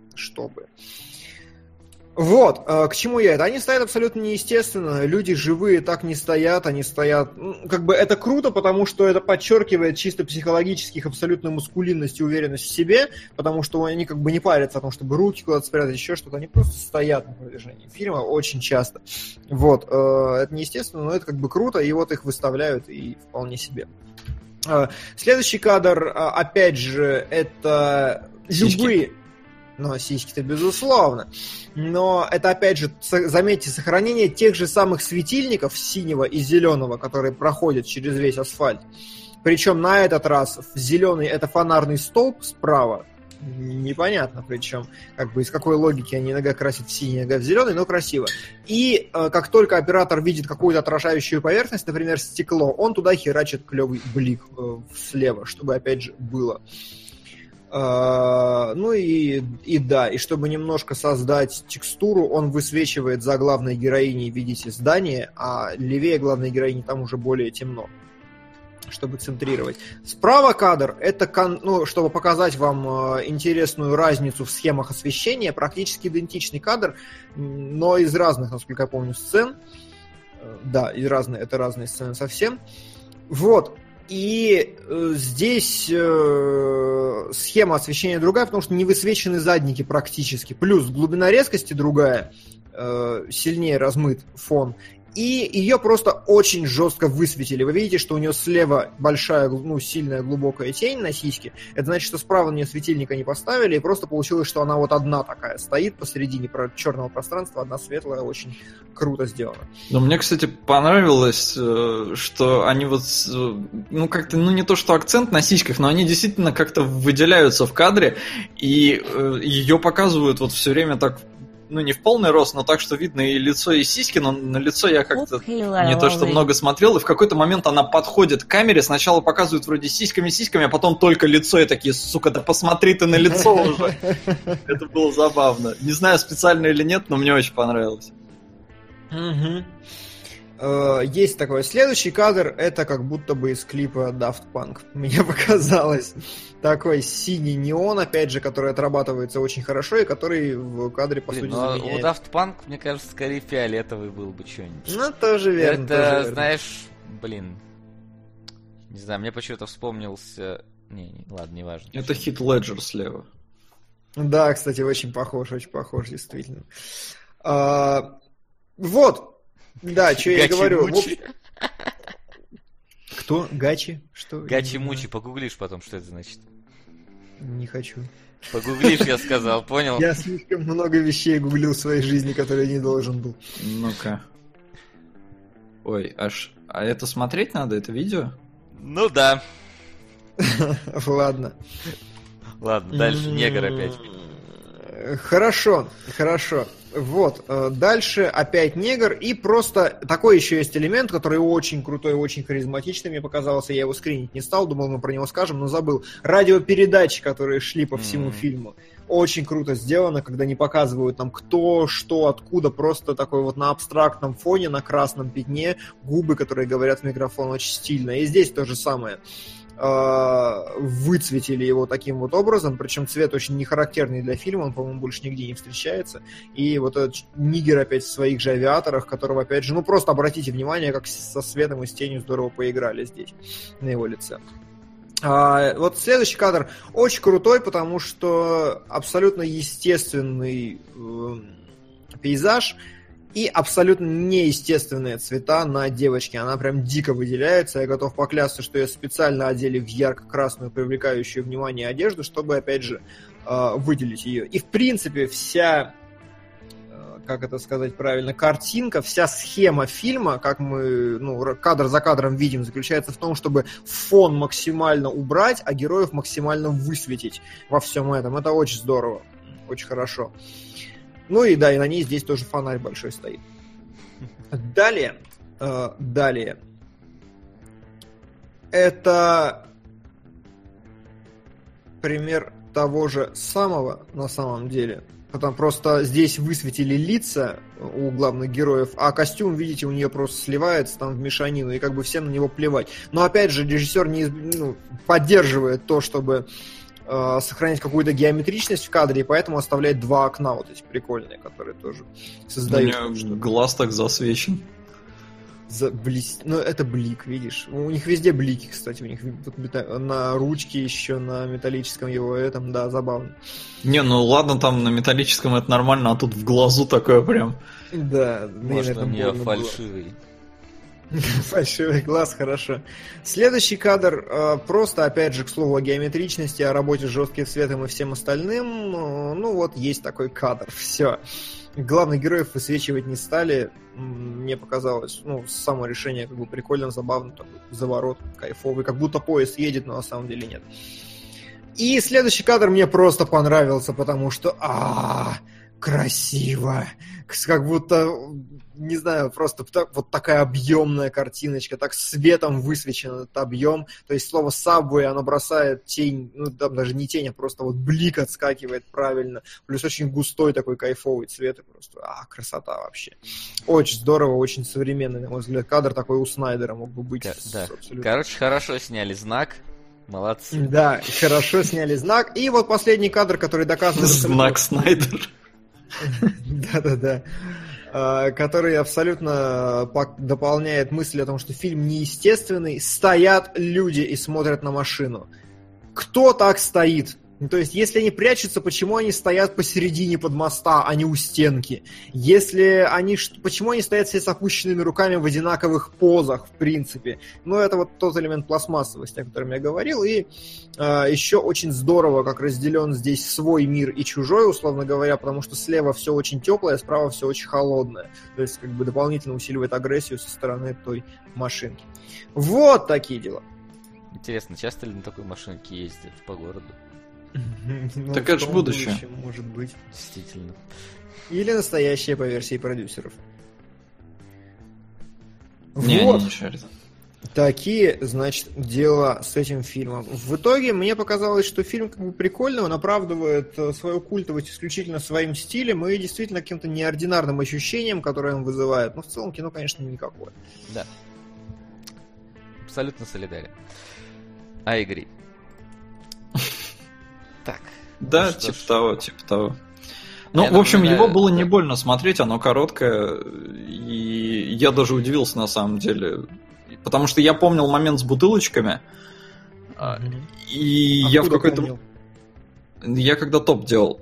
Вот, к чему я это? Они стоят абсолютно неестественно, люди живые так не стоят, они стоят... как бы это круто, потому что это подчеркивает чисто психологически их абсолютную мускулинность и уверенность в себе, потому что они как бы не парятся о том, чтобы руки куда-то спрятать, еще что-то, они просто стоят на протяжении фильма очень часто. Вот, это неестественно, но это как бы круто, и вот их выставляют, и вполне себе. Следующий кадр, опять же, это любые... Но сиськи-то безусловно. Но это, опять же, заметьте, сохранение тех же самых светильников синего и зеленого, которые проходят через весь асфальт. Причем на этот раз зеленый это фонарный столб справа. Непонятно причем, как бы из какой логики они иногда красят в синий, иногда в зеленый, но красиво. И как только оператор видит какую-то отражающую поверхность, например, стекло, он туда херачит клевый блик слева, чтобы опять же было. Ну и да, и чтобы немножко создать текстуру, он высвечивает за главной героиней, видите, здание, а левее главной героини там уже более темно, чтобы центрировать. Справа кадр, это, чтобы показать вам интересную разницу в схемах освещения, практически идентичный кадр, но из разных, насколько я помню, сцен. Да, это разные сцены совсем. Вот. И здесь схема освещения другая, потому что не высвечены задники практически. Плюс глубина резкости другая, сильнее размыт фон. И ее просто очень жестко высветили. Вы видите, что у нее слева большая, сильная глубокая тень на сиське. Это значит, что справа на нее светильника не поставили, и просто получилось, что она вот одна такая стоит посередине черного пространства, одна светлая, очень круто сделано. Но мне, кстати, понравилось, что они вот, как-то, не то что акцент на сиськах, но они действительно как-то выделяются в кадре, и ее показывают вот все время так, не в полный рост, но так, что видно и лицо, и сиськи, но на лицо я как-то не то что много смотрел, и в какой-то момент она подходит к камере, сначала показывают вроде сиськами, а потом только лицо, и такие, сука, да посмотри ты на лицо уже. Это было забавно. Не знаю, специально или нет, но мне очень понравилось. Есть такой. Следующий кадр, это как будто бы из клипа Daft Punk. Мне показалось. Такой синий неон, опять же, который отрабатывается очень хорошо, и который в кадре, по сути, заменяет. У Daft Punk, мне кажется, скорее фиолетовый был бы что-нибудь. Тоже верно. Это, знаешь, не знаю, мне почему-то вспомнился... Ладно, неважно. Это Хит Леджер слева. Да, кстати, очень похож, действительно. Вот. Да, что я говорю. Кто? Гачи? Что? Гачи-мучи, погуглишь потом, что это значит. Не хочу. Погуглишь, я сказал, понял? Я слишком много вещей гуглил в своей жизни, которые не должен был. Ну-ка. Ой, а это смотреть надо, это видео? Ну да. Ладно. Ладно, дальше негр опять. Хорошо. Вот, дальше опять негр, и просто такой еще есть элемент, который очень крутой, очень харизматичный мне показался, я его скринить не стал, думал, мы про него скажем, но забыл. Радиопередачи, которые шли по всему фильму, очень круто сделано, когда не показывают нам кто, что, откуда, просто такой вот на абстрактном фоне, на красном пятне, губы, которые говорят в микрофон, очень стильно, и здесь то же самое. Выцветили его таким вот образом, причем цвет очень нехарактерный для фильма, он, по-моему, больше нигде не встречается, и вот этот нигер опять в своих же авиаторах, которого, опять же, просто обратите внимание, как со светом и с тенью здорово поиграли здесь, на его лице. Вот следующий кадр очень крутой, потому что абсолютно естественный пейзаж, и абсолютно неестественные цвета на девочке. Она прям дико выделяется. Я готов поклясться, что ее специально одели в ярко-красную, привлекающую внимание одежду, чтобы, опять же, выделить ее. И, в принципе, вся, как это сказать правильно, картинка, вся схема фильма, как мы кадр за кадром видим, заключается в том, чтобы фон максимально убрать, а героев максимально высветить во всем этом. Это очень здорово. очень хорошо. Ну и да, и на ней здесь тоже фонарь большой стоит. Далее. Это пример того же самого на самом деле. Потому просто здесь высветили лица у главных героев, а костюм, видите, у нее просто сливается там в мешанину, и как бы всем на него плевать. Но опять же, режиссер поддерживает то, чтобы сохранять какую-то геометричность в кадре, и поэтому оставляет два окна вот эти прикольные, которые тоже создают. У меня глаз так засвечен. Ну, это блик, видишь. У них везде блики, кстати. У них на ручке еще, на металлическом его этом, да, забавно. Не, ну ладно, там на металлическом это нормально, а тут в глазу такое прям. Да. Может, у нее фальшивый. Фальшивый глаз, хорошо. Следующий кадр, просто, опять же, к слову о геометричности, о работе с жестким цветом и всем остальным. Ну, вот есть такой кадр, все. Главных героев высвечивать не стали. Мне показалось, само решение как бы прикольно, забавно, такой заворот кайфовый, как будто поезд едет, но на самом деле нет. И следующий кадр мне просто понравился, потому что красиво. Как будто, не знаю, просто вот такая объемная картиночка, так светом высвечен этот объем. То есть слово Subway, оно бросает тень, там даже не тень, а просто вот блик отскакивает правильно. Плюс очень густой такой кайфовый цвет. И просто, красота вообще. Очень здорово, очень современный, на мой взгляд, кадр. Такой у Снайдера мог бы быть. Да. Короче, хорошо сняли знак. Молодцы. Да, хорошо сняли знак. И вот последний кадр, который доказывает... Знак Снайдер. Да-да-да. Который абсолютно дополняет мысль о том, что фильм неестественный. Стоят люди и смотрят на машину. Кто так стоит? То есть, если они прячутся, почему они стоят посередине под моста, а не у стенки? Почему они стоят все с опущенными руками в одинаковых позах, в принципе? Это вот тот элемент пластмассовости, о котором я говорил. И еще очень здорово, как разделен здесь свой мир и чужой, условно говоря, потому что слева все очень теплое, а справа все очень холодное. То есть, как бы дополнительно усиливает агрессию со стороны той машинки. Вот такие дела. Интересно, часто ли на такой машинке ездят по городу? Так это же будущее. Может быть. Действительно. Или настоящее по версии продюсеров. Не, вот. они не шарят. Такие, значит, дела с этим фильмом. В итоге мне показалось, что фильм как бы прикольный, он оправдывает свою культовость исключительно своим стилем и действительно каким-то неординарным ощущением, которое он вызывает. Но в целом кино, конечно, никакое. Да. Абсолютно солидарен. I agree. Так. Да, типа того. В общем, его было не больно смотреть, оно короткое, и я даже удивился на самом деле. Потому что я помнил момент с бутылочками, и я в какой-то... Помнил? Я когда топ делал.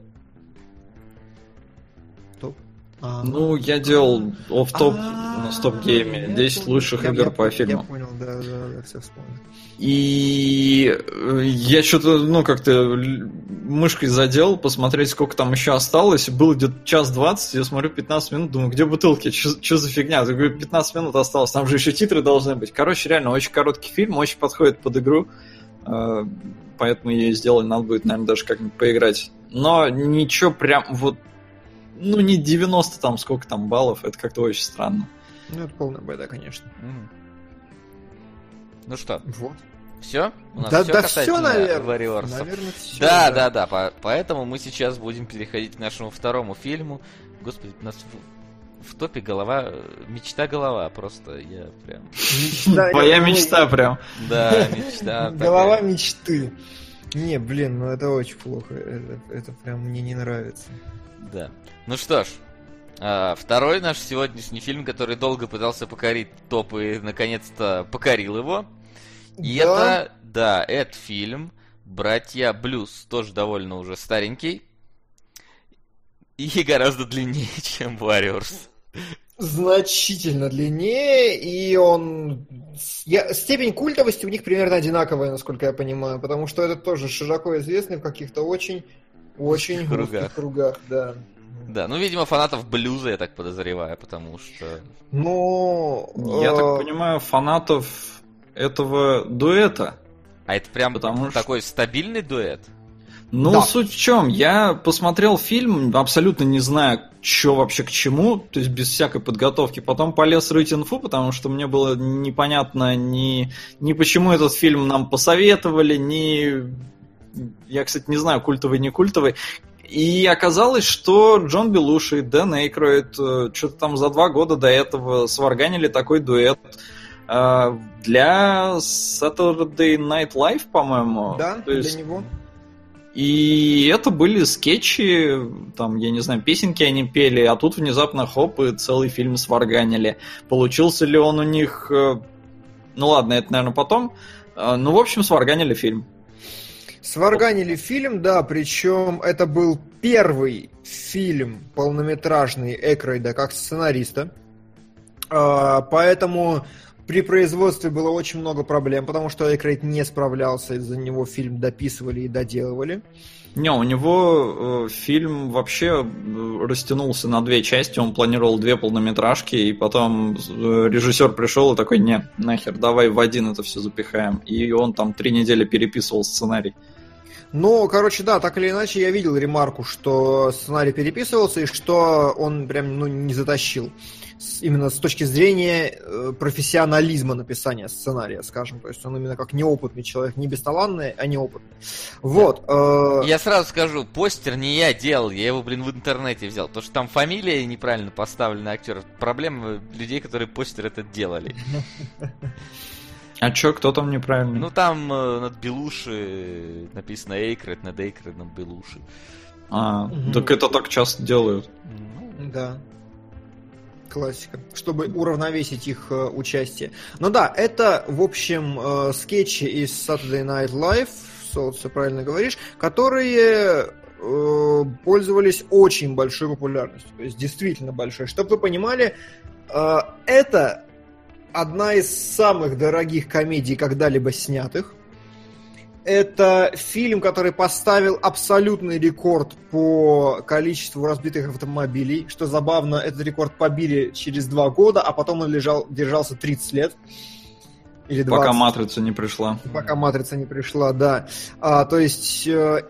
Топ? Я делал офф-топ на стоп-гейме, 10 лучших игр по фильму. Я понял, да, все вспомнил. И я что-то, как-то мышкой задел, посмотреть, сколько там еще осталось. Было где-то 1:20, я смотрю 15 минут, думаю, где бутылки? Что за фигня? Я говорю, 15 минут осталось, там же еще титры должны быть. Короче, реально, очень короткий фильм, очень подходит под игру. Поэтому ее сделали, надо будет, наверное, даже как-нибудь поиграть. Но ничего прям вот... не 90 там, сколько там баллов, это как-то очень странно. Это полная беда, конечно. Ну что? Вот. Все? Да, все, наверное. Warriors. Наверное, все. Да. Поэтому мы сейчас будем переходить к нашему второму фильму. Господи, у нас в топе мечта-голова. Просто я прям... Твоя мечта прям. Да, мечта. Голова мечты. Не, блин, это очень плохо. Это прям мне не нравится. Да. Ну что ж, второй наш сегодняшний фильм, который долго пытался покорить топ и наконец-то покорил его. И это фильм «Братья Блюз», тоже довольно уже старенький и гораздо длиннее, чем Warriors. Значительно длиннее, и степень культовости у них примерно одинаковая, насколько я понимаю, потому что это тоже широко известный в каких-то очень узких кругах, да. Да, видимо, фанатов блюза, я так подозреваю, потому что... Я так понимаю, фанатов этого дуэта. А это прям такой стабильный дуэт? Ну, да. Суть в чем? Я посмотрел фильм, абсолютно не зная, что вообще к чему, то есть без всякой подготовки. Потом полез рыть инфу, потому что мне было непонятно ни почему этот фильм нам посоветовали, ни... Я, кстати, не знаю, культовый, не культовый. И оказалось, что Джон Белуши и Дэн Эйкройд что-то там за 2 года до этого сварганили такой дуэт для Saturday Night Live, по-моему. Да, то есть... для него. И это были скетчи, там, я не знаю, песенки они пели, а тут внезапно хоп, и целый фильм сварганили. Получился ли он у них... Ну ладно, это, наверное, потом. Ну, в общем, сварганили фильм. Сварганили фильм, да, причем это был первый фильм полнометражный Эйкройда как сценариста. Поэтому... При производстве было очень много проблем, потому что Эйкройд не справлялся, из-за него фильм дописывали и доделывали. Не, у него фильм вообще растянулся на 2 части, он планировал 2 полнометражки, и потом режиссер пришел и такой: не, нахер, давай в один это все запихаем. И он там 3 недели переписывал сценарий. Ну, короче, да, так или иначе, я видел ремарку, что сценарий переписывался, и что он прям, не затащил. Именно с точки зрения профессионализма написания сценария, скажем. То есть он именно как неопытный человек, не бесталанный, а неопытный. Вот. Я сразу скажу, постер не я делал, я его, в интернете взял. Потому что там фамилия неправильно поставлена актера. Проблема людей, которые постер этот делали. А чё, кто там неправильный? Ну, там над Белуши написано Эйкройд, над Эйкройдом Белуши. Так это так часто делают. Да. Классика. Чтобы уравновесить их участие. Ну да, это, в общем, скетчи из Saturday Night Live, Сол, все правильно говоришь, которые пользовались очень большой популярностью. То есть действительно большой. Чтобы вы понимали, это одна из самых дорогих комедий, когда-либо снятых. Это фильм, который поставил абсолютный рекорд по количеству разбитых автомобилей. Что забавно, этот рекорд побили через 2 года, а потом он держался 30 лет. Или 20. Пока «Матрица» не пришла. Пока «Матрица» не пришла, да. То есть,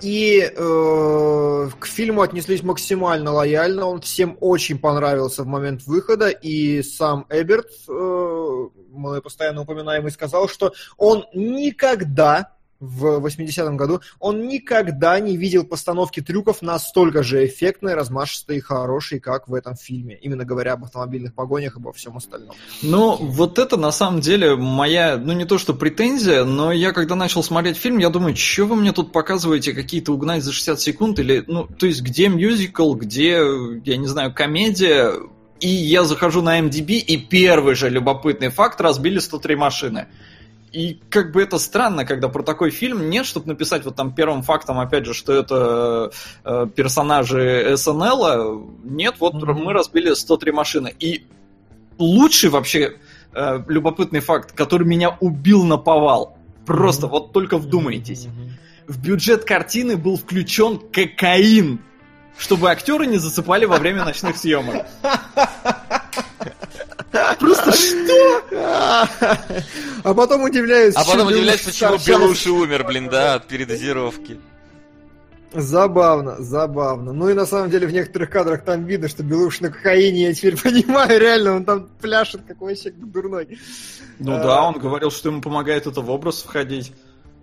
к фильму отнеслись максимально лояльно. Он всем очень понравился в момент выхода. И сам Эберт, мы постоянно упоминаемый, сказал, что он никогда... В 80-м году он никогда не видел постановки трюков настолько же эффектной, размашистой и хорошей, как в этом фильме. Именно говоря об автомобильных погонях и обо всем остальном. Ну, вот это на самом деле моя, не то что претензия, но я когда начал смотреть фильм, я думаю, что вы мне тут показываете, какие-то угнать за 60 секунд, или, то есть где мюзикл, где, я не знаю, комедия, и я захожу на MDB, и первый же любопытный факт: разбили 103 машины. И как бы это странно, когда про такой фильм нет, чтобы написать вот там первым фактом, опять же, что это персонажи СНЛ. Нет, вот мы разбили 103 машины. И лучший вообще любопытный факт, который меня убил наповал. Просто вот только вдумайтесь. В бюджет картины был включен кокаин, чтобы актеры не засыпали во время ночных съемок. Просто что? А потом удивляюсь, почему Белуши умер, от передозировки. Забавно. Ну и на самом деле в некоторых кадрах там видно, что Белуши на кокаине, я теперь понимаю, реально, он там пляшет, как вообще дурной. Ну да, он говорил, что ему помогает это в образ входить.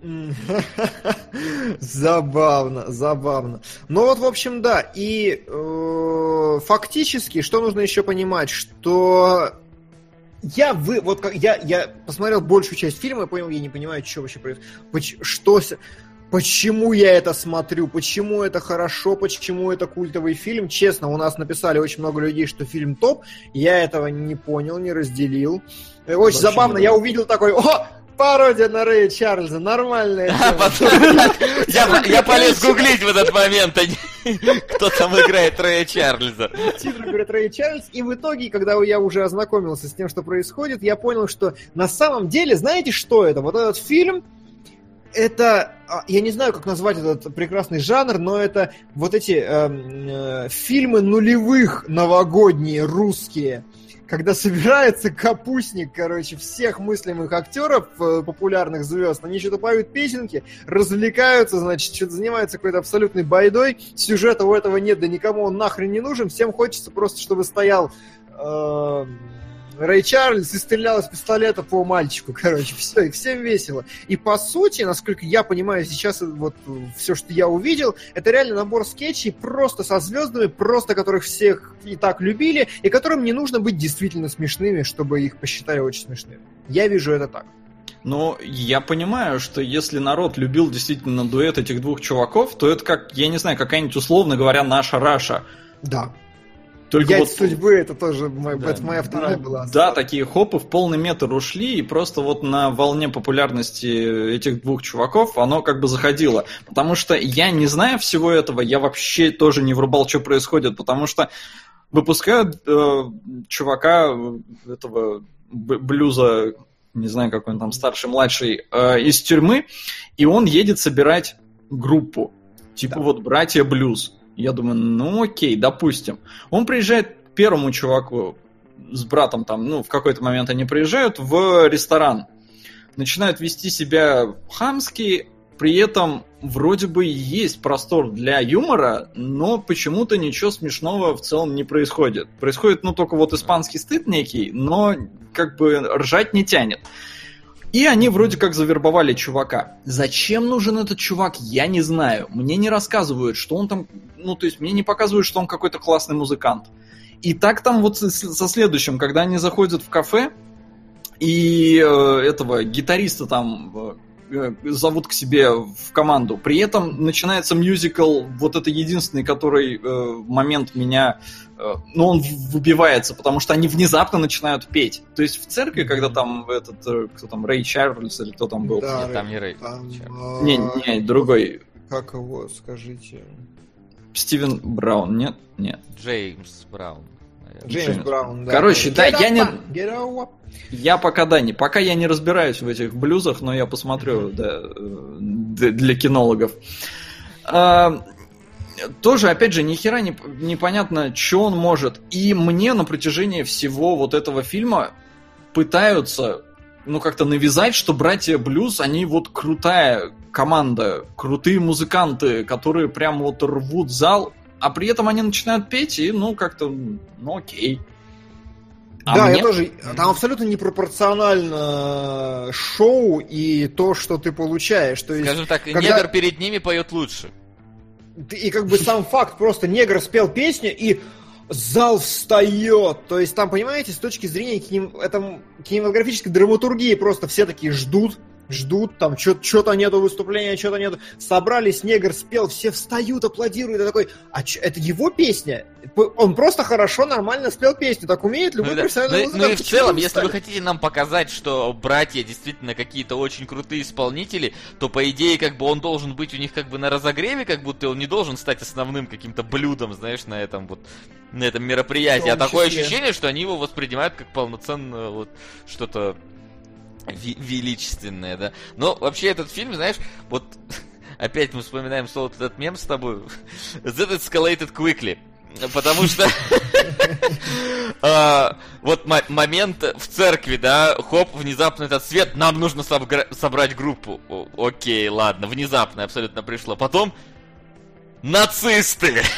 Забавно. Ну вот, в общем, да. И фактически, что нужно еще понимать, что я посмотрел большую часть фильма и понял, я не понимаю, что вообще происходит. Почему я это смотрю, почему это хорошо, почему это культовый фильм. Честно, у нас написали очень много людей, что фильм топ. Я этого не понял, не разделил. Очень забавно, я увидел такой: пародия на Рэя Чарльза, нормальная тема. Я полез гуглить в этот момент, кто там играет Рэя Чарльза. Титры говорят Рэй Чарльз, и в итоге, когда я уже ознакомился с тем, что происходит, я понял, что на самом деле, знаете, что это? Вот этот фильм, это, я не знаю, как назвать этот прекрасный жанр, но это вот эти фильмы нулевых новогодние русские, когда собирается капустник, всех мыслимых актеров, популярных звезд, они что-то поют песенки, развлекаются, значит, что-то занимаются какой-то абсолютной байдой, сюжета у этого нет, да никому он нахрен не нужен, всем хочется просто, чтобы стоял Рэй Чарльз и стрелял из пистолета по мальчику, все, и всем весело. И по сути, насколько я понимаю, сейчас вот все, что я увидел, это реально набор скетчей просто со звездами, просто которых всех и так любили, и которым не нужно быть действительно смешными, чтобы их посчитали очень смешными. Я вижу это так. Но я понимаю, что если народ любил действительно дуэт этих двух чуваков, то это как, я не знаю, какая-нибудь, условно говоря, наша Раша. Да. Только Яйца вот судьбы, это тоже это моя вторая была. Да, такие хопы в полный метр ушли, и просто вот на волне популярности этих двух чуваков оно как бы заходило. Потому что я не знаю всего этого, я вообще тоже не врубал, что происходит, потому что выпускают чувака этого блюза, не знаю, какой он там, старший, младший, из тюрьмы, и он едет собирать группу. Типа вот «Братья Блюз». Я думаю, ну окей, допустим. Он приезжает к первому чуваку с братом, там, в какой-то момент они приезжают в ресторан. Начинают вести себя хамски, при этом вроде бы есть простор для юмора, но почему-то ничего смешного в целом не происходит. Происходит, только вот испанский стыд некий, но как бы ржать не тянет. И они вроде как завербовали чувака. Зачем нужен этот чувак, я не знаю. Мне не рассказывают, что он там... то есть мне не показывают, что он какой-то классный музыкант. И так там вот со следующим, когда они заходят в кафе, и этого гитариста там зовут к себе в команду. При этом начинается мюзикл, вот это единственный, который момент меня... он выбивается, потому что они внезапно начинают петь. То есть в церкви, когда там кто там, Рэй Чарльз или кто там был? Да, Нет, там не Рэй. Не, другой. Как его, скажите? Стивен Браун, нет? Нет. Джеймс Браун. Джеймс Браун, да. Короче, да, я пока я не разбираюсь в этих блюзах, но я посмотрю, для кинологов. Тоже, опять же, ни хера непонятно, что он может. И мне на протяжении всего вот этого фильма пытаются, как-то навязать, что братья Блюз, они вот крутая команда, крутые музыканты, которые прям вот рвут зал, а при этом они начинают петь, и, как-то, окей. Да, я тоже. Там абсолютно непропорционально шоу и то, что ты получаешь. То есть, скажем так, негр перед ними поет лучше. И как бы сам факт, просто негр спел песню, и зал встает. То есть там, понимаете, с точки зрения кинематографической драматургии просто все такие ждут, там что-то нету выступления, что-то нету. Собрались, негр спел, все встают, аплодируют. Я такой, это его песня? Он просто хорошо, нормально спел песню. Так умеет любой профессиональный музыкант. И в целом, если вы хотите нам показать, что братья действительно какие-то очень крутые исполнители, то, по идее, как бы он должен быть у них как бы на разогреве, как будто он не должен стать основным каким-то блюдом, знаешь, на этом мероприятии. А такое ощущение, что они его воспринимают как полноценно вот что-то величественное, да. Но вообще этот фильм, знаешь, вот опять мы вспоминаем вот этот мем с тобой. That escalated quickly. Потому что вот момент в церкви, да, хоп, внезапно этот свет, нам нужно собрать группу. Окей, ладно, внезапно абсолютно пришло. Потом нацисты.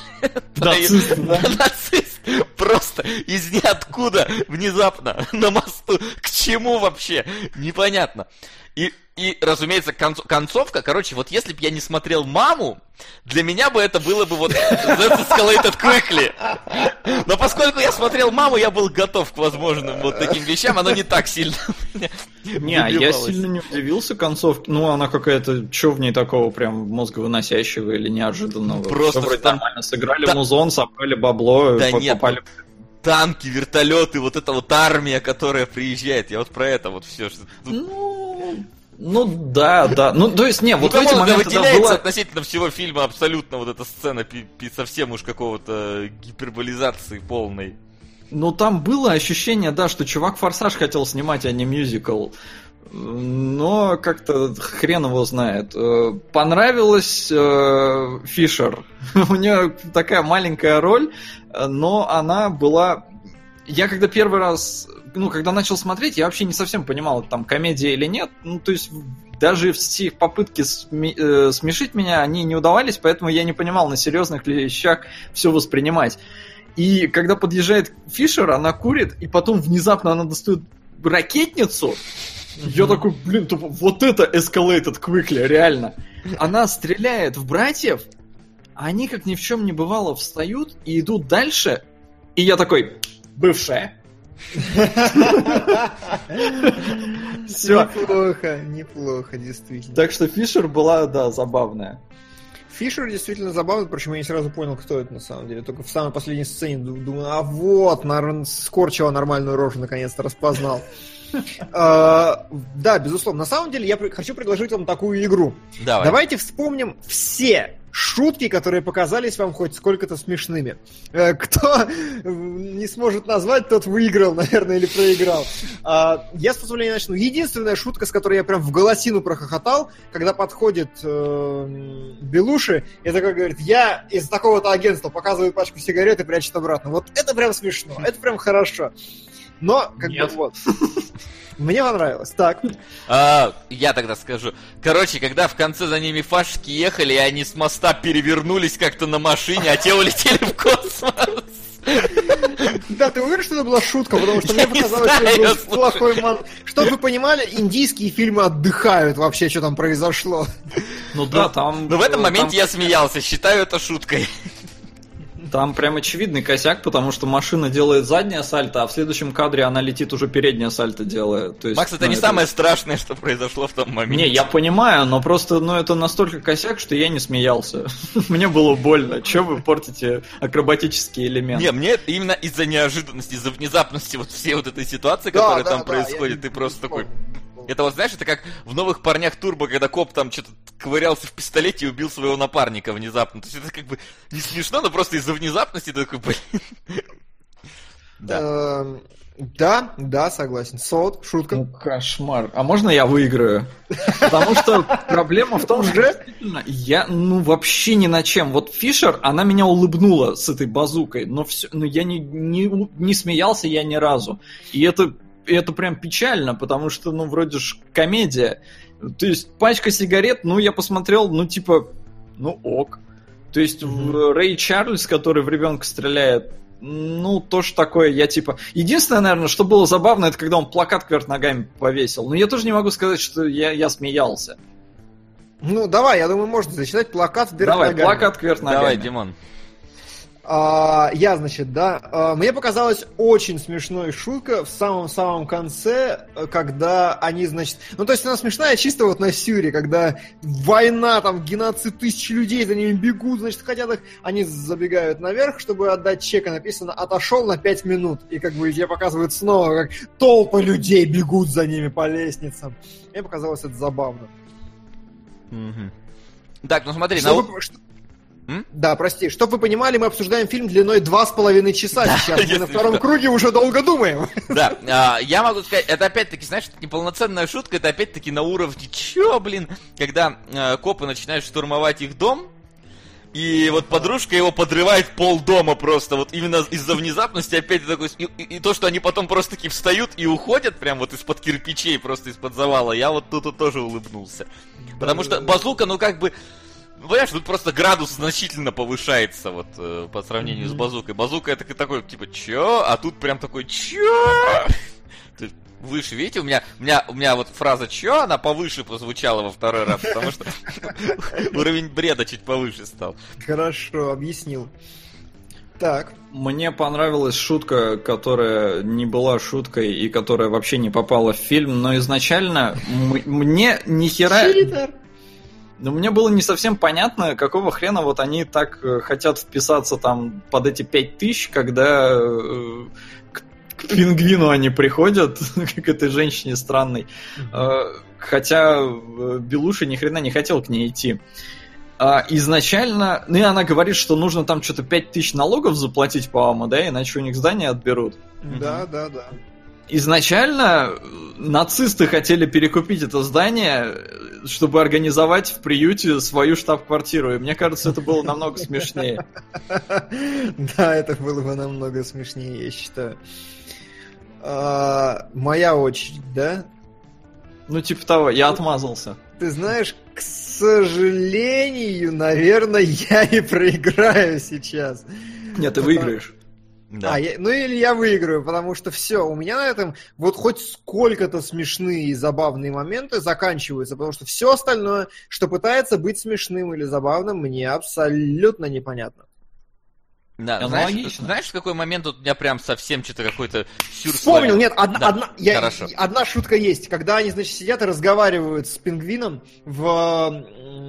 Нацисты. Просто из ниоткуда внезапно на мосту. К чему вообще? Непонятно. И, разумеется, концовка, вот если бы я не смотрел «Маму», для меня бы это было бы вот That escalated quickly. Но поскольку я смотрел «Маму», я был готов к возможным вот таким вещам, оно не так сильно я сильно не удивился концовке. Она какая-то, что в ней такого прям мозговыносящего или неожиданного? Просто вроде нормально сыграли музон, собрали бабло, попали... Танки, вертолеты, вот эта вот армия, которая приезжает. Я вот про это вот все. Да. То есть, вот в эти моменты... выделяется относительно всего фильма абсолютно вот эта сцена совсем уж какого-то гиперболизации полной. Там было ощущение, да, что чувак «Форсаж» хотел снимать, а не мюзикл. Но как-то хрен его знает. Понравилась Фишер. У нее такая маленькая роль, но она была... я когда первый раз, когда начал смотреть, я вообще не совсем понимал, там комедия или нет. То есть даже все их попытки смешить меня, они не удавались, поэтому я не понимал, на серьезных ли вещах все воспринимать. И когда подъезжает Фишер, она курит, и потом внезапно она достает ракетницу. Я такой, вот это escalated quickly, реально. Она стреляет в братьев, а они, как ни в чем не бывало, встают и идут дальше. И я такой, бывшая. Все. Неплохо, действительно. Так что Фишер была, да, забавная. Фишер действительно забавный, причем я не сразу понял, кто это на самом деле. Только в самой последней сцене думаю, скорчила нормальную рожу, наконец-то распознал. Да, безусловно. На самом деле, я хочу предложить вам такую игру. Давайте вспомним все шутки, которые показались вам хоть сколько-то смешными. Кто не сможет назвать, тот выиграл, наверное, или проиграл. Я с позволения начну. Единственная шутка, с которой я прям в голосину прохохотал, когда подходит Белуши и такой говорит, я из такого-то агентства, показывает пачку сигарет и прячет обратно. Вот это прям смешно, это прям хорошо. Но, мне понравилось. Так. Я тогда скажу. Короче, когда в конце за ними фашки ехали, и они с моста перевернулись как-то на машине, а те улетели в космос. Да, ты уверен, что это была шутка? Потому что мне показалось, что это был плохой монтаж. Чтобы вы понимали, индийские фильмы отдыхают вообще, что там произошло. Там... Но в этом моменте я смеялся, считаю это шуткой. Там прям очевидный косяк, потому что машина делает заднее сальто, а в следующем кадре она летит уже переднее сальто делая. То есть, Макс, это не самое страшное, что произошло в том моменте. Не, я понимаю, но просто это настолько косяк, что я не смеялся. Мне было больно. Чё вы портите акробатические элементы? Не, мне именно из-за неожиданности, из-за внезапности вот всей вот этой ситуации, которая там происходит, ты просто такой... Это вот, знаешь, это как в «Новых парнях Турбо», когда коп там что-то ковырялся в пистолете и убил своего напарника внезапно. То есть это как бы не смешно, но просто из-за внезапности ты такой, Да, согласен. Солод, шутка. Кошмар. А можно я выиграю? Потому что проблема в том, что действительно я, вообще ни на чем. Вот Фишер, она меня улыбнула с этой базукой, но я не смеялся я ни разу. И это прям печально, потому что, вроде ж комедия. То есть пачка сигарет, я посмотрел, ок. То есть Рэй Чарльз, который в ребенка стреляет, тоже такое, я Единственное, наверное, что было забавно, это когда он плакат кверх ногами повесил. Но я тоже не могу сказать, что я смеялся. Давай, я думаю, можно зачитать плакат вверх ногами. Давай, плакат кверх ногами. Давай, Димон. Мне показалась очень смешной шутка в самом-самом конце, когда они, то есть она смешная чисто вот на сюре, когда война, там, геноцид, тысячи людей за ними бегут, хотят их, они забегают наверх, чтобы отдать чек, и написано «отошел на 5 минут», и тебе показывают снова, как толпы людей бегут за ними по лестницам. Мне показалось это забавно. Так, смотри, Да, прости. Чтоб вы понимали, мы обсуждаем фильм длиной 2,5 часа сейчас. Мы на втором круге уже долго думаем. Да, я могу сказать, это опять-таки, знаешь, это неполноценная шутка, это опять-таки на уровне когда копы начинают штурмовать их дом, и вот подружка его подрывает полдома просто, вот именно из-за внезапности опять такой... И то, что они потом просто таки встают и уходят прям вот из-под кирпичей, просто из-под завала, я вот тут тоже улыбнулся. Потому что базука, понимаешь, тут просто градус значительно повышается вот по сравнению с базукой. Базука это такой, чё? А тут прям такой, чё? Выше, видите, у меня вот фраза «чё», она повыше прозвучала во второй раз, потому что уровень бреда чуть повыше стал. Хорошо, объяснил. Так. Мне понравилась шутка, которая не была шуткой и которая вообще не попала в фильм, но изначально мне нихера... Но мне было не совсем понятно, какого хрена вот они так хотят вписаться там под эти 5000, когда к пингвину они приходят, к этой женщине странной. Хотя Белуши ни хрена не хотел к ней идти. Изначально, и она говорит, что нужно там что-то 5000 налогов заплатить, по-моему, да, иначе у них здание отберут. Да. Изначально нацисты хотели перекупить это здание, чтобы организовать в приюте свою штаб-квартиру. И мне кажется, это было намного смешнее. Да, это было бы намного смешнее, я считаю. Моя очередь, да? Ну, типа того, я отмазался. Ты знаешь, к сожалению, наверное, я и проиграю сейчас. Нет, ты выиграешь. Да. Ну или я выиграю, потому что все, у меня на этом вот хоть сколько-то смешные и забавные моменты заканчиваются, потому что все остальное, что пытается быть смешным или забавным, мне абсолютно непонятно. Да, знаешь, в какой момент тут у меня прям совсем что-то какой-то сюр. Вспомнил, нет, одна шутка есть. Когда они, значит, сидят и разговаривают с пингвином в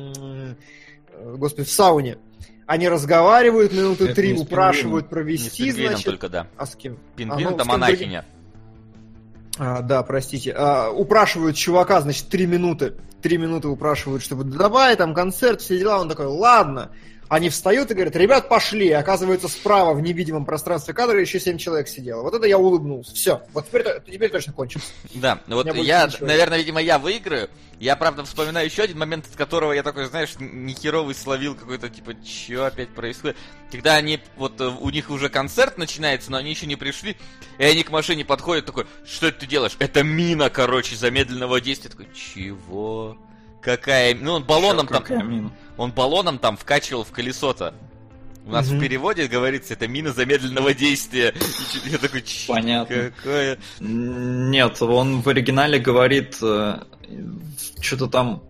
сауне. Они разговаривают минуты 3, упрашивают провести, значит... только, да. А с кем? Пингвин это монахиня. Да, простите. Упрашивают чувака, значит, 3 минуты. 3 минуты упрашивают, чтобы давай, там концерт, все дела. Он такой, ладно. Они встают и говорят, ребят, пошли. И оказывается, справа в невидимом пространстве кадра еще 7 человек сидело. Вот это я улыбнулся. Все, вот теперь точно кончился. Да, вот я, наверное, видимо, я выиграю. Я, правда, вспоминаю еще один момент, от которого я такой, знаешь, нехеровый словил какой-то, типа, что опять происходит? Когда они, вот, у них уже концерт начинается, но они еще не пришли, и они к машине подходят, такой, что это ты делаешь? Это мина, короче, замедленного действия. Такой, чего? Какая... Ну, он баллоном там... Мина? Он баллоном там вкачивал в колесо-то. У нас в переводе говорится, это мина замедленного действия. Я такой, понятно. Какое... Нет, он в оригинале говорит, что-то там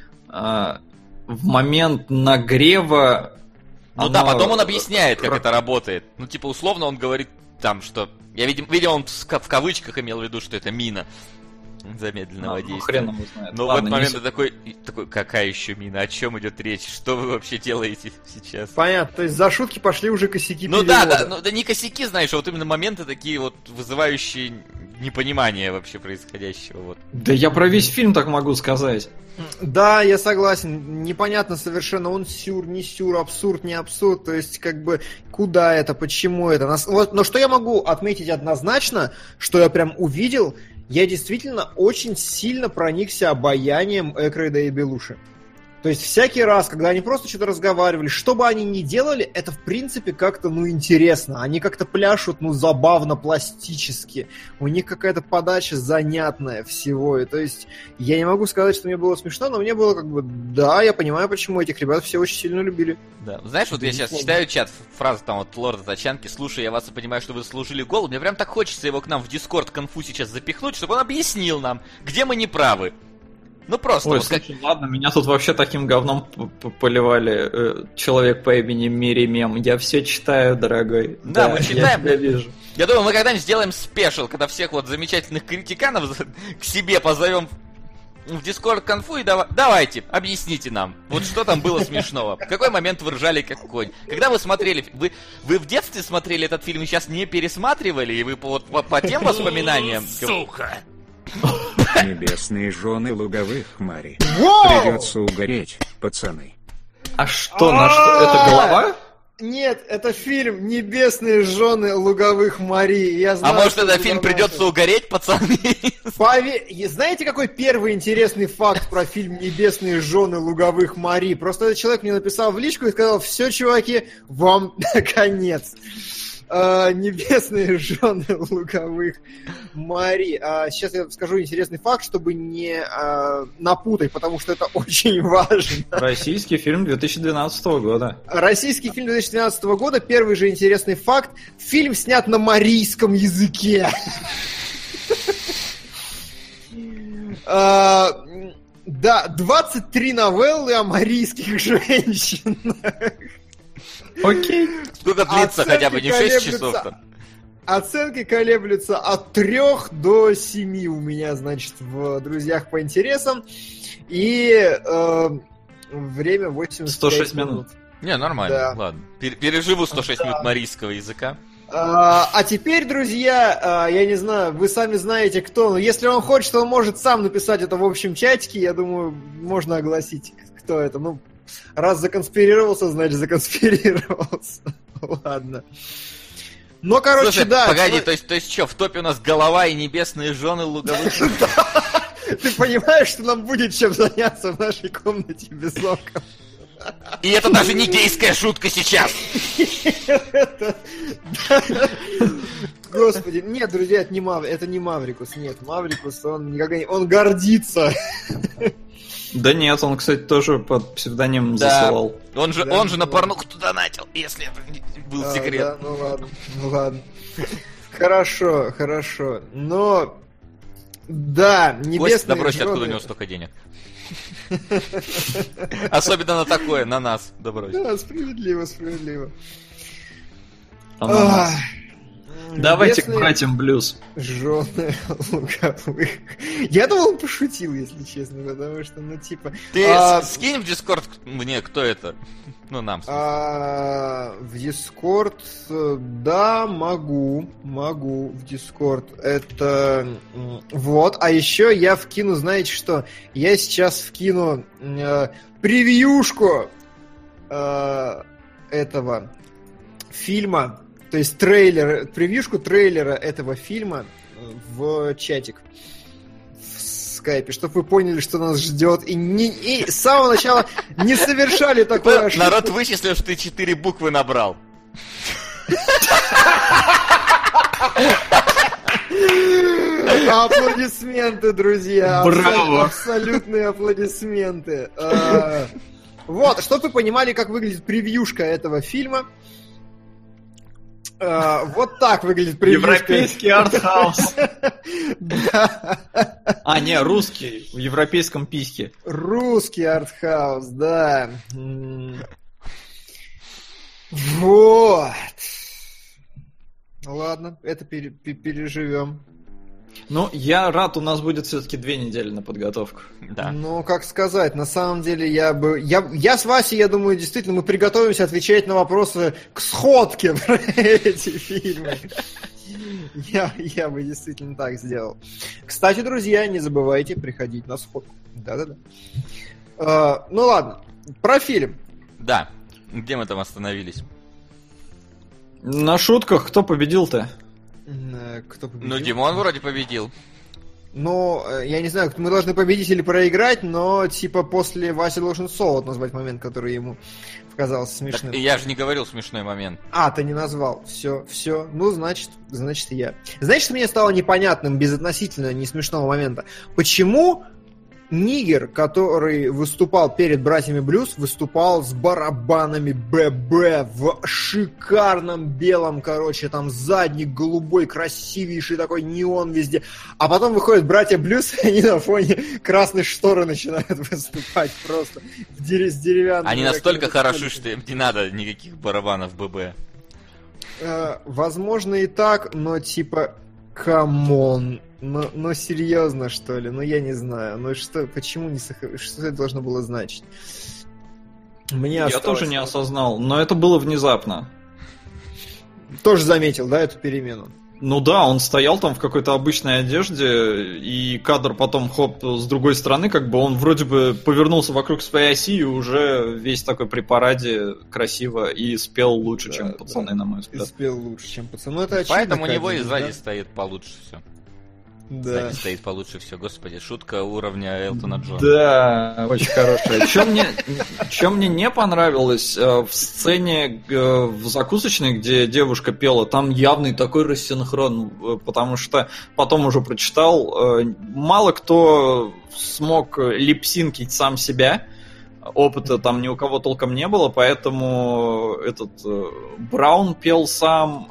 в момент нагрева... Ну да, потом он объясняет, как это работает. Ну, типа, условно он говорит там, что... Видимо, он в кавычках имел в виду, что это мина замедленного действия. Хрен его знает. Но ладно, в этот момент ты такой, какая еще мина? О чем идет речь? Что вы вообще делаете сейчас? Понятно, то есть за шутки пошли уже косяки перевода. Да, не косяки, знаешь, а вот именно моменты такие вот вызывающие непонимание вообще происходящего. Вот. Да я про весь фильм так могу сказать. Да, я согласен. Непонятно совершенно, он сюр, не сюр, абсурд, не абсурд. То есть, как бы, куда это, почему это. Вот, но что я могу отметить однозначно, что я прям увидел, я действительно очень сильно проникся обаянием Экройда и Белуши. То есть всякий раз, когда они просто что-то разговаривали, что бы они ни делали, это в принципе как-то, интересно. Они как-то пляшут, забавно, пластически. У них какая-то подача занятная всего. И, то есть я не могу сказать, что мне было смешно, но мне было как бы, да, я понимаю, почему этих ребят все очень сильно любили. Да, знаешь, вот я сейчас читаю чат, фраза там вот Лорда Тачанки, слушай, я вас и понимаю, что вы заслужили гол. Мне прям так хочется его к нам в Дискорд конфу сейчас запихнуть, чтобы он объяснил нам, где мы не правы. Ну просто. Ой, слушай, ладно, меня тут вообще таким говном поливали. Человек по имени Миримем. Я все читаю, дорогой. Да, мы читаем. Я вижу. Я думаю, мы когда-нибудь сделаем спешл, когда всех вот замечательных критиканов к себе позовем в Дискорд-конфу и давайте, объясните нам, вот что там было смешного. В какой момент вы ржали как конь? Когда вы смотрели, вы в детстве смотрели этот фильм и сейчас не пересматривали, и вы по тем воспоминаниям... Сука! Небесные жены луговых хмарей. Придется угореть, пацаны. А что, на что? Это голова? Нет, это фильм «Небесные жены луговых морей». Я знаю, а может, это фильм «Придется угореть, пацаны»? Знаете, какой первый интересный факт про фильм «Небесные жены луговых морей»? Просто этот человек мне написал в личку и сказал: все, чуваки, вам конец. Небесные жены луговых морей. Сейчас я скажу интересный факт, чтобы не напутать, потому что это очень важно. Российский фильм 2012 года. Российский фильм 2012 года. Первый же интересный факт. Фильм снят на марийском языке. Да, 23 новеллы о марийских женщинах. Окей. Сколько длится хотя бы, не 6 часов-то? Оценки колеблются от 3 до 7 у меня, значит, в «Друзьях по интересам». И время 106 минут. Не, нормально, да. Ладно. Переживу 106 минут марийского языка. А теперь, друзья, я не знаю, вы сами знаете кто, но если он хочет, он может сам написать это в общем чатике, я думаю, можно огласить, кто это. Ну, раз законспирировался, значит законспирировался. Ладно. Но, короче, слушай, да. Погоди, то есть что, в топе у нас голова и небесные жены луговых? Ты понимаешь, что нам будет чем заняться в нашей комнате без окон? И это даже не гейская шутка сейчас! Господи, нет, друзья, это не Маврикус, нет, Маврикус, он никогда не... Он гордится. Да нет, он, кстати, тоже под псевдонимом засылал. Он же на порнуху туда донатил, если это был секрет. Да, ну ладно. Хорошо. Но... Да, небесные Кость добросит, откуда у него столько денег. Особенно на такое, на нас добросит. Да, справедливо. Давайте к братьям Блюз. Жены луговых. Я думал, он пошутил, если честно, потому что, Ты скинь в Дискорд мне, кто это? Ну, нам. В Дискорд, да, могу в Дискорд. Это... Вот, а еще я вкину, знаете что? Я сейчас вкину превьюшку этого фильма. То есть превьюшку трейлера этого фильма в чатик в скайпе, чтобы вы поняли, что нас ждет, и с самого начала не совершали такое ошибку. Народ вычислил, что ты 4 буквы набрал. Аплодисменты, друзья. Браво. Абсолютные аплодисменты. Вот, чтобы вы понимали, как выглядит превьюшка этого фильма. Вот так выглядит превьюшка. Европейский артхаус. А, не, русский, в европейском письке. Русский артхаус, да. Вот. Ладно, это переживем. Ну, я рад, у нас будет все-таки 2 недели на подготовку. Да. Ну, как сказать, на самом деле я с Васей, я думаю, действительно, мы приготовимся отвечать на вопросы к сходке про эти фильмы. Я бы действительно так сделал. Кстати, друзья, не забывайте приходить на сходку. Да-да-да. Ну ладно, про фильм. Да, где мы там остановились? На шутках кто победил-то? Кто победил? Ну, Димон вроде победил. Ну, я не знаю, мы должны победить или проиграть, но типа после Вася должен солод назвать момент, который ему показался смешным. Так, я же не говорил смешной момент. А, ты не назвал. Все. Ну, значит я. Знаешь, что мне стало непонятным безотносительно не смешного момента? Почему нигер, который выступал перед братьями Блюз, выступал с барабанами ББ в шикарном белом, там задник голубой, красивейший такой неон везде. А потом выходят братья Блюз, и они на фоне красной шторы начинают выступать просто с деревянными. Они настолько хороши, что им не надо никаких барабанов ББ. Возможно и так, но камон. Ну, серьезно, что ли? Ну, я не знаю. Ну, почему не что это должно было значить? Я тоже не осознал, но это было внезапно. Тоже заметил, да, эту перемену? Ну да, он стоял там в какой-то обычной одежде, и кадр потом, с другой стороны, он вроде бы повернулся вокруг своей оси и уже весь такой при параде красиво и спел лучше, чем пацаны, на мой взгляд. И спел лучше, чем пацаны. Ну, это поэтому у него и сзади стоит получше все. Да. Сзади стоит получше все. Господи, шутка уровня Элтона Джона. Да, очень хорошая. Что мне не понравилось, в сцене в закусочной, где девушка пела, там явный такой рассинхрон, потому что потом уже прочитал, мало кто смог липсинкить сам себя. Опыта там ни у кого толком не было, поэтому Браун пел сам,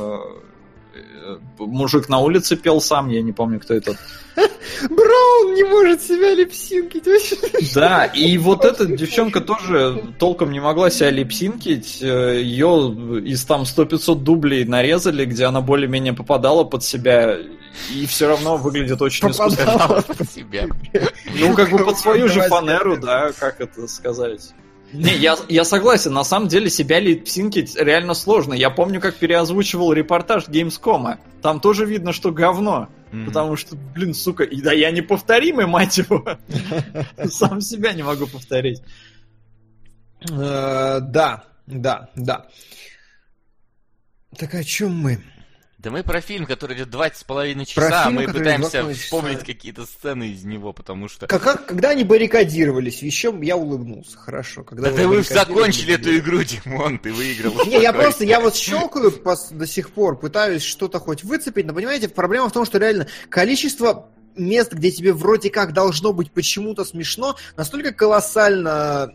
мужик на улице пел сам, я не помню, кто это. Браун не может себя липсинкить. Да, и вот эта девчонка тоже толком не могла себя липсинкить. Ее из там 100-500 дублей нарезали, где она более-менее попадала под себя, и все равно выглядит очень искусственно. Под себя. Ну, под свою же фанеру, да, как это сказать. Не, я согласен, на самом деле себя липсинкить реально сложно. Я помню, как переозвучивал репортаж Gamescom. Там тоже видно, что говно. Потому что, сука, да я неповторимый, мать его. Сам себя не могу повторить. Да. Так о чем мы? Да мы про фильм, который идет 2,5 часа, фильм, мы пытаемся вспомнить часа. какие-то сцены из него, потому что... Когда они баррикадировались, еще я улыбнулся, хорошо. Да вы закончили эту игру, Димон, ты выиграл. Не, я вот щелкаю до сих пор, пытаюсь что-то хоть выцепить, но понимаете, проблема в том, что реально количество мест, где тебе вроде как должно быть почему-то смешно, настолько колоссально,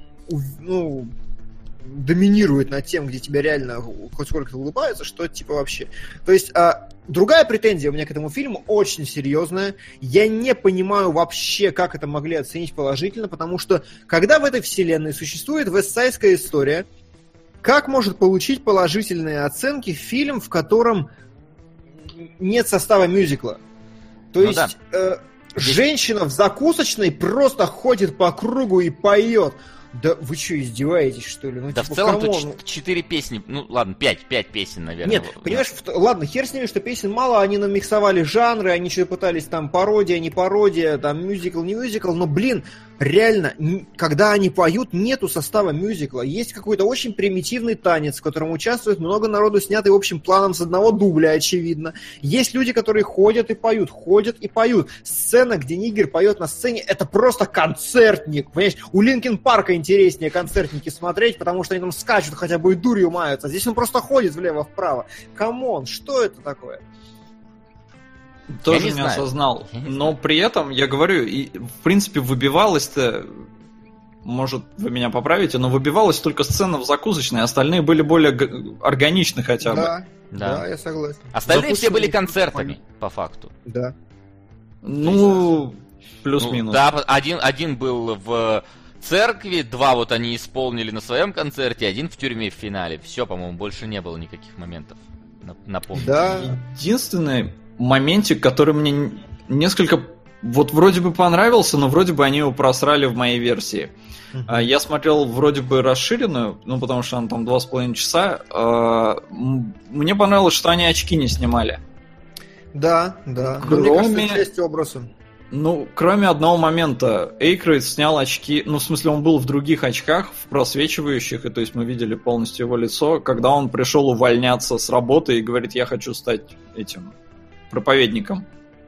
ну, доминирует над тем, где тебя реально хоть сколько-то улыбаются, что типа вообще. То есть другая претензия у меня к этому фильму очень серьезная. Я не понимаю вообще, как это могли оценить положительно, потому что когда в этой вселенной существует вестсайдская история, как может получить положительные оценки фильм, в котором нет состава мюзикла? То есть женщина в закусочной просто ходит по кругу и поет. Да вы что, издеваетесь, что ли? Ну, да типа, в целом тут 4 песни, ну ладно, 5 песен, наверное. Нет, понимаешь, ладно, хер с ними, что песен мало, они намиксовали жанры, они что-то пытались там пародия, не пародия, там мюзикл, не мюзикл, но, блин, реально, когда они поют, нету состава мюзикла. Есть какой-то очень примитивный танец, в котором участвует много народу, снятый общим планом с одного дубля, очевидно. Есть люди, которые ходят и поют. Сцена, где Нигер поет на сцене, это просто концертник, понимаешь? У Линкин Парка интереснее концертники смотреть, потому что они там скачут, хотя бы и дурью маются. Здесь он просто ходит влево-вправо. Камон, что это такое? Тоже не осознал. Но при этом, я говорю, и в принципе выбивалось-то, может, вы меня поправите, но выбивалась только сцена в закусочной, остальные были более органичны хотя бы. Да, я согласен. Остальные все были концертами, по факту. Да. Ну, плюс-минус. Да, один был в церкви, 2 вот они исполнили на своем концерте, 1 в тюрьме в финале. Все, по-моему, больше не было никаких моментов. Напомню. Да. Единственный моментик, который мне несколько вот вроде бы понравился, но вроде бы они его просрали в моей версии. Я смотрел вроде бы расширенную, ну потому что она там 2,5 часа. Мне понравилось, что они очки не снимали. Да. Мне кажется, это часть образа. Ну, кроме одного момента, Эйкройд снял очки, ну, в смысле, он был в других очках, в просвечивающих, и то есть мы видели полностью его лицо, когда он пришел увольняться с работы и говорит, я хочу стать этим проповедником.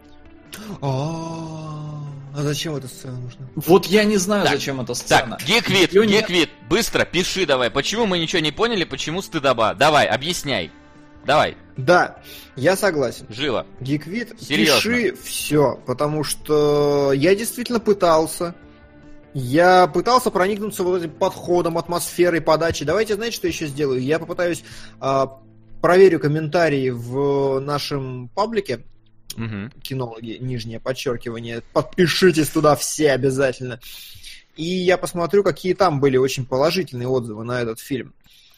А зачем эта сцена нужна? Вот я не знаю, зачем эта сцена. Так, Гиквит, быстро, пиши давай, почему мы ничего не поняли, почему стыдоба? Давай, объясняй. Давай. Да, я согласен. Живо. Гиквит, серьезно. Пиши все, потому что я действительно пытался. Я пытался проникнуться вот этим подходом, атмосферой, подачей. Давайте, знаете, что еще сделаю? Я попытаюсь проверю комментарии в нашем паблике. Кинологи, нижнее подчеркивание. Подпишитесь туда все обязательно. И я посмотрю, какие там были очень положительные отзывы на этот фильм.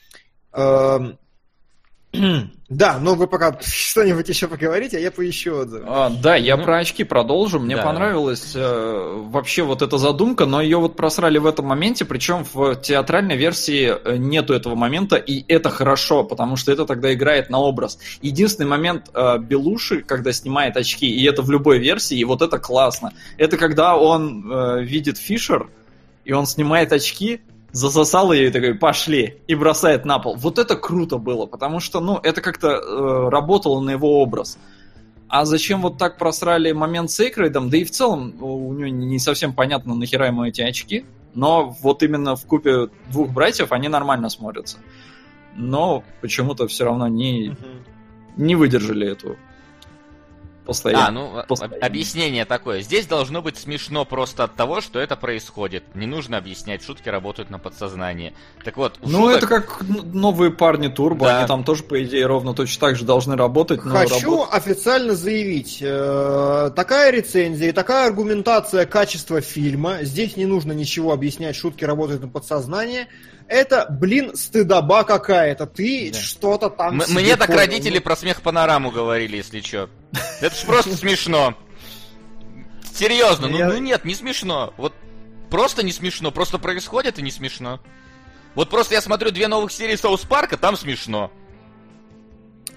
Да, но вы пока что-нибудь еще поговорите, а я поищу отзывы. Да, я про очки продолжу. Мне понравилась вообще вот эта задумка, но ее вот просрали в этом моменте, причем в театральной версии нету этого момента, и это хорошо, потому что это тогда играет на образ. Единственный момент Белуши, когда снимает очки, и это в любой версии, и вот это классно, это когда он видит Фишер, и он снимает очки, засосал ее и такой, пошли, и бросает на пол. Вот это круто было, потому что, ну, это как-то работало на его образ. А зачем вот так просрали момент с Эйкройдом? Да и в целом у него не совсем понятно, нахера ему эти очки, но вот именно в купе двух братьев они нормально смотрятся. Но почему-то все равно не выдержали эту постоянно. Объяснение такое. Здесь должно быть смешно просто от того, что это происходит. Не нужно объяснять, шутки работают на подсознании. Так вот, это как новые парни Турбо, они там тоже, по идее, ровно точно так же должны работать. Хочу официально заявить, такая рецензия и такая аргументация качества фильма, здесь не нужно ничего объяснять, шутки работают на подсознание. Это, стыдоба какая-то. Ты что-то там... Мне так родители про смех панораму говорили, если что. Это ж просто смешно. Серьезно, нет, не смешно. Вот просто не смешно, просто происходит и не смешно. Вот просто я смотрю 2 новых серии Саус Парка, там смешно.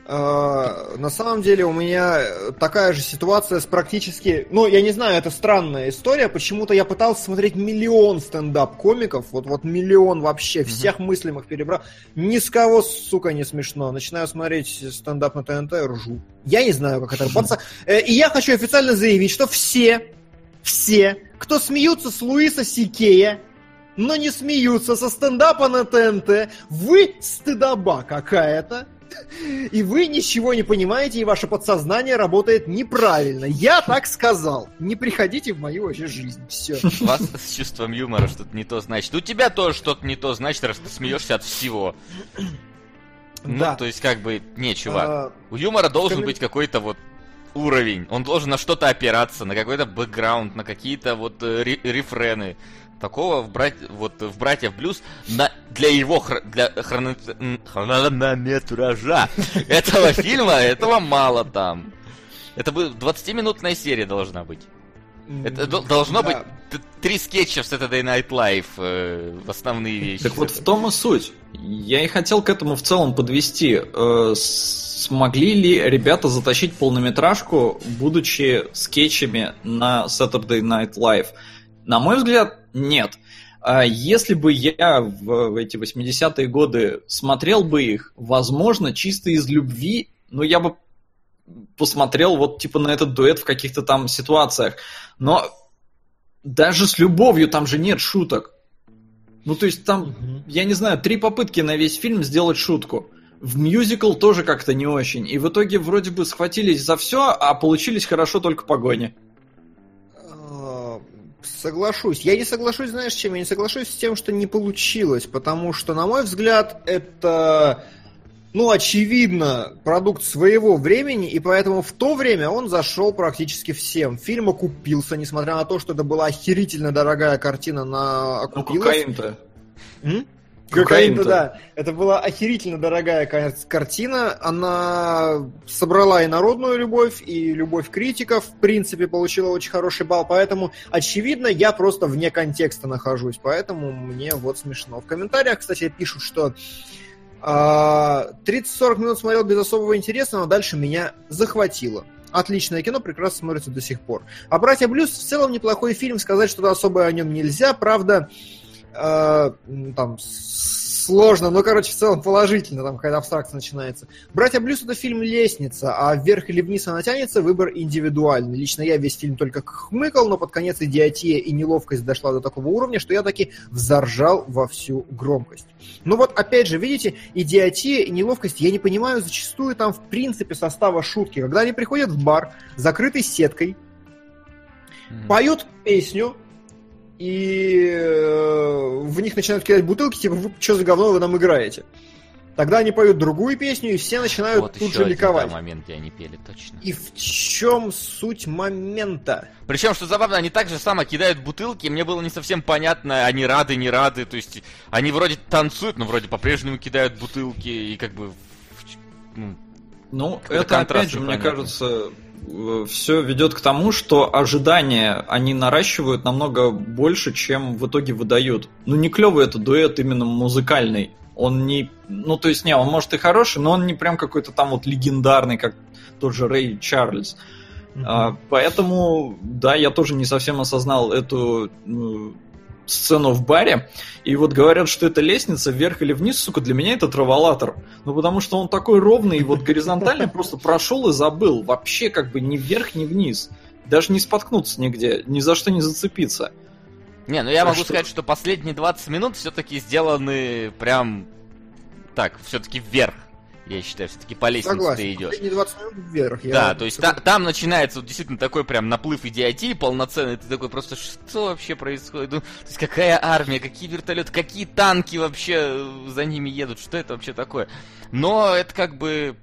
На самом деле у меня такая же ситуация с практически... Ну, я не знаю, это странная история. Почему-то я пытался смотреть миллион стендап-комиков. Вот миллион вообще, всех мыслимых перебрал. Ни с кого, сука, не смешно. Начинаю смотреть стендап на ТНТ и ржу. Я не знаю, как это работает. И я хочу официально заявить, что все, кто смеются с Луиса Сикея, но не смеются со стендапа на ТНТ, вы стыдоба какая-то. И вы ничего не понимаете, и ваше подсознание работает неправильно. Я так сказал. Не приходите в мою вообще жизнь. Все. У вас с чувством юмора что-то не то значит. У тебя тоже что-то не то значит, раз ты смеешься от всего. Да. Ну, то есть, как бы, не, чувак. У юмора должен быть какой-то вот уровень. Он должен на что-то опираться, на какой-то бэкграунд, на какие-то вот рефрены. Такого в «Братьев Блюз» для его хронометража этого фильма, этого мало там. Это бы 20-минутная серия должна быть. Это должно быть 3 скетча в Saturday Night Live, в основные вещи. Так вот в том и суть. Я и хотел к этому в целом подвести. Смогли ли ребята затащить полнометражку, будучи скетчами на Saturday Night Live? На мой взгляд, нет. Если бы я в эти 80-е годы смотрел бы их, возможно, чисто из любви, но я бы посмотрел вот типа на этот дуэт в каких-то там ситуациях. Но даже с любовью там же нет шуток. Ну, то есть там, я не знаю, 3 попытки на весь фильм сделать шутку. В мюзикл тоже как-то не очень. И в итоге вроде бы схватились за все, а получились хорошо только погони. Соглашусь. Я не соглашусь, знаешь, с чем? Я не соглашусь с тем, что не получилось, потому что, на мой взгляд, это, очевидно, продукт своего времени, и поэтому в то время он зашел практически всем. Фильм окупился, несмотря на то, что это была охерительно дорогая картина на окупилась. Кокаин-то. Кокаин-то, да. Это была охерительно дорогая картина. Она собрала и народную любовь, и любовь критиков. В принципе, получила очень хороший балл. Поэтому, очевидно, я просто вне контекста нахожусь. Поэтому мне вот смешно. В комментариях, кстати, пишут, что 30-40 минут смотрел без особого интереса, но дальше меня захватило. Отличное кино, прекрасно смотрится до сих пор. А «Братья Блюз» в целом неплохой фильм. Сказать что-то особое о нем нельзя. Правда... там сложно, но, в целом положительно, там какая-то абстракция начинается. «Братья Блюз» — это фильм «Лестница», а вверх или вниз она тянется, выбор индивидуальный. Лично я весь фильм только хмыкал, но под конец идиотия и неловкость дошла до такого уровня, что я таки взоржал во всю громкость. Ну вот, опять же, видите, идиотия и неловкость, я не понимаю зачастую там в принципе состава шутки. Когда они приходят в бар, закрытый сеткой, поют песню, и в них начинают кидать бутылки, типа, вы что за говно вы нам играете? Тогда они поют другую песню, и все начинают вот тут же ликовать. Вот момент, где они пели, точно. И в чем суть момента? Причем, что забавно, они так же само кидают бутылки, и мне было не совсем понятно, они рады, не рады, то есть они вроде танцуют, но вроде по-прежнему кидают бутылки, и как бы... Ну, это опять же, мне кажется... все ведет к тому, что ожидания они наращивают намного больше, чем в итоге выдают. Ну, не клевый это дуэт именно музыкальный. Он не... Ну, то есть, он может и хороший, но он не прям какой-то там вот легендарный, как тот же Рэй Чарльз. Поэтому, да, я тоже не совсем осознал эту сцену в баре. И вот говорят, что это лестница вверх или вниз, сука, для меня это траволатор. Ну, потому что он такой ровный, и вот горизонтально просто прошел и забыл. Вообще как бы ни вверх, ни вниз. Даже не споткнуться нигде, ни за что не зацепиться. Не, ну я могу сказать, что последние 20 минут все-таки сделаны прям так, все-таки вверх. Я считаю, все-таки по лестнице ты идешь. Последние 20 минут вверх. Да, то есть там начинается вот действительно такой прям наплыв идиотии полноценный. Ты такой просто, что вообще происходит? Ну, то есть какая армия, какие вертолеты, какие танки вообще за ними едут? Что это вообще такое? Но это как бы,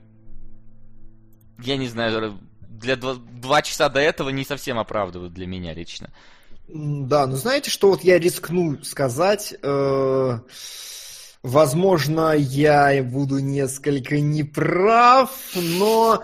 я не знаю, для 2 часа до этого не совсем оправдывают для меня лично. Да, ну знаете, что вот я рискну сказать... Возможно, я буду несколько неправ, но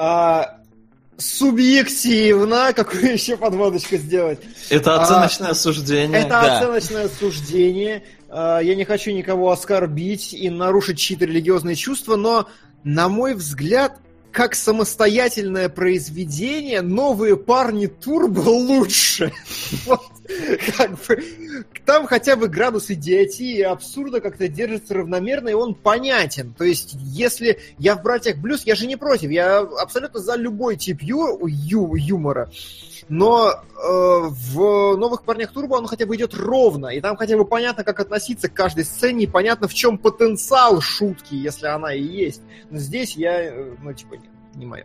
субъективно, какую еще подводочку сделать? Это оценочное суждение. Это оценочное суждение. Я не хочу никого оскорбить и нарушить чьи-то религиозные чувства, но на мой взгляд, как самостоятельное произведение, «Новые парни Турбо» лучше. Вот, как бы, там хотя бы градус идиотии и абсурда как-то держится равномерно, и он понятен. То есть, если я в «Братьях Блюз», я же не против, я абсолютно за любой тип юмора. Но в «Новых парнях Турбо» он хотя бы идет ровно, и там хотя бы понятно, как относиться к каждой сцене, и понятно, в чем потенциал шутки, если она и есть. Но здесь я, нет, не мое.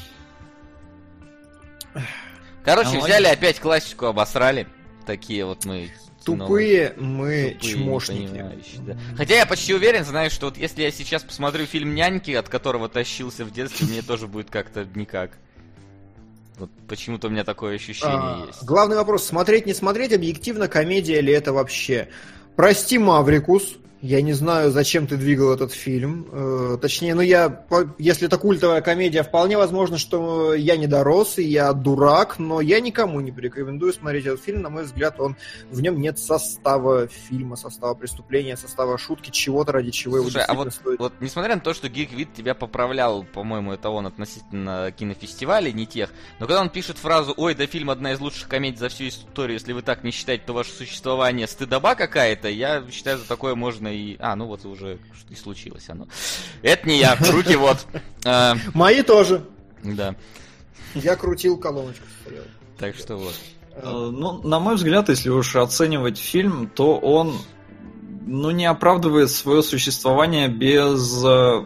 Короче, взяли опять классику, обосрали. Такие вот мы... Тупые мы чмошники. Да. Хотя я почти уверен, знаешь, что вот если я сейчас посмотрю фильм «Няньки», от которого тащился в детстве, мне тоже будет как-то никак. Вот почему-то у меня такое ощущение есть. Главный вопрос, смотреть, не смотреть, объективно комедия ли это вообще? Прости, Маврикус, я не знаю, зачем ты двигал этот фильм. Точнее, если это культовая комедия, вполне возможно, что я не дорос, и я дурак, но я никому не порекомендую смотреть этот фильм. На мой взгляд, в нем нет состава фильма, состава преступления, состава шутки, чего-то, ради чего его действительно стоит. Вот несмотря на то, что Geekvid тебя поправлял, по-моему, это он относительно кинофестивалей, не тех, но когда он пишет фразу «Ой, да фильм одна из лучших комедий за всю историю, если вы так не считаете, то ваше существование стыдоба какая-то», я считаю, за такое можно и... ну вот уже и случилось оно. Это не я, руки вот. Мои тоже. Да. Я крутил колоночку. Так что вот. На мой взгляд, если уж оценивать фильм, то он не оправдывает свое существование без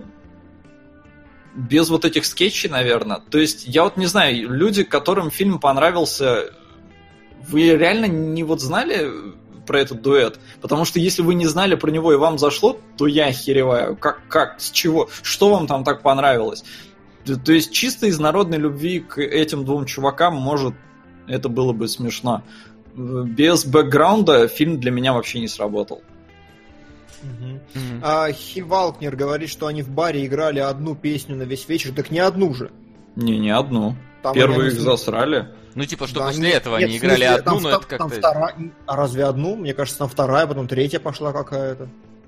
вот этих скетчей, наверное. То есть, я вот не знаю, люди, которым фильм понравился, вы реально не знали про этот дуэт? Потому что если вы не знали про него и вам зашло, то я охереваю. Как, с чего? Что вам там так понравилось? То есть чисто из народной любви к этим двум чувакам, может, это было бы смешно. Без бэкграунда фильм для меня вообще не сработал. Хивалкнер говорит, что они в баре играли одну песню на весь вечер. Так не одну же. Не одну. Первую их засрали. Что после этого они играли одну, но это как-то... А разве одну? Мне кажется, там вторая, потом третья пошла какая-то.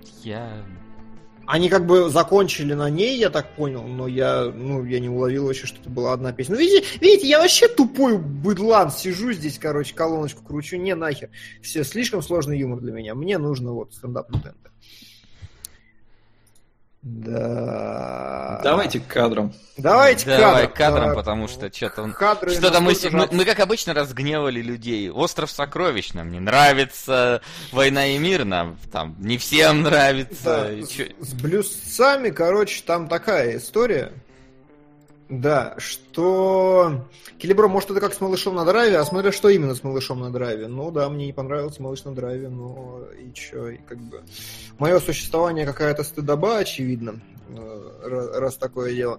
Они как бы закончили на ней, я так понял, но я не уловил вообще, что это была одна песня. Видите, я вообще тупой быдлан, сижу здесь, колоночку кручу, не нахер. Все, слишком сложный юмор для меня. Мне нужно стендап на ТНТ. Да. Давайте к кадрам. Давай к кадрам, потому что что-то мы, как обычно, разгневали людей. «Остров сокровищ» нам не нравится, «Война и мир» нам там не всем нравится. Да, с блюзцами, там такая история. Да, что... Келебро, может, это как с «Малышом на драйве», а смотря что именно с «Малышом на драйве». Да, мне не понравился «Малыш на драйве», но и чё, и как бы... Мое существование какая-то стыдоба, очевидно, раз такое дело.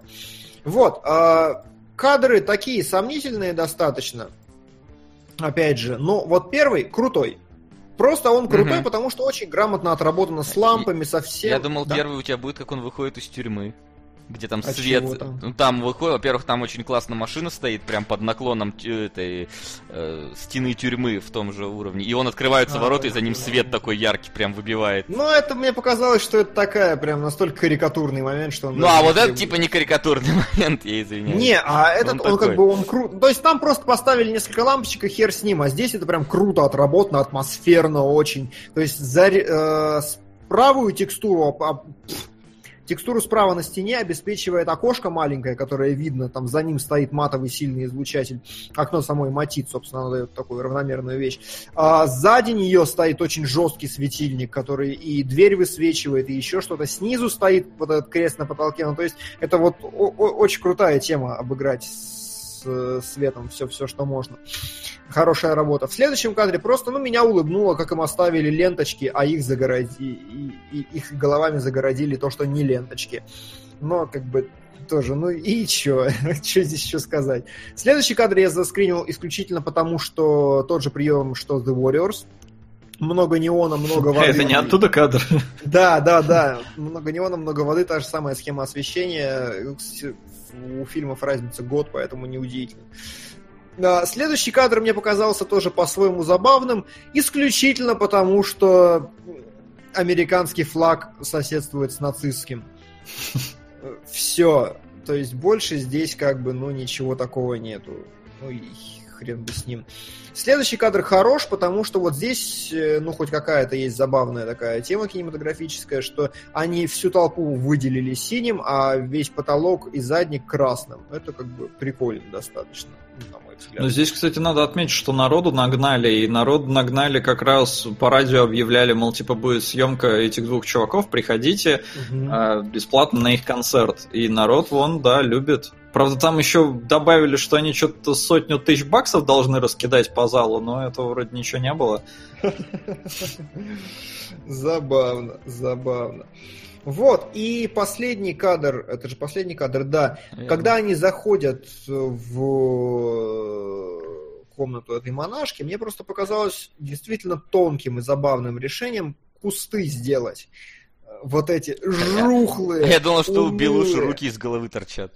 Кадры такие сомнительные достаточно, опять же, первый крутой. Просто он крутой, потому что очень грамотно отработано с лампами, со всем. Я думал, первый у тебя будет, как он выходит из тюрьмы. Где там свет. Там выходит, во-первых, там очень классно машина стоит, прям под наклоном этой стены тюрьмы в том же уровне. И он открываются ворота, и за ним свет такой яркий прям выбивает. Это мне показалось, что это такая прям настолько карикатурный момент, что он... это типа не карикатурный момент, я извиняюсь. Не, а этот, он круто. То есть там просто поставили несколько лампочек, и хер с ним, а здесь это прям круто отработано, атмосферно очень. То есть правую текстуру справа на стене обеспечивает окошко маленькое, которое видно, там за ним стоит матовый сильный излучатель, окно самой матит, собственно, оно дает такую равномерную вещь. А сзади нее стоит очень жесткий светильник, который и дверь высвечивает, и еще что-то. Снизу стоит вот этот крест на потолке, то есть это очень крутая тема обыграть с светом все, что можно. Хорошая работа. В следующем кадре просто, меня улыбнуло, как им оставили ленточки, а их их головами загородили то, что не ленточки. Но, как бы, тоже, и чё? Что здесь еще сказать? Следующий кадр я заскринил исключительно потому, что тот же прием, что The Warriors. Много неона, много воды. Это не оттуда кадр. Да. Много неона, много воды, та же самая схема освещения. У фильмов разница год, поэтому неудивительно. Следующий кадр мне показался тоже по-своему забавным, исключительно потому, что американский флаг соседствует с нацистским. Все. То есть больше здесь как бы, ничего такого нету. И хрен бы с ним. Следующий кадр хорош, потому что вот здесь, хоть какая-то есть забавная такая тема кинематографическая, что они всю толпу выделили синим, а весь потолок и задник красным. Это как бы прикольно достаточно, на мой взгляд. Но здесь, кстати, надо отметить, что народу нагнали как раз по радио объявляли, мол, будет съемка этих двух чуваков, приходите бесплатно на их концерт. И народ, любит. Правда, там еще добавили, что они что-то 100 000 баксов должны раскидать по залу, но этого вроде ничего не было. Забавно. Вот, и последний кадр, это же последний кадр, да. Когда они заходят в комнату этой монашки, мне просто показалось действительно тонким и забавным решением кусты сделать. Вот эти жухлые. Я думал, что у Белуши руки из головы торчат.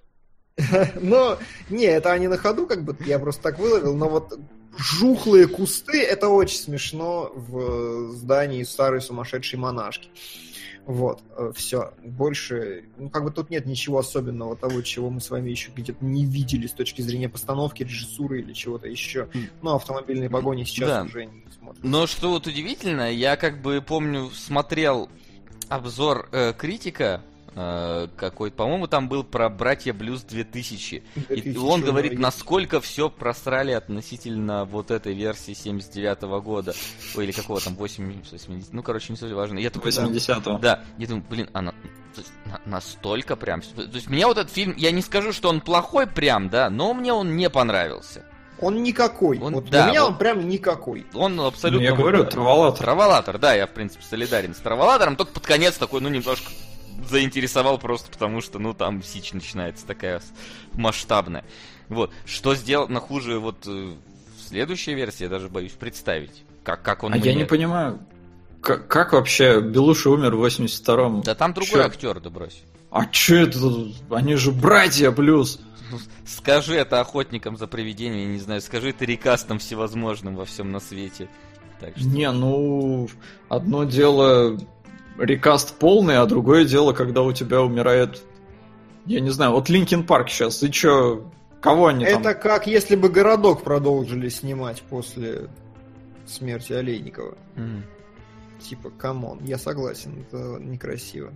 Это они на ходу, как бы, я просто так выловил, но вот жухлые кусты, это очень смешно в здании старой сумасшедшей монашки. Вот, все. Больше, тут нет ничего особенного того, чего мы с вами еще где-то не видели с точки зрения постановки, режиссуры или чего-то еще. Автомобильные погони сейчас уже не смотрят. Но что вот удивительно, я помню, смотрел обзор критика, какой-то, по-моему, там был про «Братья Блюз 2000». И он говорит, насколько все просрали относительно вот этой версии 79-го года. Или какого там, 80, не суть важно. 80-го. Да. Я думаю, она настолько прям... То есть меня вот этот фильм, я не скажу, что он плохой прям, да, но мне он не понравился. Он никакой. Для меня он прям никакой. Он абсолютно... я говорю, траволатор. Траволатор, да, я, в принципе, солидарен с траволатором. Только под конец такой, немножко... заинтересовал просто потому, что, там сич начинается такая масштабная. Вот. Что сделано хуже в следующей версии, я даже боюсь представить. Как он... я не понимаю, как вообще Белуша умер в 82-м? Да там другой актер, да брось. А чё это? Они же братья плюс. Скажи это охотникам за привидениями, я не знаю, скажи это рекастам всевозможным во всем на свете. Так что... одно дело... рекаст полный, а другое дело, когда у тебя умирает, я не знаю, Линкин Парк сейчас, и чё, кого они там? Это как если бы «Городок» продолжили снимать после смерти Олейникова. Камон, я согласен, это некрасиво.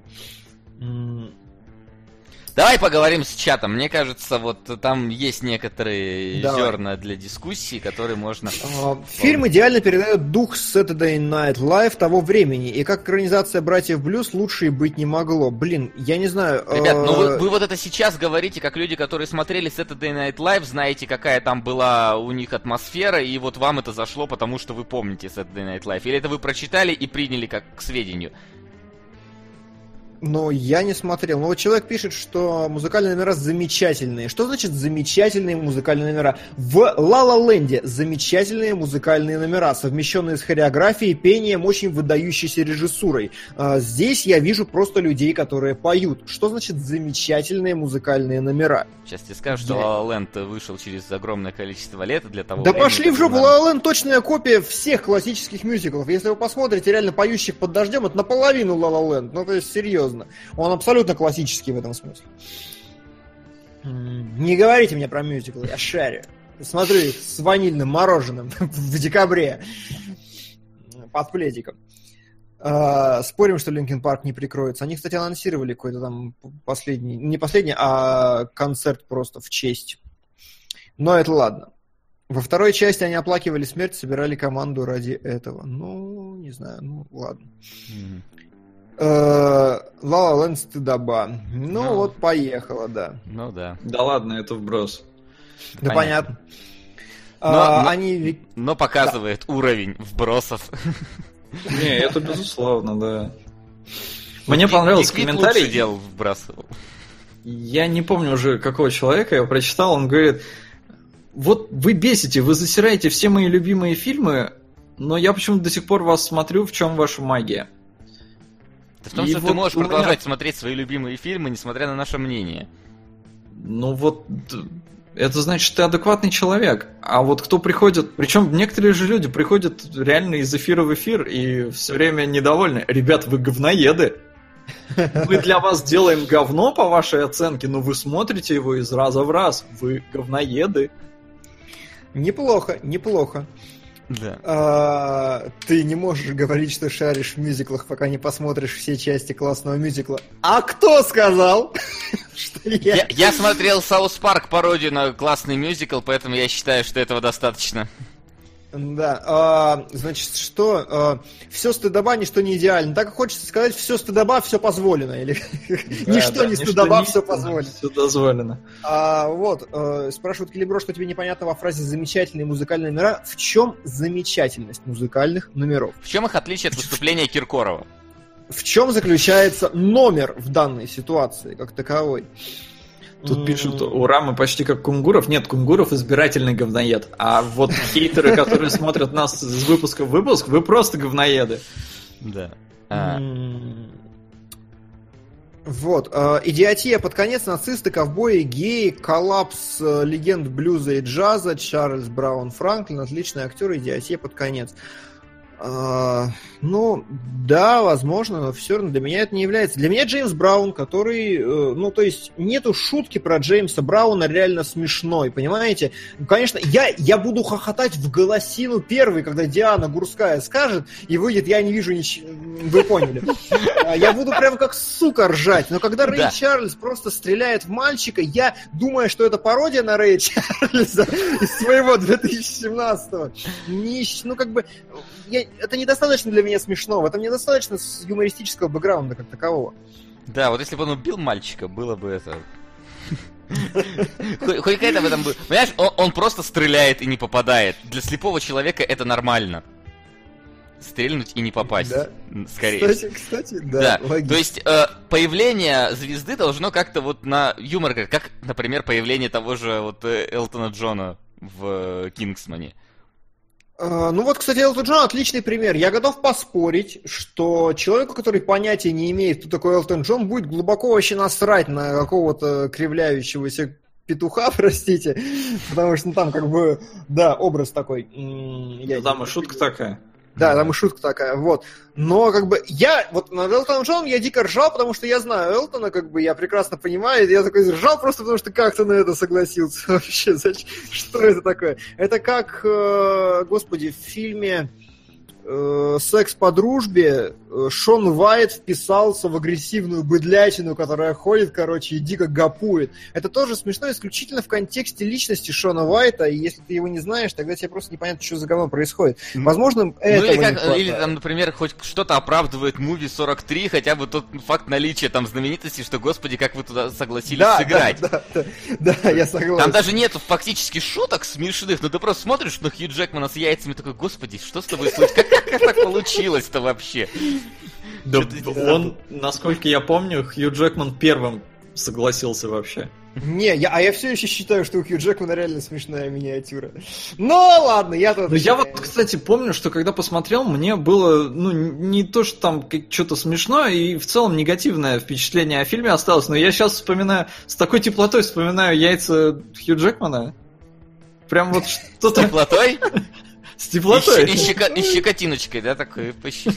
Давай поговорим с чатом. Мне кажется, там есть некоторые зерна для дискуссии, которые можно... Фильм идеально передает дух Saturday Night Live того времени, и как экранизация «Братьев Блюз» лучше и быть не могло. Я не знаю... Ребят, вы вот это сейчас говорите, как люди, которые смотрели Saturday Night Live, знаете, какая там была у них атмосфера, и вам это зашло, потому что вы помните Saturday Night Live. Или это вы прочитали и приняли как к сведению? Я не смотрел. Человек пишет, что музыкальные номера замечательные. Что значит замечательные музыкальные номера? В «Ла Ла Ленде» замечательные музыкальные номера, совмещенные с хореографией, пением, очень выдающейся режиссурой. Здесь я вижу просто людей, которые поют. Что значит замечательные музыкальные номера? Сейчас тебе скажу, что «Ла Ла Ленд» вышел через огромное количество лет для того. Да пошли в жопу! «Ла Ла Ленд» точная копия всех классических мюзиклов. Если вы посмотрите реально «Поющих под дождем», это наполовину «Ла Ла Ленд». То есть серьезно. Он абсолютно классический в этом смысле. Не говорите мне про мюзиклы, я шарю. Смотрю их с ванильным мороженым в декабре. Под пледиком. Спорим, что Линкин Парк не прикроется. Они, кстати, анонсировали какой-то там последний... Не последний, а концерт просто в честь. Но это ладно. Во второй части они оплакивали смерть, собирали команду ради этого. Не знаю, ладно. «Ла Ла Ленд» стыдоба. Поехала, да. Да. Да ладно, это вброс. Да понятно. Но показывает уровень вбросов. Не, это безусловно, да. Мне понравился комментарий. Лучше делал, вбрасывал. Я не помню уже какого человека, я прочитал, он говорит: вы бесите, вы засираете все мои любимые фильмы, но я почему-то до сих пор вас смотрю, в чем ваша магия? В том, что ты можешь продолжать смотреть свои любимые фильмы, несмотря на наше мнение. Это значит, что ты адекватный человек. А кто приходит... Причем некоторые же люди приходят реально из эфира в эфир и все время недовольны. Ребят, вы говноеды. Мы для вас делаем говно по вашей оценке, но вы смотрите его из раза в раз. Вы говноеды. Неплохо, неплохо. Да. Ты не можешь говорить, что шаришь в мюзиклах, пока не посмотришь все части классного мюзикла. А кто сказал, что я... Я смотрел Саус Парк, пародию на классный мюзикл, поэтому я считаю, что этого достаточно. Да, значит, что? Все стыдоба, ничто не идеально. Так хочется сказать, все стыдоба, все позволено. Или ничто не стыдоба, все позволено. Все дозволено. Спрашивают Келебро, что тебе непонятно во фразе «замечательные музыкальные номера». В чем замечательность музыкальных номеров? В чем их отличие от выступления Киркорова? В чем заключается номер в данной ситуации, как таковой? Тут пишут, ура, мы почти как Кунгуров. Нет, Кунгуров избирательный говноед. А вот хейтеры, которые смотрят нас из выпуска в выпуск, вы просто говноеды. Да. Вот. Идиотия под конец, нацисты, ковбои, геи, коллапс легенд блюза и джаза, Чарльз Браун Франклин, отличный актер, идиотия под конец. Ну, да, возможно, но все равно для меня это не является. Для меня Джеймс Браун, который, ну, то есть, нету шутки про Джеймса Брауна реально смешной, понимаете? Конечно, я буду хохотать в голосину первый, когда Диана Гурская скажет, и выйдет «Я не вижу ничего», вы поняли. Я буду прям как сука ржать, но когда Рэй Чарльз просто стреляет в мальчика, я думаю, что это пародия на Рэя Чарльза из своего 2017-го. Ну, как бы... Это недостаточно для меня смешного, это недостаточно юмористического бэкграунда как такового. Да, вот если бы он убил мальчика, было бы это... Хоть какая-то в этом было... Понимаешь, он просто стреляет и не попадает. Для слепого человека это нормально. Стрельнуть и не попасть. Да. Скорее. Кстати, да. То есть, появление звезды должно как-то вот на юмор, как, например, появление того же вот Элтона Джона в «Кингсмане». Ну вот, кстати, Элтон Джон отличный пример. Я готов поспорить, что человеку, который понятия не имеет, кто такой Элтон Джон, будет глубоко вообще насрать на какого-то кривляющегося петуха, простите, потому что там как бы, да, образ такой. Там и шутка такая. Да, там и шутка такая, вот. Но, как бы, вот над Элтоном Джоном я дико ржал, потому что я знаю Элтона, как бы, я прекрасно понимаю, и я такой ржал просто потому, что как-то на это согласился вообще. Что это такое? Это как, господи, в фильме «Секс по дружбе» Шон Уайт вписался в агрессивную быдлятину, которая ходит, короче, и дико гапует. Это тоже смешно исключительно в контексте личности Шона Уайта, и если ты его не знаешь, тогда тебе просто непонятно, что за говно происходит. Возможно, этого или там, например, хоть что-то оправдывает Movie 43, хотя бы тот факт наличия там знаменитости, что, господи, как вы туда согласились сыграть. Да, я согласен. Там даже нету фактически шуток смешных, но ты просто смотришь на Хью Джекмана с яйцами, такой, господи, что с тобой случилось? Как так получилось-то вообще? Да, он, насколько я помню, Хью Джекман первым согласился вообще. Я все еще считаю, что у Хью Джекмана реально смешная миниатюра. Но ладно, я тут... Я вот, кстати, помню, что когда посмотрел, мне было, не то, что там что-то смешное, и в целом негативное впечатление о фильме осталось, но я сейчас вспоминаю, с такой теплотой вспоминаю яйца Хью Джекмана. Прям вот что-то... С теплотой? С теплотой. И щекотиночкой, да, такой почти.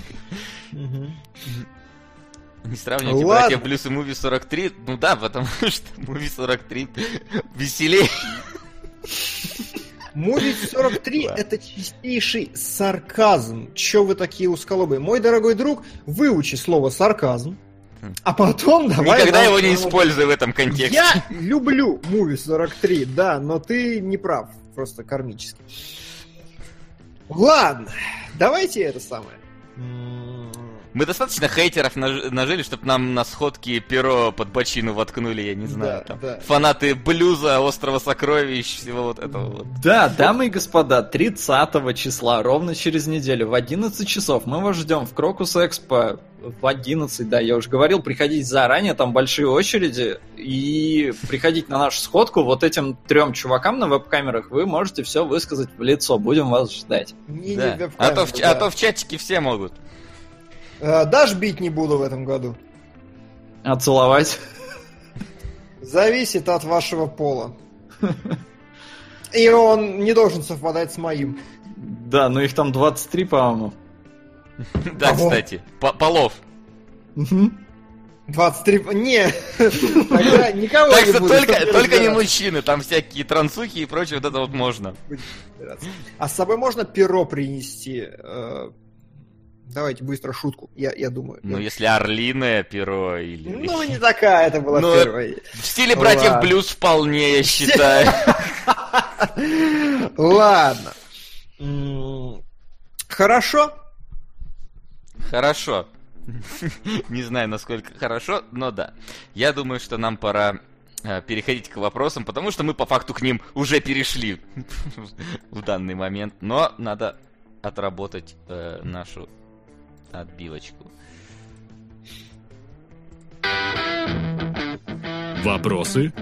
Не сравнивайте, братья Блюз и Movie 43. Ну да, потому что Movie 43 веселее. Movie 43 это чистейший сарказм. Чё вы такие узколобые? Мой дорогой друг, выучи слово сарказм, а потом давай... Никогда его не используй в этом контексте. Я люблю Movie 43, да, но ты не прав, просто кармически. Ладно, давайте это самое. Мы достаточно хейтеров нажили, чтобы нам на сходке перо под бочину воткнули, я не знаю, там. Фанаты блюза, Острова Сокровищ, всего вот этого вот. Да, дамы и господа, 30 числа, ровно через неделю, в 11 часов, мы вас ждем в Крокус Экспо в 11, да, я уже говорил, приходите заранее, там большие очереди, и приходите на нашу сходку, вот этим 3 чувакам на веб-камерах вы можете все высказать в лицо, будем вас ждать. Да. А то в чатике все могут. Даже бить не буду в этом году. А целовать? Зависит от вашего пола. И он не должен совпадать с моим. Да, но их там 23, по-моему. Да, кстати. Полов. 23... Не, тогда никого так не что будет. только не мужчины, там всякие трансухи и прочее, вот это вот можно. А с собой можно перо принести? Давайте быстро шутку, я думаю. Ну, если орлиное перо или... Ну, не такая это была первая. В стиле «Братьев Блюз» вполне, я считаю. Ладно. Хорошо? Хорошо. Не знаю, насколько хорошо, но да. Я думаю, что нам пора переходить к вопросам, потому что мы по факту к ним уже перешли в данный момент. Но надо отработать нашу отбивочку. Вопросы?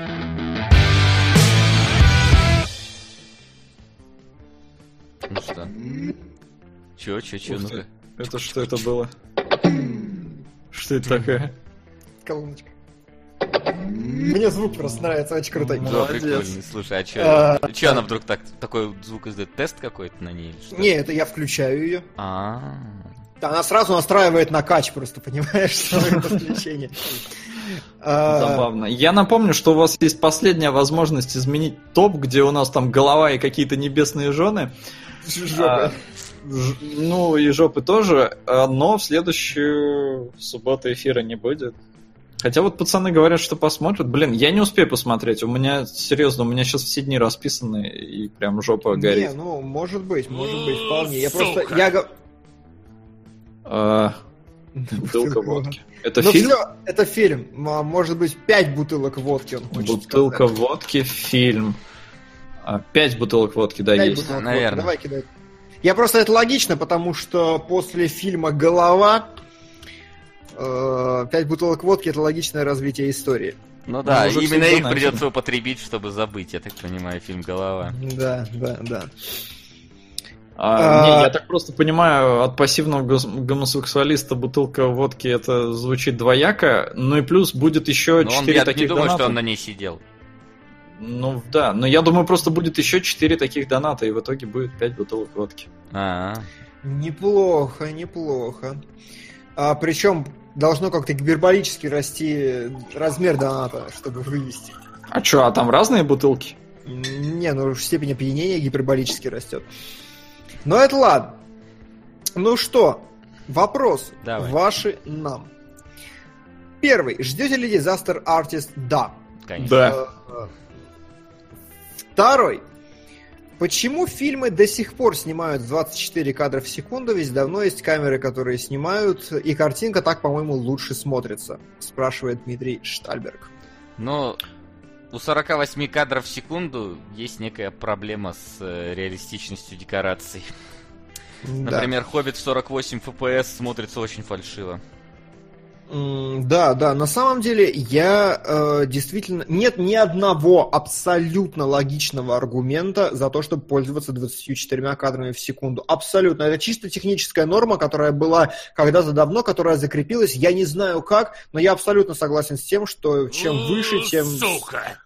Ну что? Чё, ну-ка. Это что это было? Что это такое? Колоночка. Мне звук просто нравится, очень крутой. Да, прикольный. Слушай, а чё она вдруг такой звук издает? Тест какой-то на ней? Не, это я включаю ее. А. Она сразу настраивает на кач, просто понимаешь, что это включение. Забавно. Я напомню, что у вас есть последняя возможность изменить топ, где у нас там голова и какие-то небесные жены. Жопы. Ну и жопы тоже, но в следующую субботу эфира не будет. Хотя вот пацаны говорят, что посмотрят. Блин, я не успею посмотреть. У меня, серьезно, у меня сейчас все дни расписаны, и прям жопа горит. Не, ну, может быть, вполне. Я Сука. просто... Бутылка водки. Это ну фильм? Все, это фильм. Может быть, 5 бутылок водки он хочет Бутылка сказать. водки, фильм. 5 бутылок водки, да, 5 есть. бутылок водки. Наверное. Давай кидай. Я просто это логично, потому что после фильма «Голова» 5 бутылок водки — это логичное развитие истории. Ну да, уже именно всегда их начали. придется употребить, чтобы забыть, я так понимаю, фильм «Голова». Да. Не, я так просто понимаю, от пассивного гомосексуалиста бутылка водки это звучит двояко, ну и плюс будет еще Но 4 я таких не думаю, доната. что он на ней сидел. Ну да, но я думаю, просто будет еще 4 таких доната, и в итоге будет 5 бутылок водки. Неплохо. Причем должно как-то гиперболически расти размер доната, чтобы вывести. А что, а там разные бутылки? Не, ну степень опьянения гиперболически растет. Но это ладно. Ну что, вопросы Давай. ваши нам. Первый. Ждете ли Disaster Artist? Да. Конечно. Да. Второй. Почему фильмы до сих пор снимают в 24 кадра в секунду, ведь давно есть камеры, которые снимают, и картинка так, по-моему, лучше смотрится? Спрашивает Дмитрий Штальберг. Но у 48 кадров в секунду есть некая проблема с реалистичностью декораций. Например, «Хоббит» в 48 FPS смотрится очень фальшиво. Да, на самом деле я действительно... Нет ни одного абсолютно логичного аргумента за то, чтобы пользоваться 24 кадрами в секунду. Абсолютно. Это чисто техническая норма, которая была когда-то давно, которая закрепилась. Я не знаю как, но я абсолютно согласен с тем, что чем выше, тем... Сука!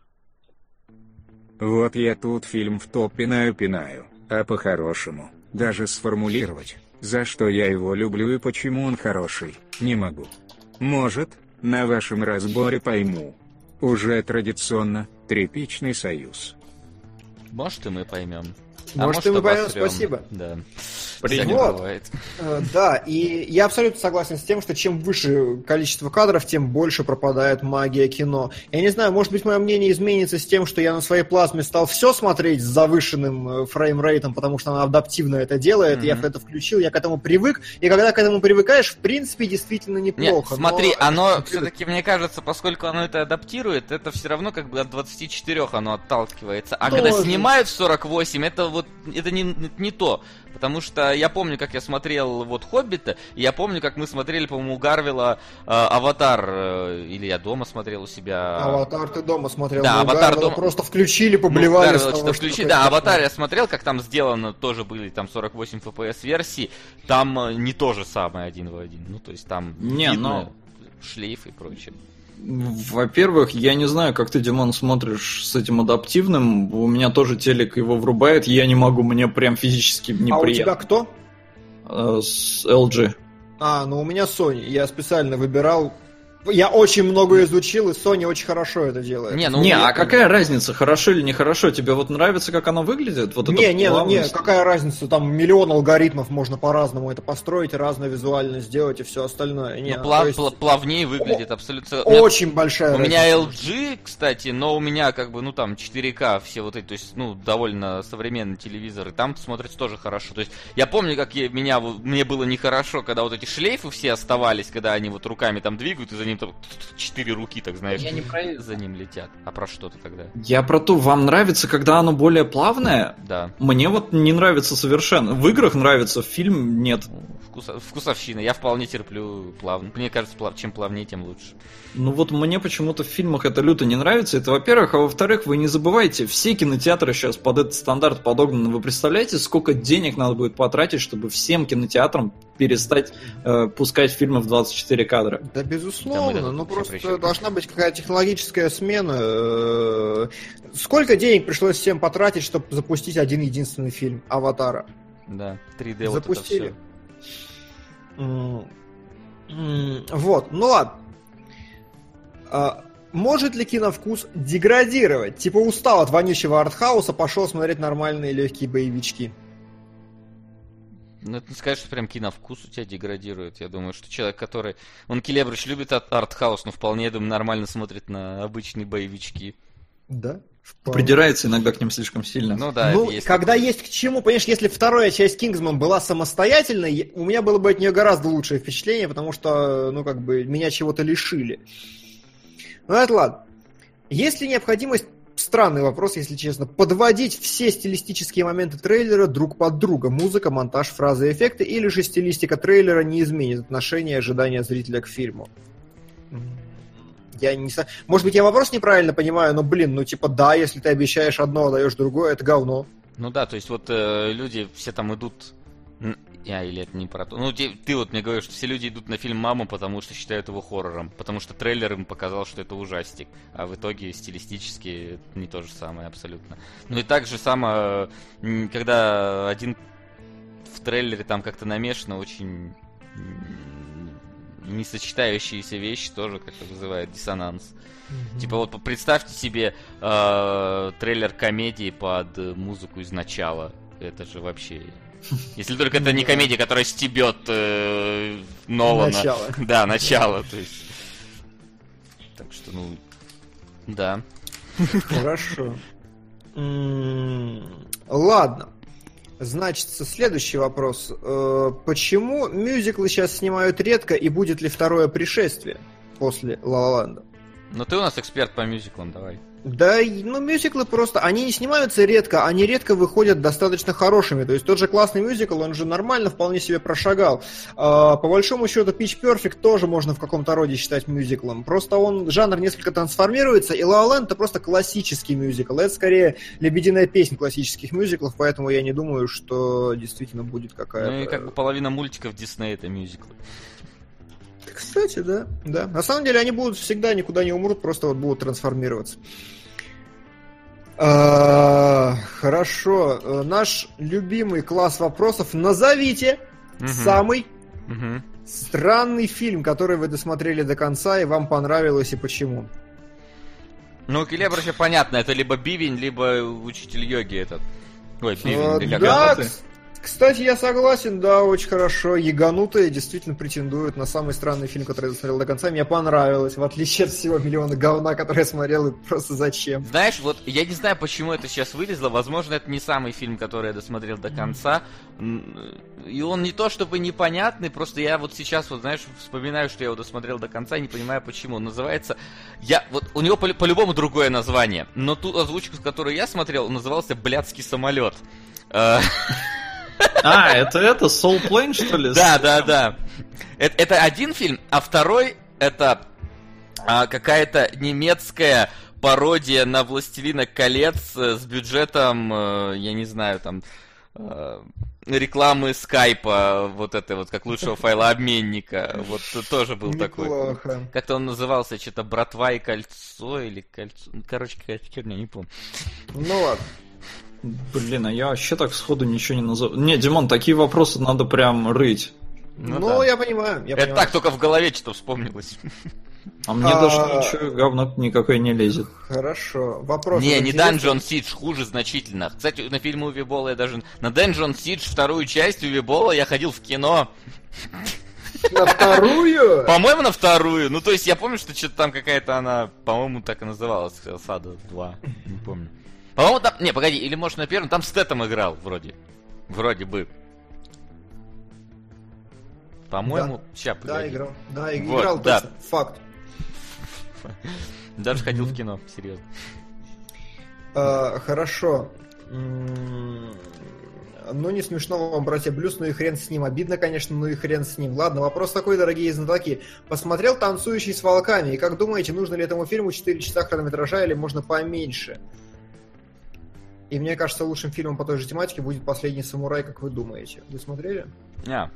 Вот я тут фильм в топ пинаю, а по-хорошему, даже сформулировать, за что я его люблю и почему он хороший, не могу. Может, на вашем разборе пойму. Уже традиционно, тряпичный союз. Может, и мы поймем. Может, и мы поймем, обосрем. спасибо. Да. Принято. Всякое бывает. Да, и я абсолютно согласен с тем, что чем выше количество кадров, тем больше пропадает магия кино. Я не знаю, может быть, мое мнение изменится с тем, что я на своей плазме стал все смотреть с завышенным фреймрейтом, потому что она адаптивно это делает, я это включил, я к этому привык, и когда к этому привыкаешь, в принципе, действительно неплохо. Нет, смотри, но... оно все-таки, мне кажется, поскольку оно это адаптирует, это все равно как бы от 24 оно отталкивается. А когда снимают в 48, это вот это не то. Потому что я помню, как я смотрел вот «Хоббита», и я помню, как мы смотрели, по-моему, у Гарвела «Аватар», или я дома смотрел у себя. «Аватар» ты дома смотрел, да, «Аватар» дома просто включили, поблевали. Да, «Аватар» я смотрел, как там сделано, тоже были там 48 FPS версии, там не то же самое один в один. Ну, то есть там видно шлейф и прочее. Во-первых, я не знаю, как ты, Димон, смотришь с этим адаптивным. У меня тоже телек его врубает, я не могу, мне прям физически неприятно. А у тебя кто? С LG. Ну у меня Sony. Я специально выбирал Я очень много изучил, и Sony очень хорошо это делает. А какая разница, хорошо или нехорошо? Тебе вот нравится, как оно выглядит? Вот не, какая разница? Там миллион алгоритмов можно по-разному это построить, разно визуально сделать и все остальное. Плавнее выглядит абсолютно. Очень большая разница. У меня LG, кстати, но у меня как бы, там 4К все вот эти, то есть, довольно современный телевизор, и там смотрится тоже хорошо. То есть, я помню, как мне было нехорошо, когда вот эти шлейфы все оставались, когда они вот руками там двигают, и за ним там 4 руки, так знаешь, за ним летят. А про что ты тогда? Я про то, вам нравится, когда оно более плавное? Да. Мне вот не нравится совершенно. В играх нравится, в фильм нет. Вкусовщина. Я вполне терплю плавно. Мне кажется, чем плавнее, тем лучше. Мне почему-то в фильмах это люто не нравится. Это, во-первых. А во-вторых, вы не забывайте, все кинотеатры сейчас под этот стандарт подогнаны. Вы представляете, сколько денег надо будет потратить, чтобы всем кинотеатрам перестать пускать фильмы в 24 кадра? Да, безусловно. Просто должна быть какая-то технологическая смена. Сколько денег пришлось всем потратить, чтобы запустить один единственный фильм «Аватара»? Да, 3D запустили. Вот, ладно. Может ли киновкус деградировать? Типа устал от вонючего артхауса, пошел смотреть нормальные легкие боевички. Это не сказать, что прям киновкус у тебя деградирует. Я думаю, что человек, который... Келебрыч любит артхаус, но вполне, я думаю, нормально смотрит на обычные боевички. Да? Придирается иногда к ним слишком сильно. Когда есть к чему, понимаешь, если вторая часть Кингсман была самостоятельной, у меня было бы от нее гораздо лучшее впечатление, потому что, меня чего-то лишили. Это ладно. Есть ли необходимость, странный вопрос, если честно, подводить все стилистические моменты трейлера друг под друга? Музыка, монтаж, фразы, эффекты, или же стилистика трейлера не изменит отношение и ожидания зрителя к фильму? Я не знаю. Может быть, я вопрос неправильно понимаю, но, да, если ты обещаешь одно, а даешь другое, это говно. То есть люди все там идут... Или это не про то. Ты вот мне говоришь, что все люди идут на фильм «Мама», потому что считают его хоррором, потому что трейлер им показал, что это ужастик, а в итоге стилистически это не то же самое абсолютно. И так же самое, когда один в трейлере там как-то намешано очень несочетающиеся вещи, тоже как-то вызывает диссонанс. Типа вот представьте себе трейлер комедии под музыку из «Начала». Это же вообще... Если только это не комедия, которая стебет Нолана. Начало. Да, начало. То есть... Так что, да. Хорошо. Ладно. Значит, следующий вопрос. Почему мюзиклы сейчас снимают редко, и будет ли второе пришествие после «Ла Ла Ленда»? Ты у нас эксперт по мюзиклам, давай. Да, мюзиклы просто, они не снимаются редко, они редко выходят достаточно хорошими. То есть тот же классный мюзикл, он же нормально вполне себе прошагал. По большому счету, Pitch Perfect тоже можно в каком-то роде считать мюзиклом. Просто жанр несколько трансформируется, и La La Land — это просто классический мюзикл. Это скорее лебединая песня классических мюзиклов, поэтому я не думаю, что действительно будет какая-то... и половина мультиков Диснея — это мюзиклы. Кстати, да. На самом деле они будут всегда, никуда не умрут, просто будут трансформироваться. Хорошо. Наш любимый класс вопросов. Назовите самый странный фильм, который вы досмотрели до конца и вам понравилось, и почему. Келебрыча понятно, это либо Бивень, либо Учитель йоги этот. Ой, Бивень, да, кстати, я согласен, да, очень хорошо. «Яганутые» действительно претендуют на самый странный фильм, который я досмотрел до конца. Мне понравилось, в отличие от всего миллиона говна, который я смотрел, и просто зачем. Знаешь, вот я не знаю, почему это сейчас вылезло. Возможно, это не самый фильм, который я досмотрел до конца. И он не то чтобы непонятный, просто я вот сейчас, вот знаешь, вспоминаю, что я его досмотрел до конца и не понимаю, почему. Он называется... у него по-любому другое название. Но ту озвучку, которую я смотрел, назывался «Блядский самолет». Это Soul Plane, что ли? Да. Это один фильм, а второй это какая-то немецкая пародия на «Властелина колец» с бюджетом, я не знаю, там, рекламы скайпа, вот это вот, как лучшего файлообменника. Вот тоже был неплохо. Такой. Как-то он назывался, что-то «Братва и кольцо» или «Кольцо». Короче, какая-то херня, не помню. Ладно. Блин, а я вообще так сходу ничего не назову. Не, Димон, такие вопросы надо прям рыть. Да. Я понимаю. Это так только в голове что-то вспомнилось. А мне даже ничего, говно никакой не лезет. Хорошо. Вопрос. Не Dungeon Siege, хуже значительно. Кстати, на фильм Уве Болла я даже... На Dungeon Siege, вторую часть Уве Болла я ходил в кино. На вторую? По-моему, на вторую. Ну, то есть, я помню, что что-то там какая-то она... По-моему, так и называлась. Сада 2. Не помню. По-моему, там... Не, погоди, или может на первом. Там Стэтэм играл, вроде. Вроде бы. По-моему, ща, погоди. Да, играл. Да, играл, вот, точно. Да. Факт. Даже ходил в кино, серьезно. Хорошо. Ну, не смешно вам, братья Блюз, ну и хрен с ним. Обидно, конечно, ну и хрен с ним. Ладно, вопрос такой, дорогие знатоки. Посмотрел «Танцующий с волками», и как думаете, нужно ли этому фильму 4 часа хронометража или можно поменьше? И мне кажется, лучшим фильмом по той же тематике будет «Последний самурай», как вы думаете. Вы смотрели? Я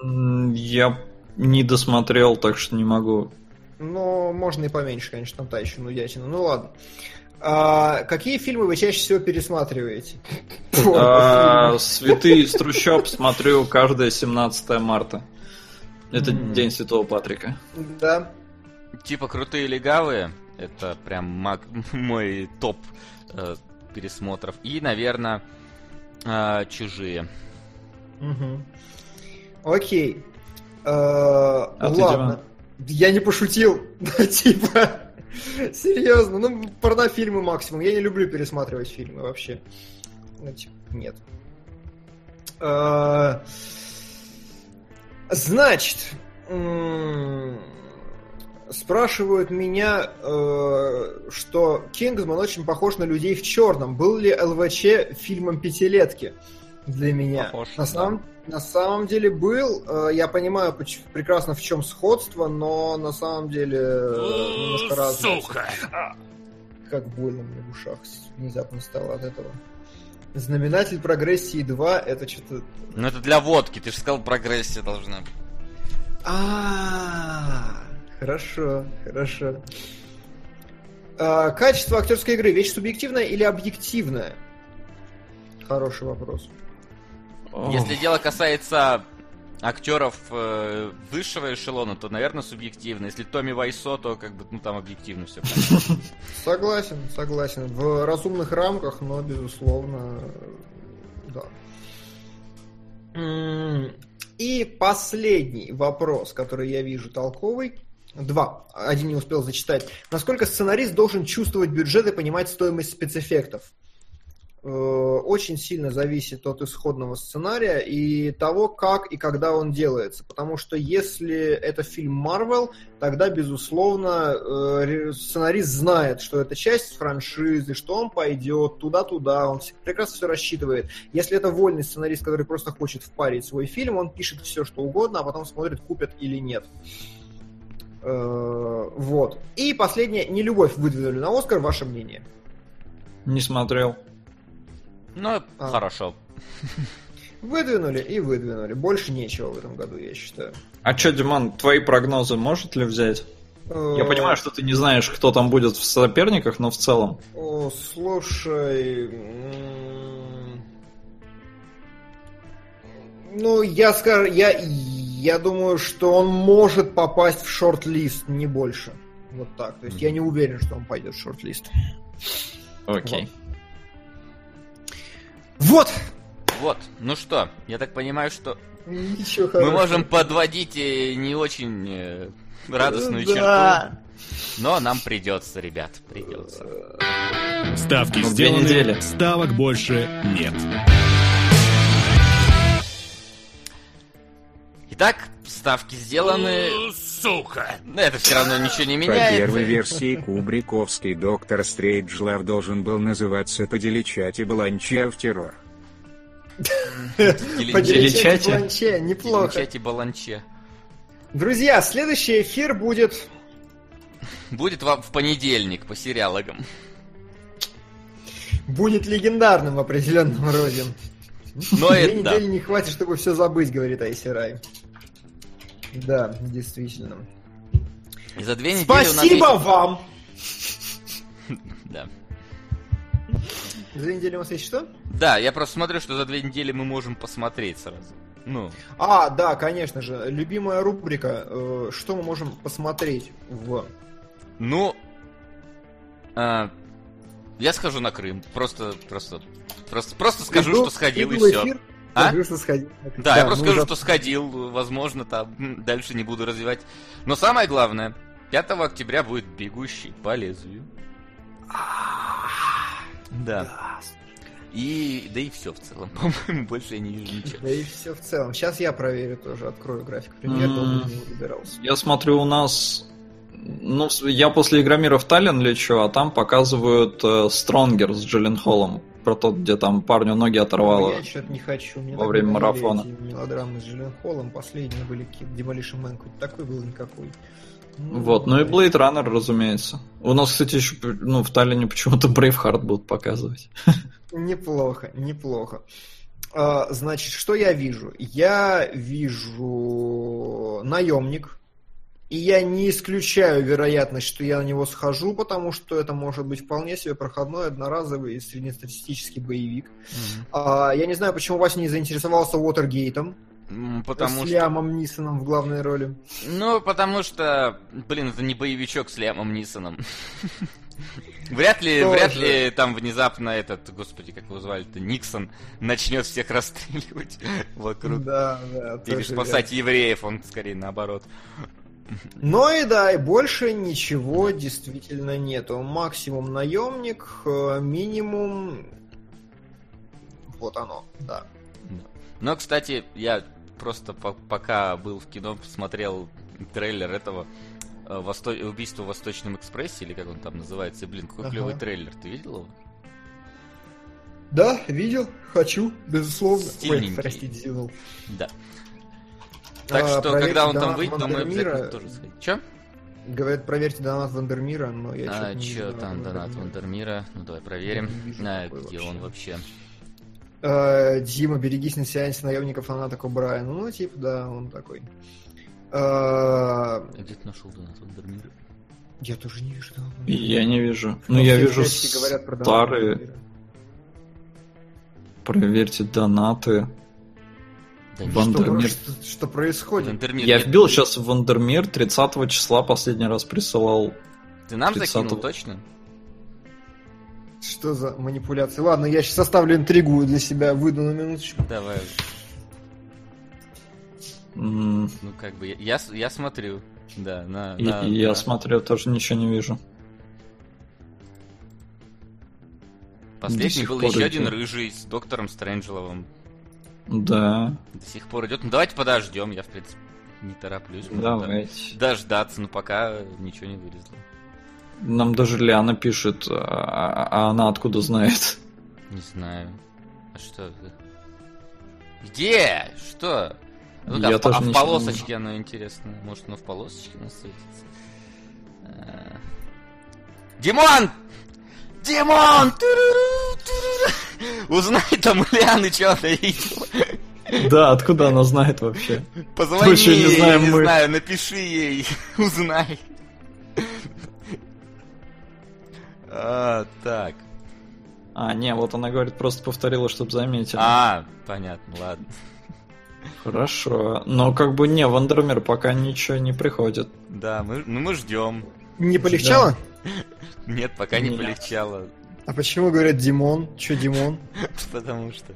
не досмотрел, так что не могу. Ну, можно и поменьше, конечно, там та еще нудятина. Ну ладно. Какие фильмы вы чаще всего пересматриваете? «Святые из трущоб» смотрю каждое 17 марта. Это День Святого Патрика. Да. Типа «Крутые легавые». Это прям мой топ пересмотров. И, наверное, «Чужие». Окей. Ладно. Я не пошутил. Типа... Серьезно, ну порнофильмы максимум. Я не люблю пересматривать фильмы вообще. Ну, типа, нет. Значит, спрашивают меня, что Кингсман очень похож на «Людей в черном». Был ли ЛВЧ фильмом пятилетки для меня? Похож, На самом деле был. Я понимаю прекрасно, в чем сходство, но на самом деле немножко разное. Сука! Как больно мне в ушах внезапно стало от этого. «Знаменатель прогрессии 2» это что-то... Ну это для водки, ты же сказал, прогрессия должна быть. Хорошо. Качество актерской игры — вещь субъективная или объективная? Хороший вопрос. Если дело касается актеров высшего эшелона, то, наверное, субъективно. Если Томми Вайсо, то как бы, ну, там объективно все. Согласен. В разумных рамках, но, безусловно, да. И последний вопрос, который я вижу толковый. 2. Один не успел зачитать. Насколько сценарист должен чувствовать бюджет и понимать стоимость спецэффектов? Очень сильно зависит от исходного сценария и того, как и когда он делается. Потому что если это фильм Marvel, тогда, безусловно, сценарист знает, что это часть франшизы, что он пойдет туда-туда, он прекрасно все рассчитывает. Если это вольный сценарист, который просто хочет впарить свой фильм, он пишет все, что угодно, а потом смотрит, купят или нет. Вот. И последнее. «Нелюбовь» выдвинули на Оскар. Ваше мнение? Не смотрел. Ну, хорошо. Выдвинули. Больше нечего в этом году, я считаю. А чё, Диман, твои прогнозы может ли взять? Я понимаю, что ты не знаешь, кто там будет в соперниках, но в целом. Слушай... Ну, я думаю, что он может попасть в шорт-лист, не больше. Вот так. То есть я не уверен, что он пойдет в шорт-лист. Окей. Вот! Ну что, я так понимаю, что Ничего мы хорошего. можем подводить не очень радостную черту. Но нам придется, ребят, придется. Ставки сделаны, ставок больше нет. Итак, ставки сделаны. Сука! Но это все равно ничего не По меняет. первой версии кубриковский доктор Стрейджлав должен был называться «Поделичать и баланче в террор». Поделичать и баланче, неплохо. Поделичать и баланче. Друзья, следующий эфир будет... Будет в понедельник по сериалогам. Будет легендарным в определенном роде. Но 2 это недели не хватит, чтобы все забыть, говорит Айсерай. Да, действительно. И за 2 недели Спасибо вам! Да. За 2 недели у нас есть что? Да, я просто смотрю, что за 2 недели мы можем посмотреть сразу. Ну. Да, конечно же. Любимая рубрика. Что мы можем посмотреть в... Ну, я схожу на Крым. Просто скажу, что сходил и все. Скажу, что сходил. Да, я просто скажу, что сходил. Возможно, там дальше не буду развивать. Но самое главное, 5 октября будет «Бегущий по лезвию». Да. И все в целом. По-моему, больше я не вижу ничего. Да и все в целом. Сейчас я проверю тоже, открою график. Пример, долго не выбирался. Я смотрю, у нас... Ну, я после Игромира в Таллин лечу, а там показывают Стронгер с Джилленхолом. Про тот, где там парню ноги оторвало. Я что-то не хочу. Мне во время марафона. Эти мелодрамы с Джилленхолом. Последние были какие-то Demolition Man. Такой был никакой. Вот, ну и Blade Runner, разумеется. У нас, кстати, еще в Таллине почему-то Braveheart будут показывать. Неплохо. Значит, что я вижу? Я вижу «Наемник». И я не исключаю вероятность, что я на него схожу, потому что это может быть вполне себе проходной, одноразовый среднестатистический боевик. Я не знаю, почему Вася не заинтересовался Уотергейтом. Потому с Лиамом Нисоном в главной роли. Ну, потому что, это не боевичок с Лиамом Нисоном. Вряд ли там внезапно господи, как его звали-то, Никсон начнет всех расстреливать вокруг. Да. Или спасать евреев, он скорее наоборот. Ну и да, и больше ничего действительно нету. Максимум «Наемник», минимум... Вот оно, да. Но, кстати, я просто пока был в кино, посмотрел трейлер этого «Убийство в Восточном экспрессе», или как он там называется. Блин, какой клевый трейлер. Ты видел его? Да, видел. Хочу, безусловно. Стильненький. Ой, простите, зевнул. Да. Так что, когда он там выйдет, то мы обязательно тоже сходим. Чё? Говорят, проверьте донат Вандермира, но я что-то не вижу. Чё там донат Вандермира? Ну, давай проверим. Где он вообще? Дима, берегись на сеансе наемников фаната Кобрая. Ну, типа, да, он такой. Где ты нашел донат Вандермира? Я тоже не вижу донат Вандермира. Я не вижу. Ну, я вижу старые... Проверьте донаты. Да Вандермир. Что происходит? Вандермир я вбил сейчас в Вандермир, 30 числа последний раз присылал. Ты нам закинул, точно? Что за манипуляции? Ладно, я сейчас составлю интригу для себя, выйду на минуточку. Давай. Ну, как бы, я смотрю. Да, я смотрю, тоже ничего не вижу. Последний был еще один рыжий с доктором Стрэнджеловым. Да. До сих пор идет. Ну давайте подождем, я в принципе не тороплюсь. Давайте. Дождаться, но пока ничего не вылезло. Нам даже Лиана пишет, а она откуда знает? Не знаю. А что? Где? Что? Ну-ка, в полосочке оно интересно. Может, оно в полосочке у нас светится. Димон! Узнай там у Лианы, что она видела. Да, откуда она знает вообще? Позвони ей, не знаю, напиши ей, узнай. Так. Не, вот она говорит, просто повторила, чтобы заметили. Понятно, ладно. Хорошо. Но как бы Вандермир пока ничего не приходит. Да, мы ждем. Не полегчало? Нет, пока не полегчало. А почему говорят Димон? Че Димон? Потому что...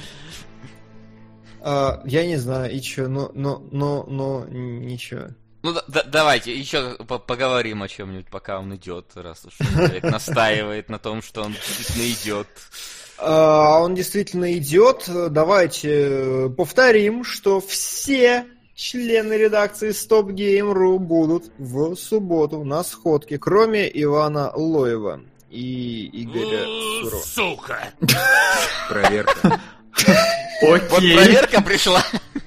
Я не знаю, и чё, но ничего. Ну, давайте еще поговорим о чем-нибудь, пока он идет, раз уж человек настаивает на том, что он действительно идет. Он действительно идет. Давайте повторим, что все члены редакции Stop Game.ru будут в субботу на сходке, кроме Ивана Лоева и Игоря Сурова. Сука! Проверка. Вот проверка пришла.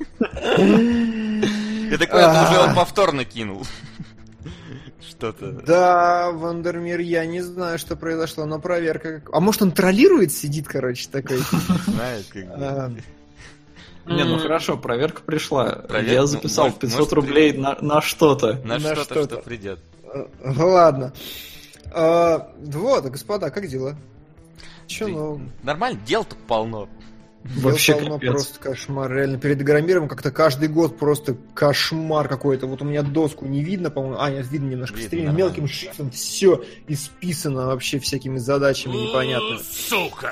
Я такой, это уже он повторно кинул. Что-то. Да, Вандермир, я не знаю, что произошло, но проверка... А может он троллирует, сидит, такой? Знает, как бы. Не, ну хорошо, проверка пришла. Я записал 500 рублей на что-то. На что-то, что придет. Ладно. Вот, господа, как дела? Че нового? Нормально, дел тут полно. Вообще капец. Просто кошмар. Реально, перед Игромиром как-то каждый год просто кошмар какой-то. Вот у меня доску не видно, по-моему. Нет, видно немножко в стриме. Мелким шрифтом все исписано вообще всякими задачами непонятными. Сука!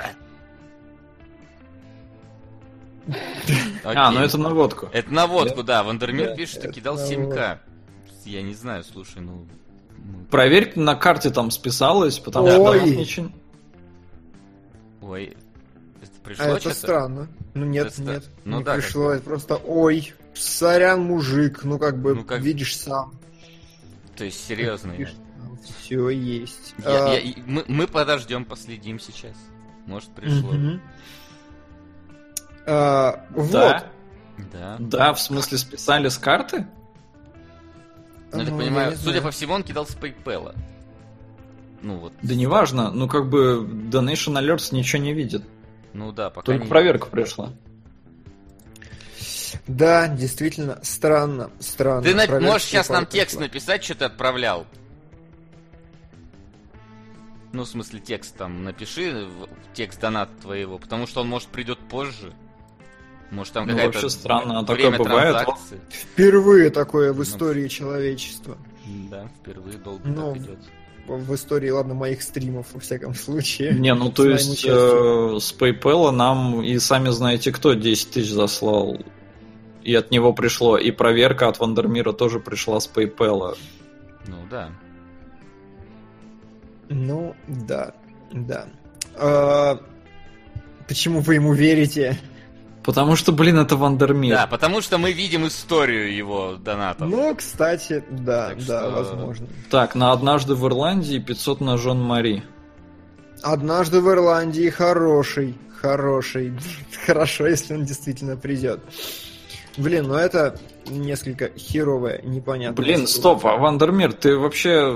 Ну это наводку. Это наводку, да. Вандермир пишет, что кидал 7К. Я не знаю, слушай, Проверь, на карте там списалось, потому что ничего... Ой, это пришло это что-то? Странно. Нет, не пришло. Это просто, сорян, мужик, видишь сам. То есть, серьезно. Все есть. Мы подождем, последим сейчас. Может, пришло. Вот. Да, в смысле, списали с карты? Ну, я так понимаю, судя по всему, он кидал с PayPal. Да неважно, Donation Alerts ничего не видит. Ну да, пока только проверка пришла. Да, действительно, странно. Ты можешь сейчас нам текст написать, что ты отправлял? Ну, в смысле, текст там напиши, текст доната твоего, потому что он, может, придет позже. Может, там какая-то вообще странно, такое бывает. Впервые такое в истории человечества. Да, впервые долго так идет. В истории, моих стримов, во всяком случае. То есть с PayPal нам и сами знаете кто 10 тысяч заслал. И от него пришло. И проверка от Вандермира тоже пришла с PayPal. Да. Почему вы ему верите? Потому что, это Вандермир. Да, потому что мы видим историю его донатов. Кстати, да, возможно. Так, на «Однажды в Ирландии» 500 на Жон-Мари. «Однажды в Ирландии» хороший. Хорошо, если он действительно придет. Это несколько херовое, непонятно. Стоп, а Вандермир, ты вообще...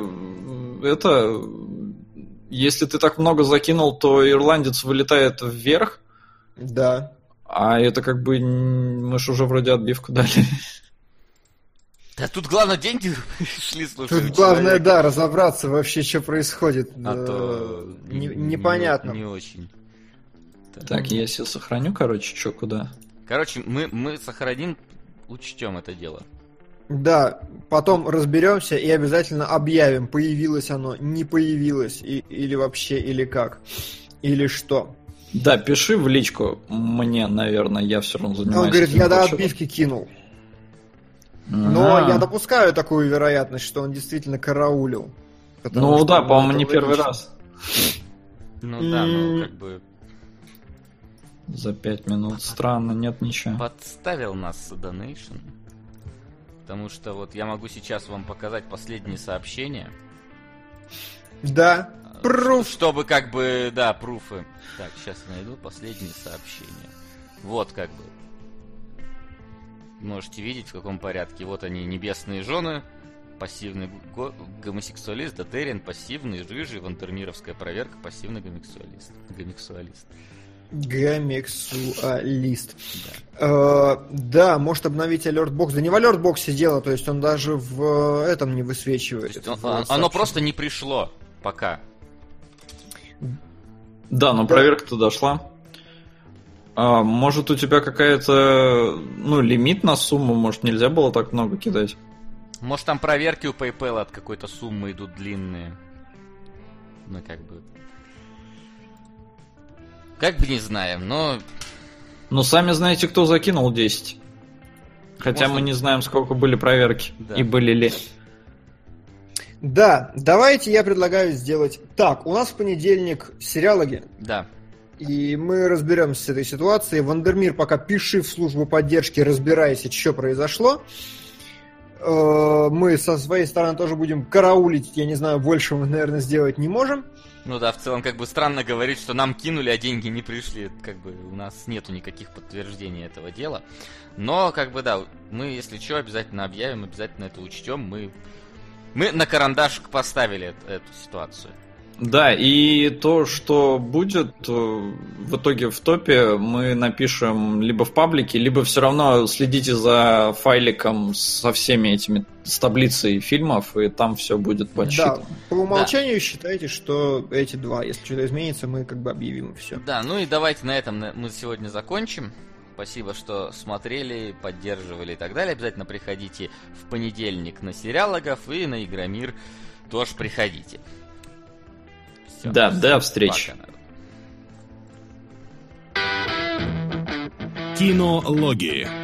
Если ты так много закинул, то ирландец вылетает вверх? Да. А это мы ж уже вроде отбивку дали. Да тут главное деньги шли, слушай. Тут главное, разобраться вообще, что происходит. Непонятно. Не очень. Так, я себе сохраню, что, куда. Мы сохраним, учтем это дело. Да, потом разберемся и обязательно объявим, появилось оно, не появилось, или вообще, или как, или что. Да, пиши в личку мне, наверное, я все равно занимаюсь. Он говорит, я до отбивки кинул. Но я допускаю такую вероятность, что он действительно караулил. По-моему, не первый раз. За 5 минут. Странно, нет ничего. Подставил нас Donation. Потому что я могу сейчас вам показать последние сообщения. Да. Пруф. Чтобы пруфы. Так, сейчас найду последние сообщения. Можете видеть, в каком порядке. Вот они, небесные жены, пассивный гомосексуалист, Дотериан, пассивный, рыжий, вандермировская проверка, пассивный гомосексуалист. Гомосексуалист. Да, может обновить алертбокс. Да не в алертбоксе дело, то есть он даже в этом не высвечивает. Оно просто не пришло пока. Да, но проверка-то дошла. Может, у тебя какая-то, лимит на сумму? Может, нельзя было так много кидать? Может, там проверки у PayPal от какой-то суммы идут длинные. Как бы не знаем, но... сами знаете, кто закинул 10. Хотя мы не знаем, сколько были проверки. Да. И были ли. Да, давайте я предлагаю сделать так. У нас в понедельник сериалоги. Да. И мы разберемся с этой ситуацией. Вандермир, пока пиши в службу поддержки, разбирайся, что произошло. Мы со своей стороны тоже будем караулить. Я не знаю, больше мы, наверное, сделать не можем. В целом, странно говорить, что нам кинули, а деньги не пришли. У нас нету никаких подтверждений этого дела. Но, мы, если что, обязательно объявим, обязательно это учтем. Мы на карандашик поставили эту ситуацию. Да, и то, что будет в итоге в топе, мы напишем либо в паблике, либо все равно следите за файликом со всеми этими, с таблицей фильмов, и там все будет подсчитано. Да, по умолчанию считайте, что эти два. Если что-то изменится, мы как бы объявим, и все. Да, ну и давайте на этом мы сегодня закончим. Спасибо, что смотрели, поддерживали и так далее. Обязательно приходите в понедельник на Сериалогов и на Игромир тоже приходите. Все. Да, до встречи. Кинологии.